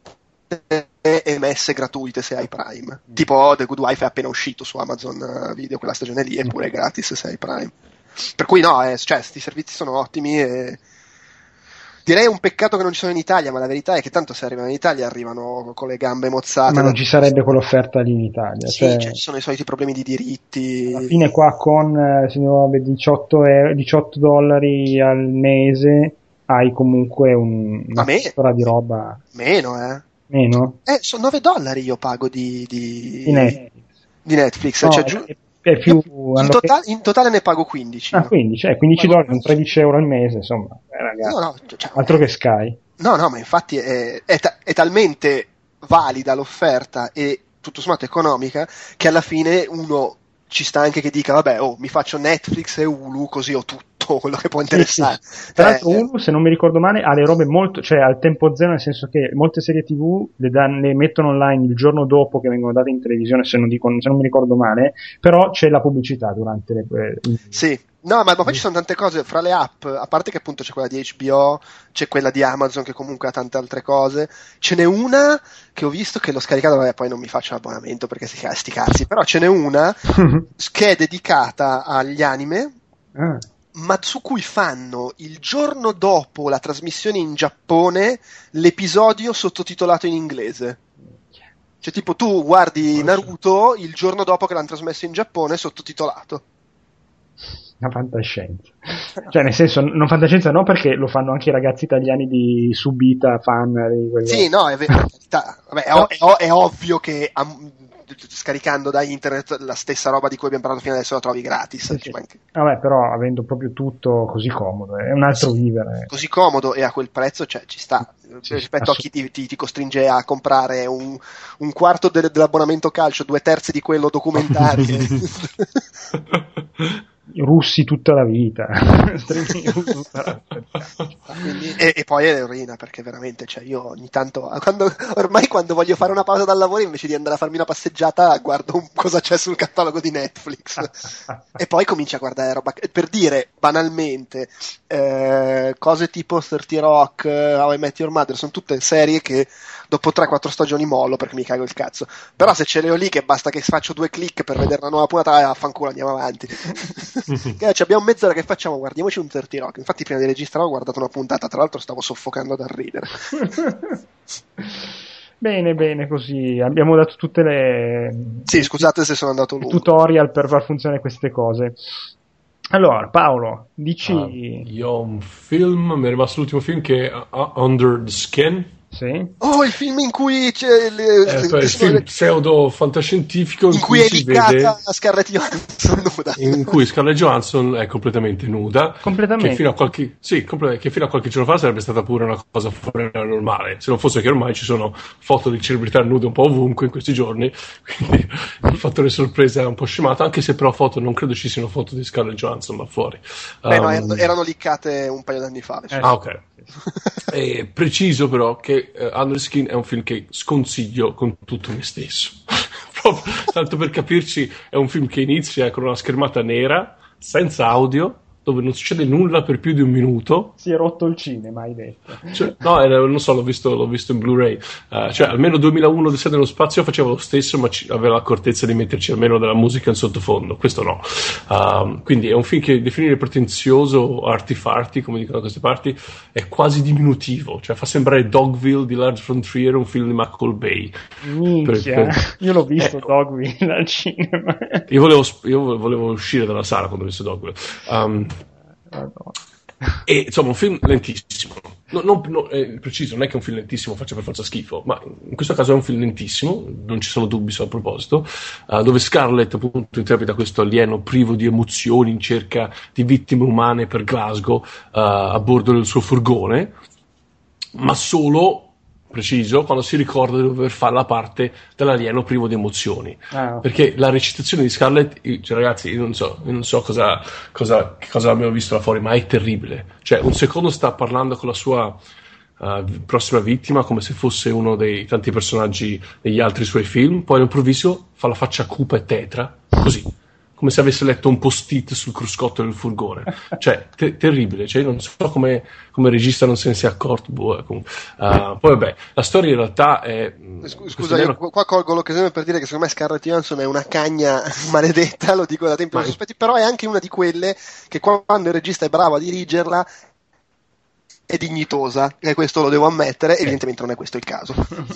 e messe gratuite se hai Prime. Mm. Tipo The Good Wife è appena uscito su Amazon Video, quella stagione lì, eppure è gratis se hai Prime. Per cui no, eh, cioè, sti servizi sono ottimi e direi un peccato che non ci sono in Italia, ma la verità è che tanto se arrivano in Italia arrivano con le gambe mozzate. Ma non ci sarebbe quell'offerta lì in Italia. Sì, cioè, cioè, ci sono i soliti problemi di diritti. Alla fine qua con eh, diciotto, euro, diciotto dollari al mese hai comunque un, una me- storia di roba. Meno, eh. Meno? Eh, sono nove dollari io pago di, di, di Netflix. Di Netflix. No, cioè, è, giù... è più in, totale, in totale ne pago quindici. Ah, no? quindici, eh, quindici dollari, un tredici euro al mese, insomma. Eh, ragazzi, no, no, cioè, altro che Sky. No, no, ma infatti è, è, ta- è talmente valida l'offerta e tutto sommato economica che alla fine uno ci sta anche che dica vabbè, oh, mi faccio Netflix e Hulu così ho tutto quello che può interessare. Sì, sì. Tra l'altro eh, Hulu, se non mi ricordo male, ha le robe molto, cioè al tempo zero, nel senso che molte serie tivù le, dan- le mettono online il giorno dopo che vengono date in televisione, se non, dico, se non mi ricordo male, però c'è la pubblicità durante le... Eh, sì. No, ma, ma poi ci sono tante cose fra le app, a parte che appunto c'è quella di H B O, c'è quella di Amazon che comunque ha tante altre cose, ce n'è una che ho visto che l'ho scaricata, vabbè poi non mi faccio l'abbonamento perché sti, sti cazzi, però ce n'è una che è dedicata agli anime, ah. ma su cui fanno il giorno dopo la trasmissione in Giappone l'episodio sottotitolato in inglese. Cioè tipo tu guardi Naruto il giorno dopo che l'hanno trasmesso in Giappone sottotitolato. Una fantascienza, cioè nel senso non fantascienza no, perché lo fanno anche i ragazzi italiani di Subita, fan di quello. Sì, no, è vero. Vabbè, è, è, è ovvio che um, scaricando da internet la stessa roba di cui abbiamo parlato fino adesso la trovi gratis. Sì, sì. Vabbè, però avendo proprio tutto così comodo, è un altro sì, vivere. Così comodo e a quel prezzo, cioè ci sta. Sì, rispetto a chi ti, ti, ti costringe a comprare un, un quarto de, dell'abbonamento calcio, due terzi di quello documentari. Russi tutta la vita. Quindi, e, e poi è l'eroina, perché veramente, cioè io ogni tanto quando, ormai quando voglio fare una pausa dal lavoro, invece di andare a farmi una passeggiata guardo un, cosa c'è sul catalogo di Netflix e poi cominci a guardare roba, per dire banalmente eh, cose tipo thirty Rock, How I Met Your Mother, sono tutte serie che dopo tre quattro stagioni mollo perché mi cago il cazzo, però se ce le ho lì che basta che faccio due click per vedere la nuova puntata, affanculo, andiamo avanti. Che, abbiamo mezz'ora che facciamo, guardiamoci un thirty Rock. Infatti prima di registrare ho guardato una puntata, tra l'altro stavo soffocando dal ridere. Bene, bene, così abbiamo dato tutte le... Sì, scusate se sono andato lungo. Tutorial per far funzionare queste cose. Allora, Paolo, dici... Uh, io ho un film, mi è rimasto l'ultimo film che è uh, Under the Skin. Sì. Oh, il film in cui c'è le, eh, le, il film le... pseudo fantascientifico in, in cui, cui si vede Scarlett Johansson nuda, in cui Scarlett Johansson è completamente nuda, completamente che fino a qualche sì, comple- che fino a qualche giorno fa sarebbe stata pure una cosa fuori dalla normale, se non fosse che ormai ci sono foto di celebrità nude un po' ovunque in questi giorni, quindi il fattore sorpresa è un po' scemato, anche se però foto non credo ci siano foto di Scarlett Johansson là fuori. Beh, um, no, erano, erano erano liccate un paio d'anni fa. Eh, ah, ok. È preciso però che uh, Under the Skin è un film che sconsiglio con tutto me stesso. Proprio, tanto per capirci, è un film che inizia con una schermata nera senza audio, dove non succede nulla per più di un minuto. Si è rotto il cinema, hai detto. Cioè, no, era, non so, l'ho visto, l'ho visto in Blu-ray. Uh, cioè, almeno duemilauno Odissea nello spazio faceva lo stesso, ma ci, aveva l'accortezza di metterci almeno della musica in sottofondo. Questo no. Uh, quindi è un film che definire pretenzioso o artifarti, come dicono da queste parti, è quasi diminutivo. Cioè, fa sembrare Dogville di Lars von Trier, un film di Michael Bay. Minchia, per, per... io l'ho visto eh, Dogville al cinema. Io volevo, io volevo uscire dalla sala quando ho visto Dogville. Um, e insomma un film lentissimo, No, non, no, è preciso, non è che un film lentissimo faccia per forza schifo, ma in questo caso è un film lentissimo, non ci sono dubbi a proposito, uh, dove Scarlett appunto interpreta questo alieno privo di emozioni in cerca di vittime umane per Glasgow uh, a bordo del suo furgone, ma solo, preciso, quando si ricorda di dover fare la parte dell'alieno privo di emozioni. Ah, okay. Perché la recitazione di Scarlett, cioè ragazzi, io non so, io non so cosa, cosa, cosa abbiamo visto là fuori, ma è terribile. Cioè, un secondo sta parlando con la sua uh, prossima vittima come se fosse uno dei tanti personaggi degli altri suoi film, poi all'improvviso fa la faccia cupa e tetra, così, come se avesse letto un post-it sul cruscotto del furgone. Cioè, te- terribile. Cioè, non so come, come regista non se ne sia accorto. Boh, uh, poi vabbè, la storia in realtà è... Scusa, io qua colgo l'occasione per dire che secondo me Scarlett Johansson è una cagna maledetta, lo dico da tempi non sospetti, però è anche una di quelle che quando il regista è bravo a dirigerla è dignitosa, e questo lo devo ammettere, eh. Evidentemente non è questo il caso.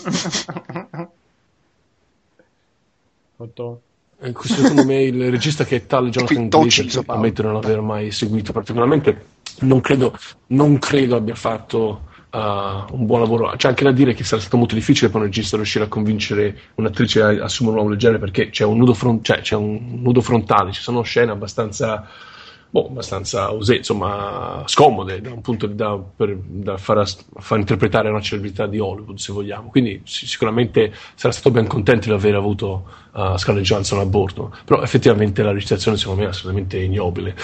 Questo secondo me il regista che è tale Jonathan Glazer, ammetto di non aver mai seguito particolarmente, non credo, non credo abbia fatto uh, un buon lavoro. C'è anche da dire che sarà stato molto difficile per un regista riuscire a convincere un'attrice a assumere un ruolo del genere, perché c'è un nudo, front- cioè, c'è un nudo frontale, ci sono scene abbastanza boh, abbastanza osè, insomma scomode da un punto di, da, per, da far, far interpretare una celebrità di Hollywood, se vogliamo. Quindi sì, sicuramente sarà stato ben contento di aver avuto uh, Scarlett Johansson a bordo, però effettivamente la recitazione secondo me è assolutamente ignobile.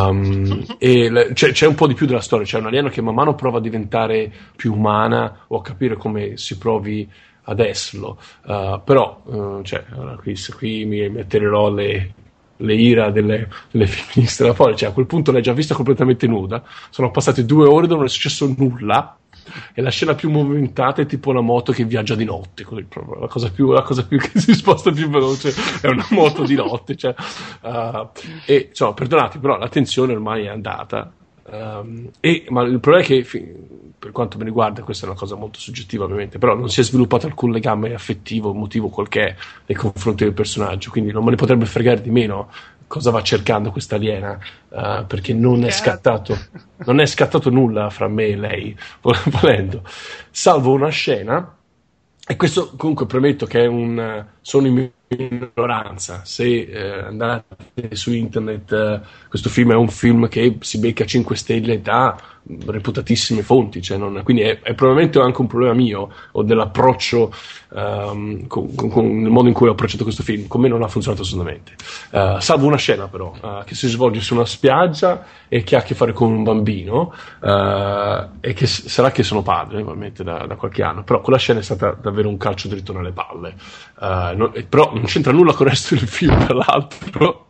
Um, e le, c'è, c'è un po' di più della storia, c'è un alieno che man mano prova a diventare più umana o a capire come si provi ad esserlo, uh, però uh, cioè, qui, qui mi metterò le le ira delle, delle femministe da fuori, cioè a quel punto l'hai già vista completamente nuda, sono passate due ore dove non è successo nulla e la scena più movimentata è tipo una moto che viaggia di notte, così, la cosa più, la cosa più che si sposta più veloce è una moto di notte, cioè, uh, e insomma, perdonate, però la tensione ormai è andata. Um, e, ma il problema è che per quanto mi riguarda, questa è una cosa molto soggettiva ovviamente, però non si è sviluppato alcun legame affettivo, motivo qualche nei confronti del personaggio, quindi non me ne potrebbe fregare di meno cosa va cercando questa aliena, uh, perché non è scattato non è scattato nulla fra me e lei, volendo, salvo una scena. E questo comunque premetto che è un sono in minoranza. Se eh, andate su internet, eh, questo film è un film che si becca cinque stelle da reputatissime fonti, cioè non, quindi è, è probabilmente anche un problema mio o dell'approccio um, con, con, con il modo in cui ho approcciato questo film. Con me non ha funzionato assolutamente, uh, salvo una scena però uh, che si svolge su una spiaggia e che ha a che fare con un bambino, uh, e che s- sarà che sono padre probabilmente da, da qualche anno, però quella scena è stata davvero un calcio dritto nelle palle, uh, non, però non c'entra nulla con il resto del film, tra l'altro.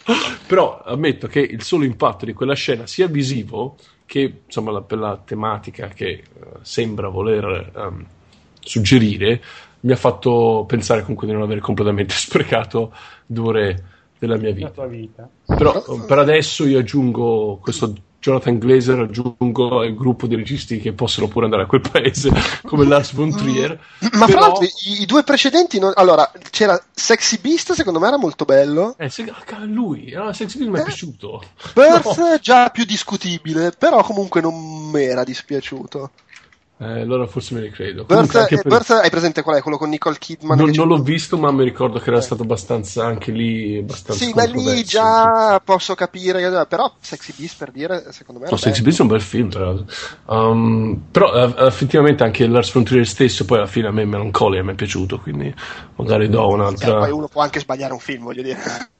Però ammetto che il solo impatto di quella scena, sia visivo che insomma la, per la tematica che uh, sembra voler um, suggerire, mi ha fatto pensare comunque di non aver completamente sprecato due ore della mia vita. La tua vita. Però per adesso io aggiungo questo Jonathan Glazer, aggiungo il gruppo di registi che possono pure andare a quel paese come Lars von Trier. Ma però... fra l'altro i, i due precedenti non... allora c'era Sexy Beast, secondo me era molto bello, eh, se... lui allora, Sexy Beast mi è eh, piaciuto. Birth no. Già più discutibile, però comunque non mi era dispiaciuto. Eh, allora forse me ne credo. Birth, anche eh, per... Birth, hai presente qual è? Quello con Nicole Kidman? Non, non l'ho visto, ma mi ricordo che era stato abbastanza anche lì abbastanza sì, ma lì già posso capire, però Sexy Beast, per dire, secondo me no, Sexy Beast è un bel film, tra l'altro. Um, però uh, effettivamente anche Lars von Trier stesso poi alla fine a me Melancholia mi è piaciuto, quindi magari do un'altra. Poi uno può anche sbagliare un film, voglio dire.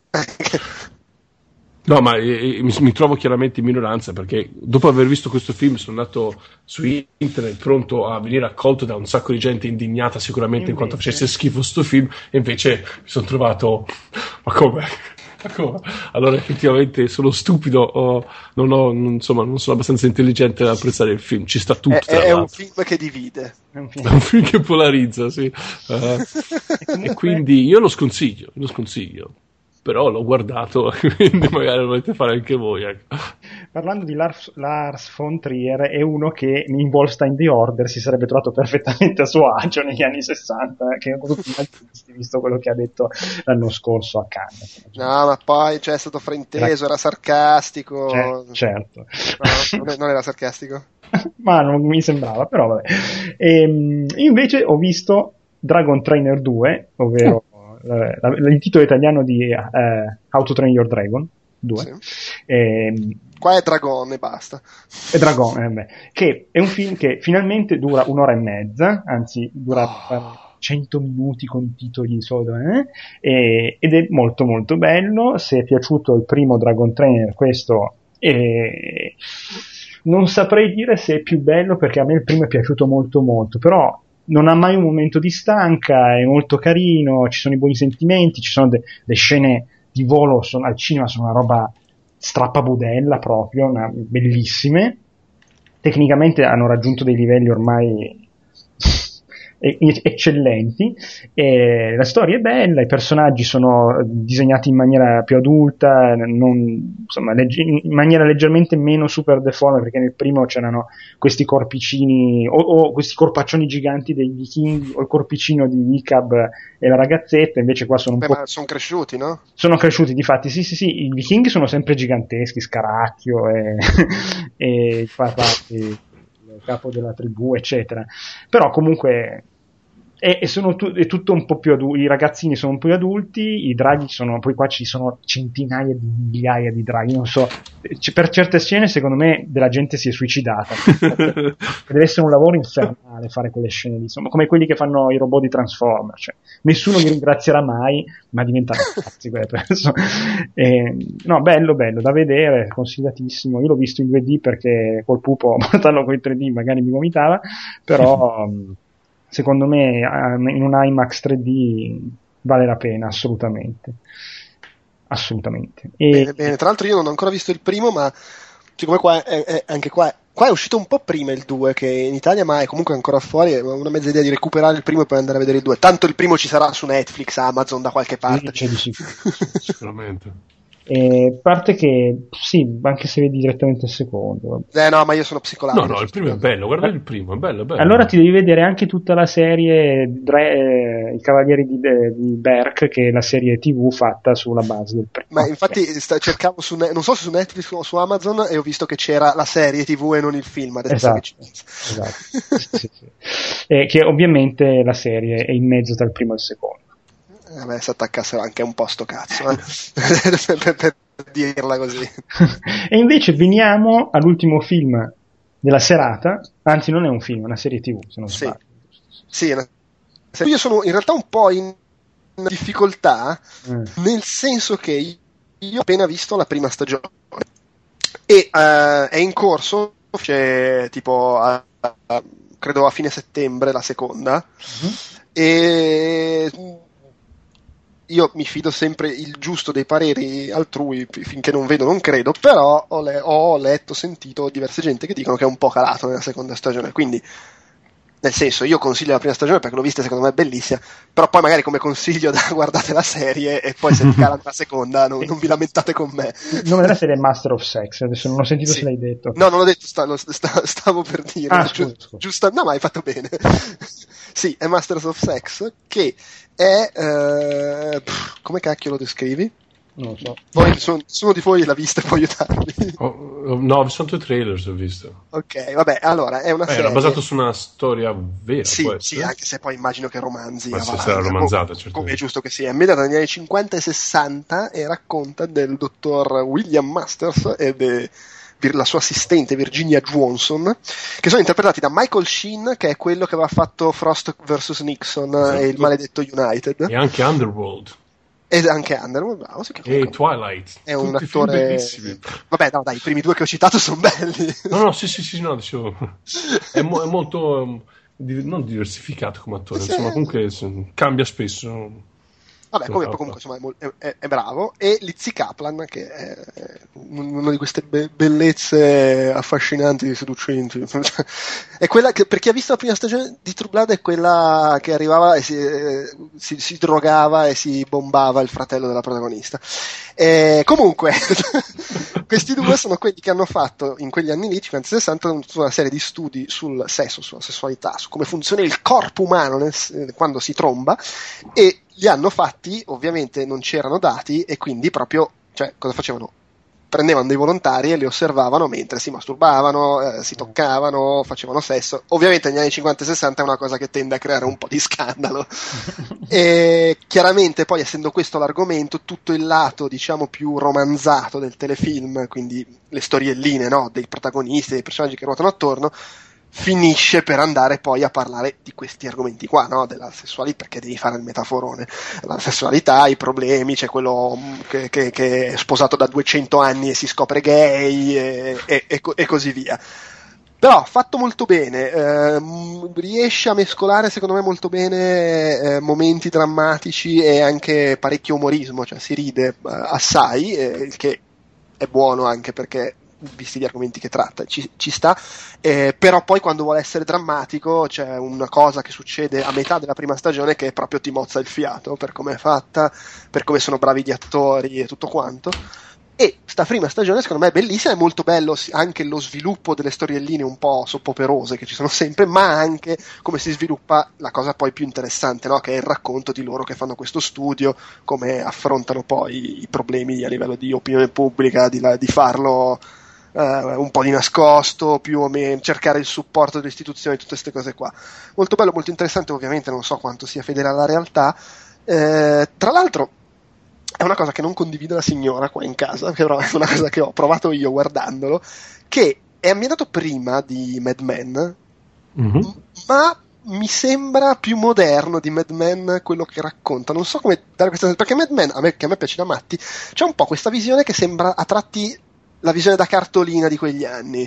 No, ma eh, mi, mi trovo chiaramente in minoranza, perché dopo aver visto questo film sono andato su internet pronto a venire accolto da un sacco di gente indignata sicuramente invece, in quanto facesse schifo sto film, e invece mi sono trovato ma come? Ma come? Allora effettivamente sono stupido, o non ho, non, insomma non sono abbastanza intelligente ad apprezzare il film, ci sta tutto. È, è un film che divide, è un film, è un film che polarizza, sì. Uh, e quindi io lo sconsiglio, lo sconsiglio. Però l'ho guardato, quindi magari lo volete fare anche voi, ecco. parlando di Lars, Lars von Trier, è uno che in Wolfenstein The Order si sarebbe trovato perfettamente a suo agio negli anni sessanta, che con tutti i nazisti, visto quello che ha detto l'anno scorso a Cannes. No, ma poi c'è stato frainteso, era sarcastico. Cioè, certo. No, non era sarcastico. Ma non mi sembrava, però vabbè. E, invece ho visto Dragon Trainer due, ovvero oh. eh, il titolo italiano di eh, How to Train Your Dragon due. Sì. E, qua è Dragon e basta. È Dragon, eh, beh, che è un film che finalmente dura un'ora e mezza, anzi dura oh. cento minuti con titoli solo, eh? e, ed è molto molto bello. Se è piaciuto il primo Dragon Trainer, questo è... non saprei dire se è più bello, perché a me il primo è piaciuto molto molto, però non ha mai un momento di stanca, è molto carino, ci sono i buoni sentimenti, ci sono de- le scene di volo sono, al cinema sono una roba strappabudella proprio, una, bellissime, tecnicamente hanno raggiunto dei livelli ormai eccellenti, e la storia è bella, i personaggi sono disegnati in maniera più adulta, non, insomma, legge, in maniera leggermente meno super deforme, perché nel primo c'erano questi corpicini o, o questi corpaccioni giganti dei vichinghi, o il corpicino di Icab e la ragazzetta, invece qua sono un Beh, po'... ma sono cresciuti, no? Sono cresciuti, difatti, sì sì sì, i vichinghi sono sempre giganteschi, Scaracchio e, e il capo della tribù, eccetera, però comunque e, e sono tu, è tutto un po' più adulti, i ragazzini sono un po' più adulti, i draghi sono, poi qua ci sono centinaia di migliaia di draghi, non so, c- per certe scene secondo me della gente si è suicidata, deve essere un lavoro infernale fare quelle scene lì, insomma, come quelli che fanno i robot di Transformer, cioè, nessuno mi ringrazierà mai, ma diventano pazzi quelle persone. E, no, bello bello da vedere, consigliatissimo. Io l'ho visto in due D perché col pupo portarlo con i tre D magari mi vomitava, però secondo me in un IMAX tre D vale la pena assolutamente, assolutamente. E... Bene, bene, tra l'altro io non ho ancora visto il primo, ma siccome qua è, è, anche qua qua è uscito un po' prima il due che in Italia, ma è comunque ancora fuori, ho una mezza idea di recuperare il primo e poi andare a vedere il due, tanto il primo ci sarà su Netflix, Amazon, da qualche parte. Sì, c'è di sicuro. Sicuramente. E parte che sì, anche se vedi direttamente il secondo. Eh no, ma io sono psicologico. No, no, il primo è bello, guarda il primo, è bello, è bello. Allora ti devi vedere anche tutta la serie Dre, eh, I Cavalieri di, di Berk, che è la serie tivù fatta sulla base del primo. Ma infatti sta, cercavo su, non so se su Netflix o su Amazon, e ho visto che c'era la serie tivù e non il film. Adesso esatto, che ci... esatto. sì, sì, sì. E che ovviamente la serie è in mezzo tra il primo e il secondo. Vabbè, si attaccassero anche un po' sto cazzo, eh? per, per dirla così. E invece veniamo all'ultimo film della serata, anzi non è un film, è una serie tivù, se non sì. sbaglio. Sì, io sono in realtà un po' in difficoltà, mm. nel senso che io ho appena visto la prima stagione e uh, è in corso, c'è tipo a, a, credo a fine settembre la seconda, mm-hmm. e io mi fido sempre il giusto dei pareri altrui, finché non vedo non credo, però ho, le- ho letto, sentito diverse gente che dicono che è un po' calato nella seconda stagione, quindi nel senso io consiglio la prima stagione perché l'ho vista, secondo me è bellissima, però poi magari come consiglio da guardate la serie e poi se vi cala la seconda non, non vi lamentate con me. Il nome della serie è Master of Sex, adesso non ho sentito sì. se l'hai detto. No, non l'ho detto, sta, lo, sta, stavo per dire. Ah, scusa, Giu- scusa. Giusta, no, ma hai fatto bene. Sì, è Masters of Sex, che è eh, pff, come cacchio lo descrivi? Non lo so. Poi nessuno, nessuno di voi l'ha vista, può aiutarmi. Oh, no, ho visto due trailers, ho visto. Ok, vabbè, allora è una Beh, serie. Era basato su una storia vera. Sì, può sì, anche se poi immagino che romanzi. Ma se avanti, sarà romanzata, come, certo. come è giusto che sia. È ambientata negli anni cinquanta e sessanta e racconta del dottor William Masters e de, la sua assistente Virginia Johnson, che sono interpretati da Michael Sheen, che è quello che aveva fatto Frost versus Nixon esatto. e il maledetto United. E anche Underworld. Ed anche Underworld, bravo, sì, e Twilight. È un attore. Vabbè, no, dai, i primi due che ho citato sono belli. No, no, sì, sì, sì, no, dicevo. È, mo- è molto um, di- non diversificato come attore, sì. Insomma, comunque cambia spesso. Vabbè, comunque, comunque insomma, è, è, è bravo. E Lizzie Kaplan, che è una di queste be- bellezze affascinanti, seducenti. È quella che, per chi ha visto la prima stagione di True Blood, è quella che arrivava e si, eh, si, si drogava e si bombava il fratello della protagonista. E, comunque, questi due sono quelli che hanno fatto in quegli anni lì, cinquanta sessanta, una serie di studi sul sesso, sulla sessualità, su come funziona il corpo umano nel, quando si tromba, e li hanno fatti, ovviamente non c'erano dati, e quindi proprio, cioè, cosa facevano? Prendevano dei volontari e li osservavano mentre si masturbavano, eh, si toccavano, facevano sesso. Ovviamente negli anni cinquanta e sessanta è una cosa che tende a creare un po' di scandalo. E chiaramente poi, essendo questo l'argomento, tutto il lato, diciamo, più romanzato del telefilm, quindi le storielline, no, dei protagonisti, dei personaggi che ruotano attorno, finisce per andare poi a parlare di questi argomenti qua, no? Della sessualità, perché devi fare il metaforone, la sessualità, i problemi, c'è quello che, che, che è sposato da duecento anni e si scopre gay e, e, e, e così via. Però fatto molto bene, eh, riesce a mescolare secondo me molto bene eh, momenti drammatici e anche parecchio umorismo, cioè si ride eh, assai, eh, il che è buono anche perché visti gli argomenti che tratta, ci, ci sta, eh, però poi quando vuole essere drammatico c'è una cosa che succede a metà della prima stagione che proprio ti mozza il fiato per come è fatta, per come sono bravi gli attori e tutto quanto. E sta prima stagione secondo me è bellissima, è molto bello anche lo sviluppo delle storielline un po' soppoperose che ci sono sempre, ma anche come si sviluppa la cosa poi più interessante, no? Che è il racconto di loro che fanno questo studio, come affrontano poi i problemi a livello di opinione pubblica, di, di farlo Uh, un po' di nascosto, più o meno cercare il supporto delle istituzioni, tutte queste cose qua. Molto bello, molto interessante, ovviamente non so quanto sia fedele alla realtà. Uh, tra l'altro è una cosa che non condivido la signora qua in casa, però è una cosa che ho provato io guardandolo, che è ambientato prima di Mad Men, mm-hmm. ma mi sembra più moderno di Mad Men quello che racconta. Non so come dare questa, perché Mad Men, a me, che a me piace da matti, c'è un po' questa visione che sembra a tratti la visione da cartolina di quegli anni,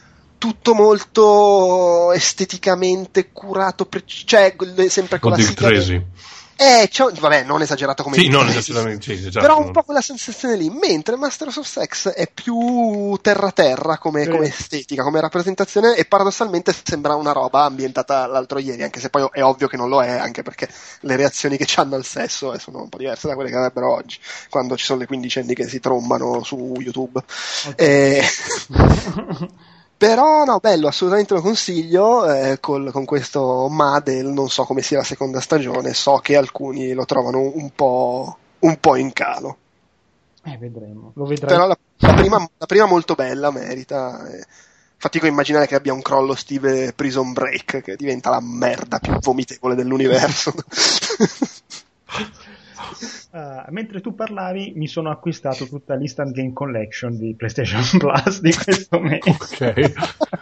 tutto molto esteticamente curato, pre- cioè sempre con la sigla eh, vabbè, non esagerato come sì, non esattamente, sì, esatto, però un no. po' quella sensazione lì, mentre Masters of Sex è più terra terra come, come estetica, come rappresentazione, e paradossalmente sembra una roba ambientata l'altro ieri, anche se poi è ovvio che non lo è, anche perché le reazioni che hanno al sesso sono un po' diverse da quelle che avrebbero oggi, quando ci sono le quindicenni che si trombano su YouTube. Okay. E... Però no, bello, assolutamente lo consiglio, eh, col, con questo Madel, non so come sia la seconda stagione, so che alcuni lo trovano un po', un po' in calo. Eh, vedremo, lo vedremo. Però la, la, prima, la prima molto bella, merita. Eh. Fatico a immaginare che abbia un crollo stile Prison Break, che diventa la merda più vomitevole dell'universo. Uh, mentre tu parlavi mi sono acquistato tutta l'Instant Game Collection di PlayStation Plus di questo mese. Ok.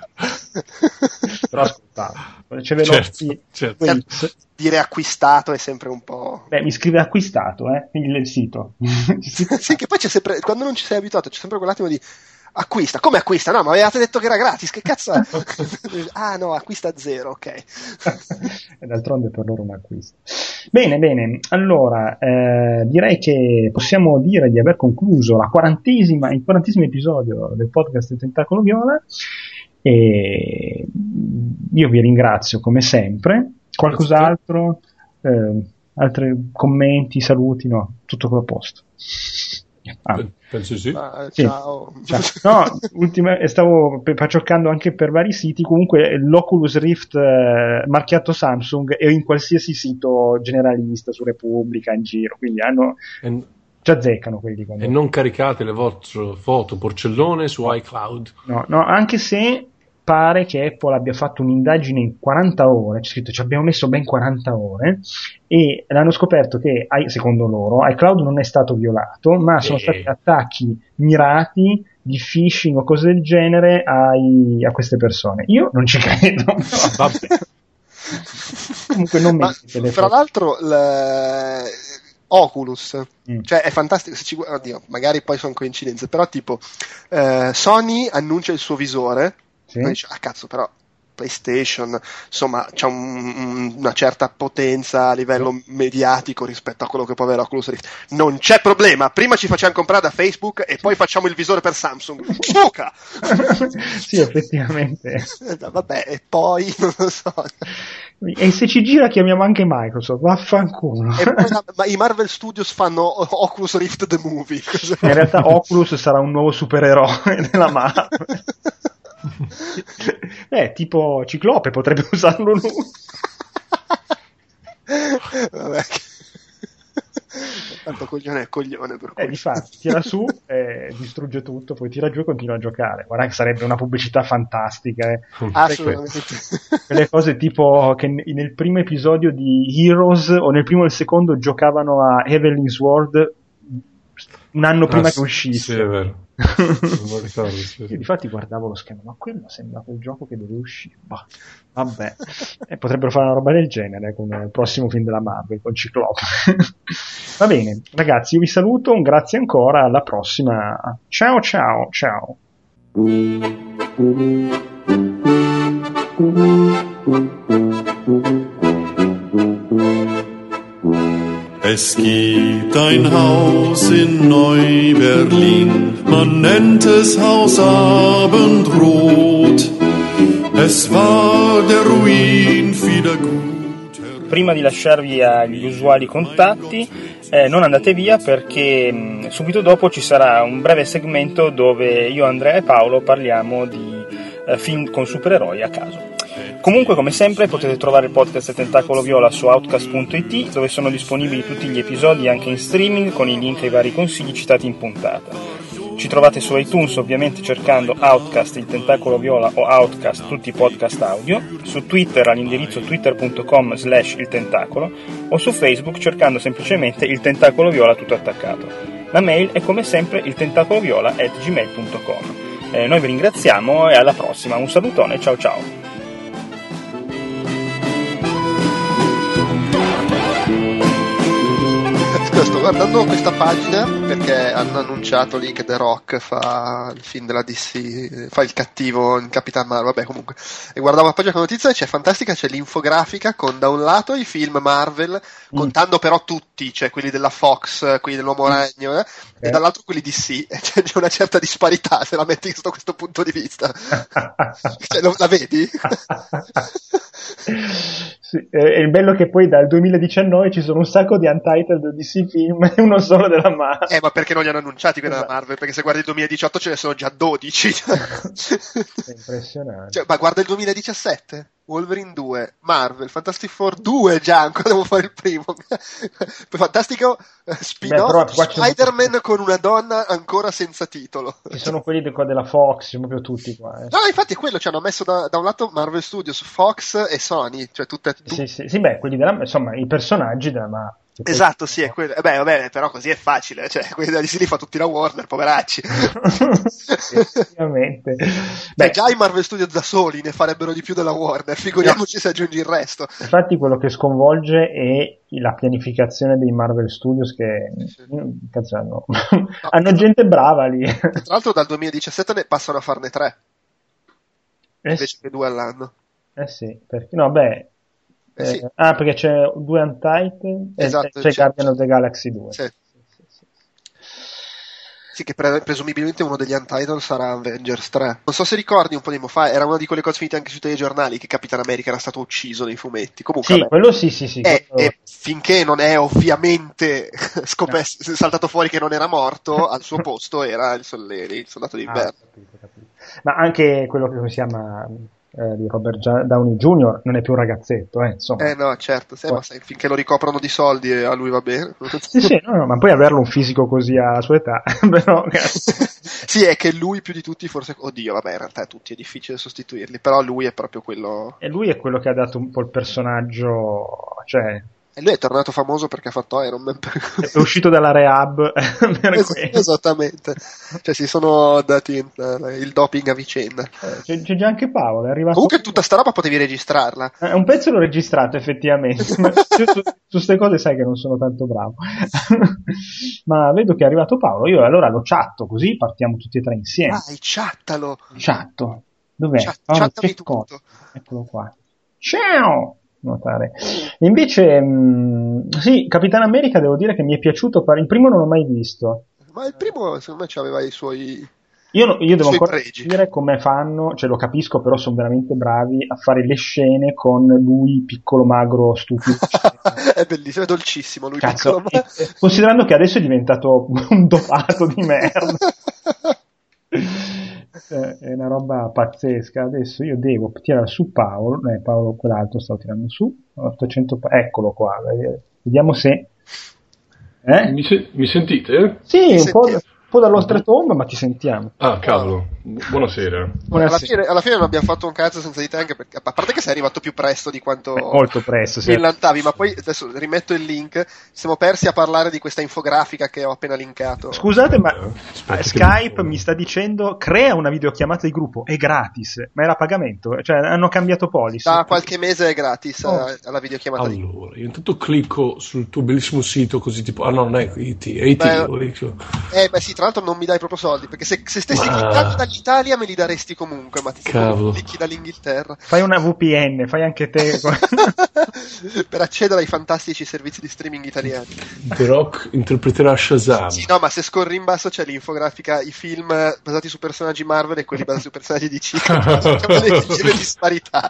Però ascoltate, ce ve l'ho certo, qui, certo. Certo, dire acquistato è sempre un po'... Beh, mi scrive acquistato, eh, il, il sito. Sì, che poi c'è sempre, quando non ci sei abituato c'è sempre quell'attimo di acquista, come acquista? No, ma avevate detto che era gratis, che cazzo è? Ah no, acquista zero, ok. E d'altronde per loro un acquisto. Bene, bene, allora eh, direi che possiamo dire di aver concluso la quarantesima, il quarantesimo episodio del podcast del Tentacolo Viola, e io vi ringrazio come sempre. Qualcos'altro? Eh, altri commenti, saluti? No, tutto a posto. Ah. Penso sì. Ah, sì. Ciao. Ciao. No, ultima, stavo pacioccando anche per vari siti. Comunque l'Oculus Rift eh, marchiato Samsung è in qualsiasi sito generalista su Repubblica, in giro, quindi hanno e, ci azzeccano quelli. E non caricate le vostre foto porcellone su iCloud. No, no, anche se pare che Apple abbia fatto un'indagine in quaranta ore, c'è scritto ci abbiamo messo ben quaranta ore, e l'hanno scoperto che, secondo loro, iCloud non è stato violato, ma sono stati attacchi mirati di phishing o cose del genere ai, a queste persone. Io non ci credo, però vabbè. Comunque non ma, mi fra l'altro le... Oculus, mm. cioè è fantastico, se ci... oddio, magari poi sono coincidenze, però tipo eh, Sony annuncia il suo visore. Sì. Dice, ah cazzo, però PlayStation, insomma c'ha un, una certa potenza a livello mediatico rispetto a quello che può avere Oculus Rift. Non c'è problema, prima ci facciamo comprare da Facebook e poi facciamo il visore per Samsung. Fuoca! Sì, effettivamente. Vabbè, e poi non lo so. E se ci gira chiamiamo anche Microsoft, vaffanculo. E poi la, ma i Marvel Studios fanno Oculus Rift the Movie. In realtà Oculus sarà un nuovo supereroe della Marvel. Eh, tipo Ciclope potrebbe usarlo lui. Vabbè. Tanto coglione è coglione per eh, difatti tira su e distrugge tutto, poi tira giù e continua a giocare. Guarda che sarebbe una pubblicità fantastica, eh. Assolutamente. Quelle cose tipo che nel primo episodio di Heroes o nel primo e il secondo giocavano a Evelyn's World un anno prima ah, che uscisse. Sì, è vero. Non lo ricordo, sì. Io difatti guardavo lo schermo, ma quello sembra quel gioco che deve uscire. Bah, vabbè, e potrebbero fare una roba del genere con il prossimo film della Marvel, con Ciclope. Va bene, ragazzi, io vi saluto, un grazie ancora, alla prossima. Ciao ciao, ciao. Es gibt ein Haus in Neu-Berlin, man nennt es Haus Abendrot. Es war der Ruin vieler guter. Prima di lasciarvi agli usuali contatti, eh, non andate via perché mh, subito dopo ci sarà un breve segmento dove io, Andrea e Paolo parliamo di eh, film con supereroi a caso. Comunque, come sempre, potete trovare il podcast Tentacolo Viola su outcast punto it, dove sono disponibili tutti gli episodi anche in streaming con i link ai vari consigli citati in puntata. Ci trovate su iTunes ovviamente cercando Outcast, il Tentacolo Viola o Outcast, tutti i podcast audio, su Twitter all'indirizzo twitter punto com slash il tentacolo o su Facebook cercando semplicemente il Tentacolo Viola tutto attaccato. La mail è come sempre il tentacoloviola at gmail punto com. Eh, noi vi ringraziamo e alla prossima, un salutone, ciao ciao! Sto guardando questa pagina perché hanno annunciato lì che The Rock fa il film della D C, fa il cattivo in Capitan Marvel, vabbè comunque. E guardavo la pagina con notizie e c'è fantastica, c'è l'infografica con da un lato i film Marvel, mm. contando però tutti, cioè quelli della Fox, quelli dell'Uomo Ragno, eh, eh. e dall'altro quelli D C, e c'è, c'è una certa disparità se la metti sotto questo punto di vista. Cioè, lo, la vedi? Sì, è il bello che poi dal duemiladiciannove ci sono un sacco di untitled D C film e uno solo della Marvel. Eh, ma perché non li hanno annunciati quelli esatto. della Marvel? Perché se guardi il duemiladiciotto ce ne sono già dodici. È impressionante. Cioè, ma guarda il duemiladiciassette, Wolverine due, Marvel, Fantastic Four due già, ancora devo fare il primo. Fantastico uh, spin-off, Beh, Spider-Man sono... con una donna ancora senza titolo. Ci sono quelli de- della Fox, proprio tutti qua. Eh. No, infatti è quello, ci hanno messo da, da un lato Marvel Studios, Fox e Sony, cioè tutte... Tu... Sì, sì, sì, beh, quelli della, insomma, i personaggi della Marvel. Esatto, sì, è quello. Eh beh, vabbè, però così è facile, cioè, quelli da D C li fa tutti la Warner, poveracci. Effettivamente. Beh, già i Marvel Studios da soli ne farebbero di più della Warner, figuriamoci se aggiungi il resto. Infatti quello che sconvolge è la pianificazione dei Marvel Studios che sì. cazzo hanno, no, hanno gente brava lì. Tra l'altro dal duemiladiciassette ne passano a farne tre, eh invece sì. che due all'anno. Eh sì, perché no, beh, Eh sì. Eh, ah, perché c'è due Untitled esatto, e c'è, c'è Guardian of the Galaxy due. Sì, sì, sì. Sì, che pre- presumibilmente uno degli Untitled sarà Avengers tre. Non so se ricordi un po' di tempo fa, era una di quelle cose finite anche sui telegiornali che Capitan America era stato ucciso nei fumetti. Comunque, sì, vabbè, quello sì, sì, sì. E, quello... e finché non è ovviamente scoperto, no. saltato fuori che non era morto, al suo posto era il, Solleri, il soldato d'inverno. Ah, capito, capito. Ma anche quello che si chiama... Eh, di Robert Downey junior non è più un ragazzetto, eh, insomma. Eh no, certo, sì, ma sai, finché lo ricoprono di soldi a lui va bene. Sì, sì, no, no, ma poi averlo un fisico così alla sua età, però... Sì, è che lui più di tutti forse... Oddio, vabbè, in realtà tutti è difficile sostituirli, però lui è proprio quello... E lui è quello che ha dato un po' il personaggio, cioè... E lui è tornato famoso perché ha fatto Iron Man. È uscito dalla rehab per es- esattamente, cioè si sono dati in, uh, il doping a vicenda. Eh, c'è, c'è già anche Paolo, è arrivato. Comunque tutta sta roba potevi registrarla. Eh, un pezzo l'ho registrato effettivamente, ma su queste cose sai che non sono tanto bravo. Ma vedo che è arrivato Paolo, io allora lo chatto così partiamo tutti e tre insieme. Dai, chattalo. Chatto. Dov'è? Chat- Paolo chattami Cecconi. tutto. Eccolo qua. Ciao! Notare. Invece, mh, sì, Capitan America devo dire che mi è piaciuto. par- Il primo non l'ho mai visto. Ma il primo, secondo me, aveva i suoi... Io, no- io devo Suoi ancora pregi. dire come fanno, cioè lo capisco, però sono veramente bravi a fare le scene con lui piccolo, magro, stupido. È bellissimo, è dolcissimo lui. Cazzo, piccolo, ma... e- considerando che adesso è diventato un dopato di merda. Eh, è una roba pazzesca. Adesso io devo tirare su Paolo, eh, Paolo quell'altro stavo tirando su ottocento, pa- eccolo qua, eh, vediamo se eh? Mi, se- mi sentite? Sì, Mi un po', senti- un po' dall'oltretomba, ma ti sentiamo. Ah, cavolo. Buonasera. alla, Buonasera. fine, alla fine non abbiamo fatto un cazzo senza di te, anche perché, a parte che sei arrivato più presto di quanto Beh, molto presto, sì. millantavi, ma poi adesso rimetto il link. Siamo persi a parlare di questa infografica che ho appena linkato. Scusate, ma Aspetta che Skype mi- mi sta dicendo crea una videochiamata di gruppo, è gratis, ma era a pagamento, cioè hanno cambiato policy. Da qualche mese è gratis Oh. eh, alla videochiamata di Allora, io intanto clicco sul tuo bellissimo sito così tipo, ah no, non è I T, è I T. Beh, lo dico. Eh beh sì, tra l'altro non mi dai proprio soldi, perché se, se stessi Ma- cliccando dall'Italia me li daresti comunque, ma ti Cavolo. clicchi dall'Inghilterra Fai una V P N, fai anche te. per accedere ai fantastici servizi di streaming italiani. The Rock interpreterà Shazam. Sì, no, ma se scorri in basso c'è l'infografica, i film basati su personaggi Marvel e quelli basati su personaggi D C, con le lieve disparità.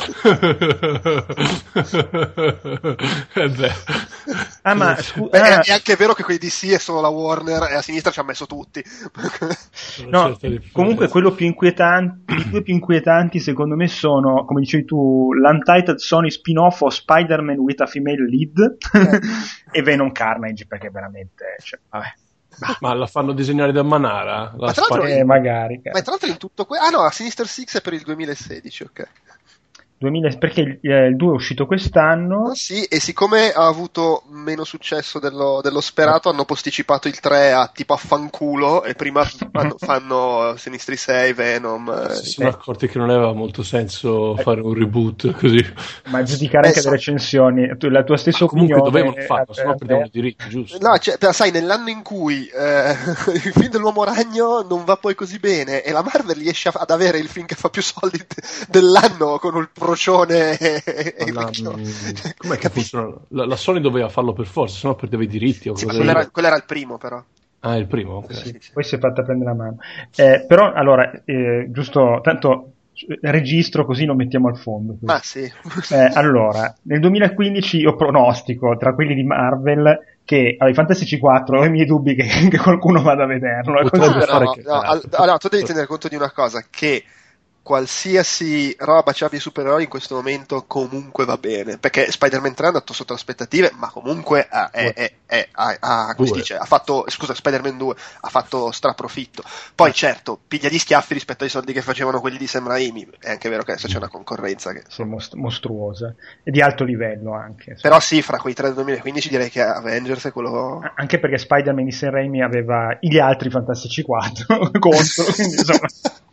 Eh beh. Ah, ma scu- Beh, ah, è, è anche vero che quelli D C è solo la Warner e a sinistra ci ha messo tutti. no, Una certa differenza. comunque quello più inquietante, i due più inquietanti secondo me sono, come dicevi tu, l'Untitled Sony spin-off o Spider-Man with a female lead e Venom Carnage, perché veramente, cioè, vabbè. Ma la fanno disegnare da Manara? La Ma tra l'altro- spa- Eh, magari, Ma tra l'altro in tutto questo... Ah no, Sinister Six è per il duemilasedici, ok. duemila perché il, eh, il due è uscito quest'anno. Ah, sì, e siccome ha avuto meno successo dello, dello sperato, hanno posticipato il tre a tipo a fanculo e prima fanno, fanno Sinistri sei, Venom. eh, si sono accorti che non aveva molto senso fare un reboot così. Ma giudicare anche Beh, le recensioni, tu- la tua stessa Comunque opinione. dovevano farlo, eh, sennò eh, perdevano i diritti, giusto? No, cioè, però, sai, nell'anno in cui eh, il film dell'Uomo Ragno non va poi così bene e la Marvel riesce a- ad avere il film che fa più soldi de- dell'anno con il procione e, e il Ma, ricchione. mm, com'è che Capisci? funziona? La, la Sony doveva farlo per forza, sennò perdeva i diritti o Sì, cose ma quello del- era, quello era il primo, però. Ah, è il primo? Ok. Sì, sì. Poi si è fatta prendere la mano. Eh, però, allora, eh, giusto, tanto eh, registro così lo mettiamo al fondo. Ma sì. Eh, allora, nel duemilaquindici io pronostico tra quelli di Marvel che ai Fantastici quattro ho i miei dubbi che, che qualcuno vada a vederlo. È Potrebbe così. No, fare no, che- no, al- allora, tu devi tenere conto di una cosa, che qualsiasi roba ci abbia i supereroi in questo momento comunque va bene, perché Spider-Man tre è andato sotto aspettative, ma comunque ha, è, è, è, ha, ha- come si Due. dice, ha fatto, scusa, Spider-Man due ha fatto straprofitto. Poi certo, piglia di schiaffi rispetto ai soldi che facevano quelli di Sam Raimi, è anche vero che adesso c'è una concorrenza che... Sì, most- mostruosa e di alto livello anche. Però sì, fra quei tre del duemilaquindici direi che Avengers è quello... A- Anche perché Spider-Man di Sam Raimi aveva gli altri Fantastici quattro contro, quindi insomma.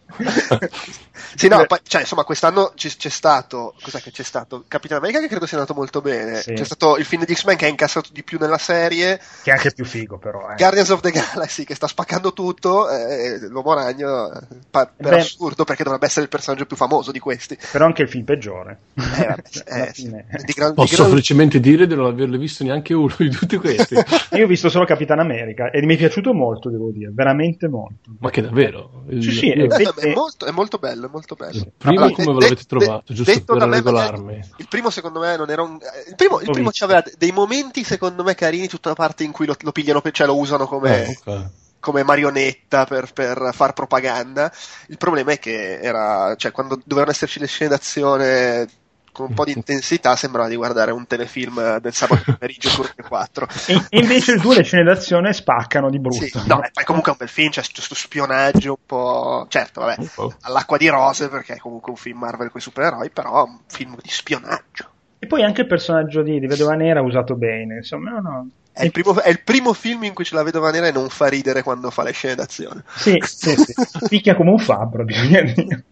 Sì, no, poi, cioè, insomma, quest'anno c'è, c'è stato, cos'è che c'è stato? Capitan America che credo sia andato molto bene, Sì. c'è stato il film di X-Men che ha incassato di più nella serie, Che è anche più figo, però. Eh. Guardians of the Galaxy che sta spaccando tutto, eh, l'Uomo Ragno, eh, pa- per Beh. assurdo, perché dovrebbe essere il personaggio più famoso di questi. Però anche il film peggiore. Eh, vabbè, Alla eh, sì. fine. Di gran- di Posso gran- semplicemente dire di non averle visto neanche uno di tutti questi. Io ho visto solo Capitan America e mi è piaciuto molto, devo dire, veramente molto. Ma che davvero? Il, Sì, sì, io- è Eh, no, e- è, molto, è molto bello, è molto bello. il primo Allora, come de- ve l'avete de- trovato? de- Giusto detto per da me, regolarmi. magari, il primo secondo me non era un... Il primo, il L'ho primo visto. c'aveva dei momenti secondo me carini, tutta la parte in cui lo, lo pigliano, per- cioè lo usano come... Eh, ok. come marionetta per, per far propaganda. Il problema è che era, cioè, quando dovevano esserci le scene d'azione con un po' di intensità sembrava di guardare un telefilm del sabato pomeriggio su Rete quattro. E, e invece il due le scene d'azione spaccano di brutto. Sì, no, e poi comunque è un bel film, c'è questo spionaggio un po', certo, vabbè, Un po'. all'acqua di rose perché è comunque un film Marvel con i supereroi, però è un film di spionaggio. E poi anche il personaggio di, di Vedova Nera usato bene, insomma, no, no. È il, primo, è il primo film in cui ce la Vedova Nera e non fa ridere quando fa le scene d'azione. Sì, sì, sì. Picchia come un fabbro, bisogna dire.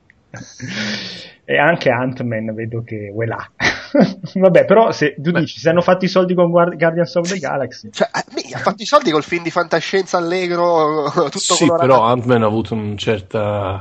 E anche Ant-Man vedo che là. Vabbè, però se tu Beh. dici se hanno fatto i soldi con Guard- Guardians of the Galaxy, Cioè, eh, mi- ha fatto i soldi col film di fantascienza allegro, tutto Sì, colorato. però Ant-Man ha avuto un certa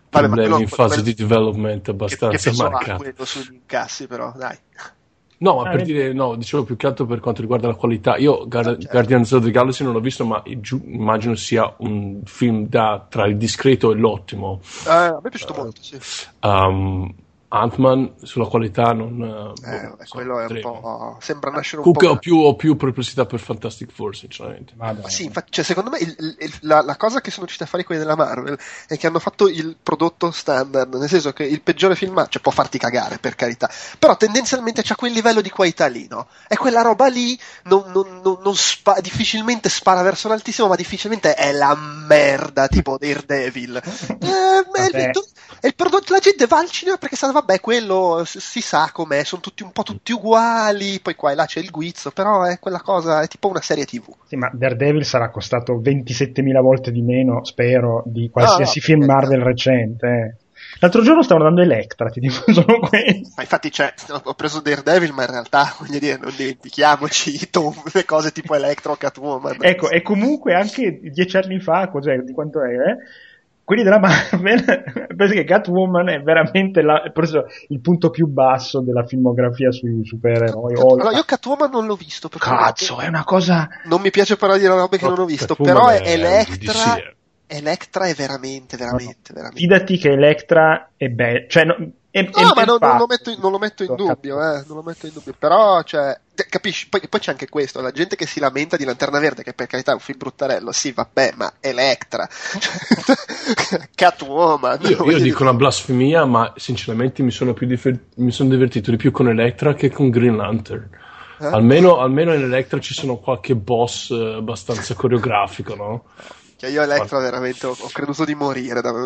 problemi quello, in fase quello, di development abbastanza che, che marcati. quello sugli incassi, però, dai. No, ma ah, per vedi. dire, no, dicevo più che altro per quanto riguarda la qualità. Io Guard- Ah, certo. Guardians of the Galaxy non l'ho visto, ma giu- immagino sia un film da tra il discreto e l'ottimo. Eh, a me è piaciuto Uh, molto, sì. Um, Ant-Man sulla qualità non... Eh, boh, quello è un vedremo. po'... sembra nascere un Comunque po'... ho più, ho più perplessità per Fantastic Four, sinceramente. Madonna. Ma sì, infatti, cioè, secondo me il, il, la, la cosa che sono riusciti a fare quelli della Marvel è che hanno fatto il prodotto standard, nel senso che il peggiore film, cioè può farti cagare per carità, però tendenzialmente c'ha quel livello di qualità lì, no? E quella roba lì non, non, non, non spa- difficilmente spara verso l'altissimo, ma difficilmente è la merda tipo Daredevil. Eh, è, il, è il prodotto, la gente va al cinema perché sa, vabbè, quello si sa com'è, sono tutti un po' tutti uguali, poi qua e là c'è il guizzo, però è quella cosa, è tipo una serie tivù. Sì, ma Daredevil sarà costato ventisettemila volte di meno, spero, di qualsiasi no, film perché- Marvel recente. eh. L'altro giorno stavano dando Electra, ti dico solo questo. Ma infatti c'è, ho preso Daredevil, ma in realtà, voglio dire, non dimentichiamoci i tom- le cose tipo Electro o Catwoman. Ecco, e comunque anche dieci anni fa, cos'è, di quanto è, eh? Quelli della Marvel, penso che Catwoman è veramente la, è preso il punto più basso della filmografia sui supereroi. Allora, io Catwoman non l'ho visto. perché Cazzo, è una cosa... Non mi piace parlare di robe che No, non ho visto, Catwoman però è Electra... D C. Electra è veramente, veramente, veramente... Fidati che Electra è bella, cioè... No, è, No, è ma ben non, non fatto. lo metto in, non lo metto in dubbio, eh, non lo metto in dubbio. Però, cioè, te- capisci? Poi, poi c'è anche questo, la gente che si lamenta di Lanterna Verde, che per carità è un film bruttarello, sì, vabbè, ma Electra, Catwoman. Io, voglio io dire- dico una blasfemia, ma sinceramente mi sono, più difer- mi sono divertito di più con Electra che con Green Lantern. Eh? Almeno, almeno in Electra ci sono qualche boss eh, abbastanza coreografico, no? Che io Electra veramente ho, ho creduto di morire. Da...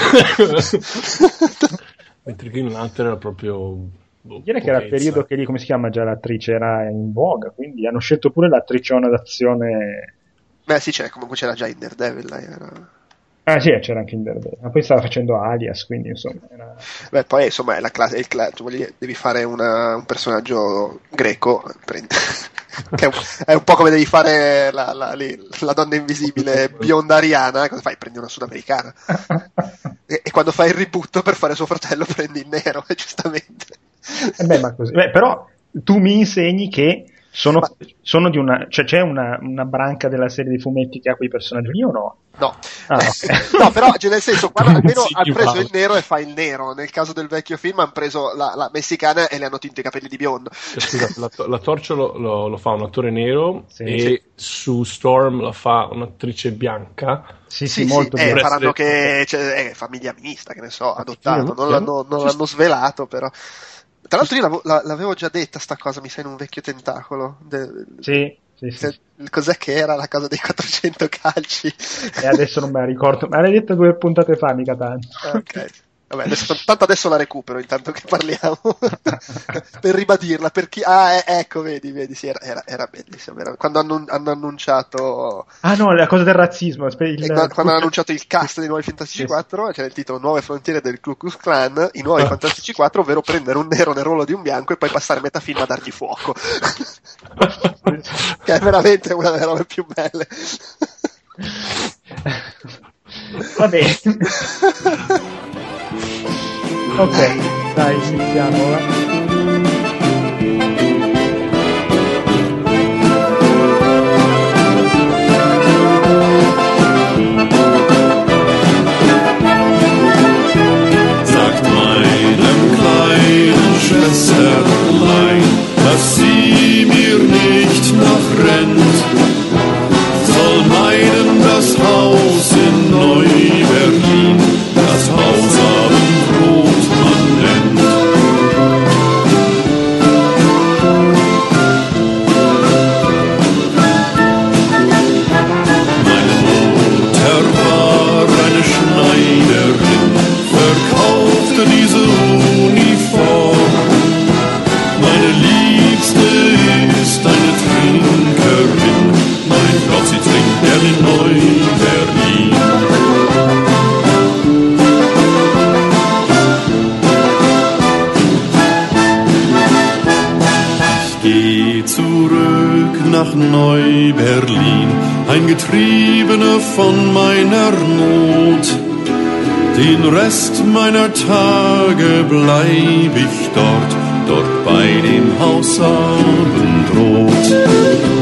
Mentre Green Lantern era proprio... boh, Dire che era il potenza. periodo che lì, come si chiama già l'attrice, era in voga, quindi hanno scelto pure l'attriciona d'azione. Beh sì, c'è, comunque c'era già in Daredevil, lei era... Ah sì, c'era anche in Daredevil, ma poi stava facendo Alias, quindi insomma era... Beh, poi insomma è la classe, è il cla- cioè, voglio dire, devi fare una, un personaggio greco, prendi... che è, un, è un po' come devi fare la, la, lì, la donna invisibile bionda ariana, cosa fai? Prendi una sudamericana. e, e quando fai il reboot per fare suo fratello prendi il nero, giustamente. Eh beh, ma così. Beh, però tu mi insegni che sono, Ma- sono di una... cioè c'è una, una branca della serie di fumetti che ha quei personaggi lì o no? No, Ah, ok. no, però cioè, nel senso, qua almeno Sì, ha preso Paolo. il nero e fa il nero. Nel caso del vecchio film hanno preso la, la messicana e le hanno tinto i capelli di biondo. Cioè, scusa, la, to- la torcia lo, lo- lo fa un attore nero Sì. e su Storm la fa un'attrice bianca. Sì, sì, Sì, molto sì, eh, bene. faranno che cioè, è famiglia mista, che ne so, adottato, non l'hanno, non Sì, l'hanno svelato, però. Tra l'altro io l'avevo, la- l'avevo già detta sta cosa, mi sa, in un vecchio tentacolo. De- Sì, sì, sì. se- cos'è che era la cosa dei quattrocento calci? E adesso non me la ricordo, ma l'hai detta due puntate fa, mica tanto. Ok. Vabbè, adesso, tanto adesso la recupero intanto che parliamo per ribadirla. Per chi... Ah, eh, ecco, vedi, vedi, sì, era, era, era bellissimo. Era... Quando hanno, hanno annunciato Ah no, la cosa del razzismo. aspe- il- E quando, quando hanno annunciato il cast dei Nuovi Fantastici Sì, sì. quattro, c'era il titolo Nuove frontiere del Ku Klux Klan, i Nuovi Fantastici quattro, ovvero prendere un nero nel ruolo di un bianco e poi passare metà film a dargli fuoco. Che è veramente una delle robe più belle. Va bene. Ok, dai, iniziamo. va. Sagt meinem kleinen Schwesterlein, dass sie mir nicht nachrennt, soll meiden das Haus in Neu-Berlin, das Haus Abendrot man nennt. Meine Mutter war eine Schneiderin, verkaufte diese Uniform. Meine Liebste ist eine Trinkerin, mein Gott, sie trinkt gern in Neu-Berlin. Ich geh zurück nach Neu-Berlin, ein Getriebener von meiner Not. Den Rest meiner Tage bleib ich dort, dort bei dem Haus Abendrot.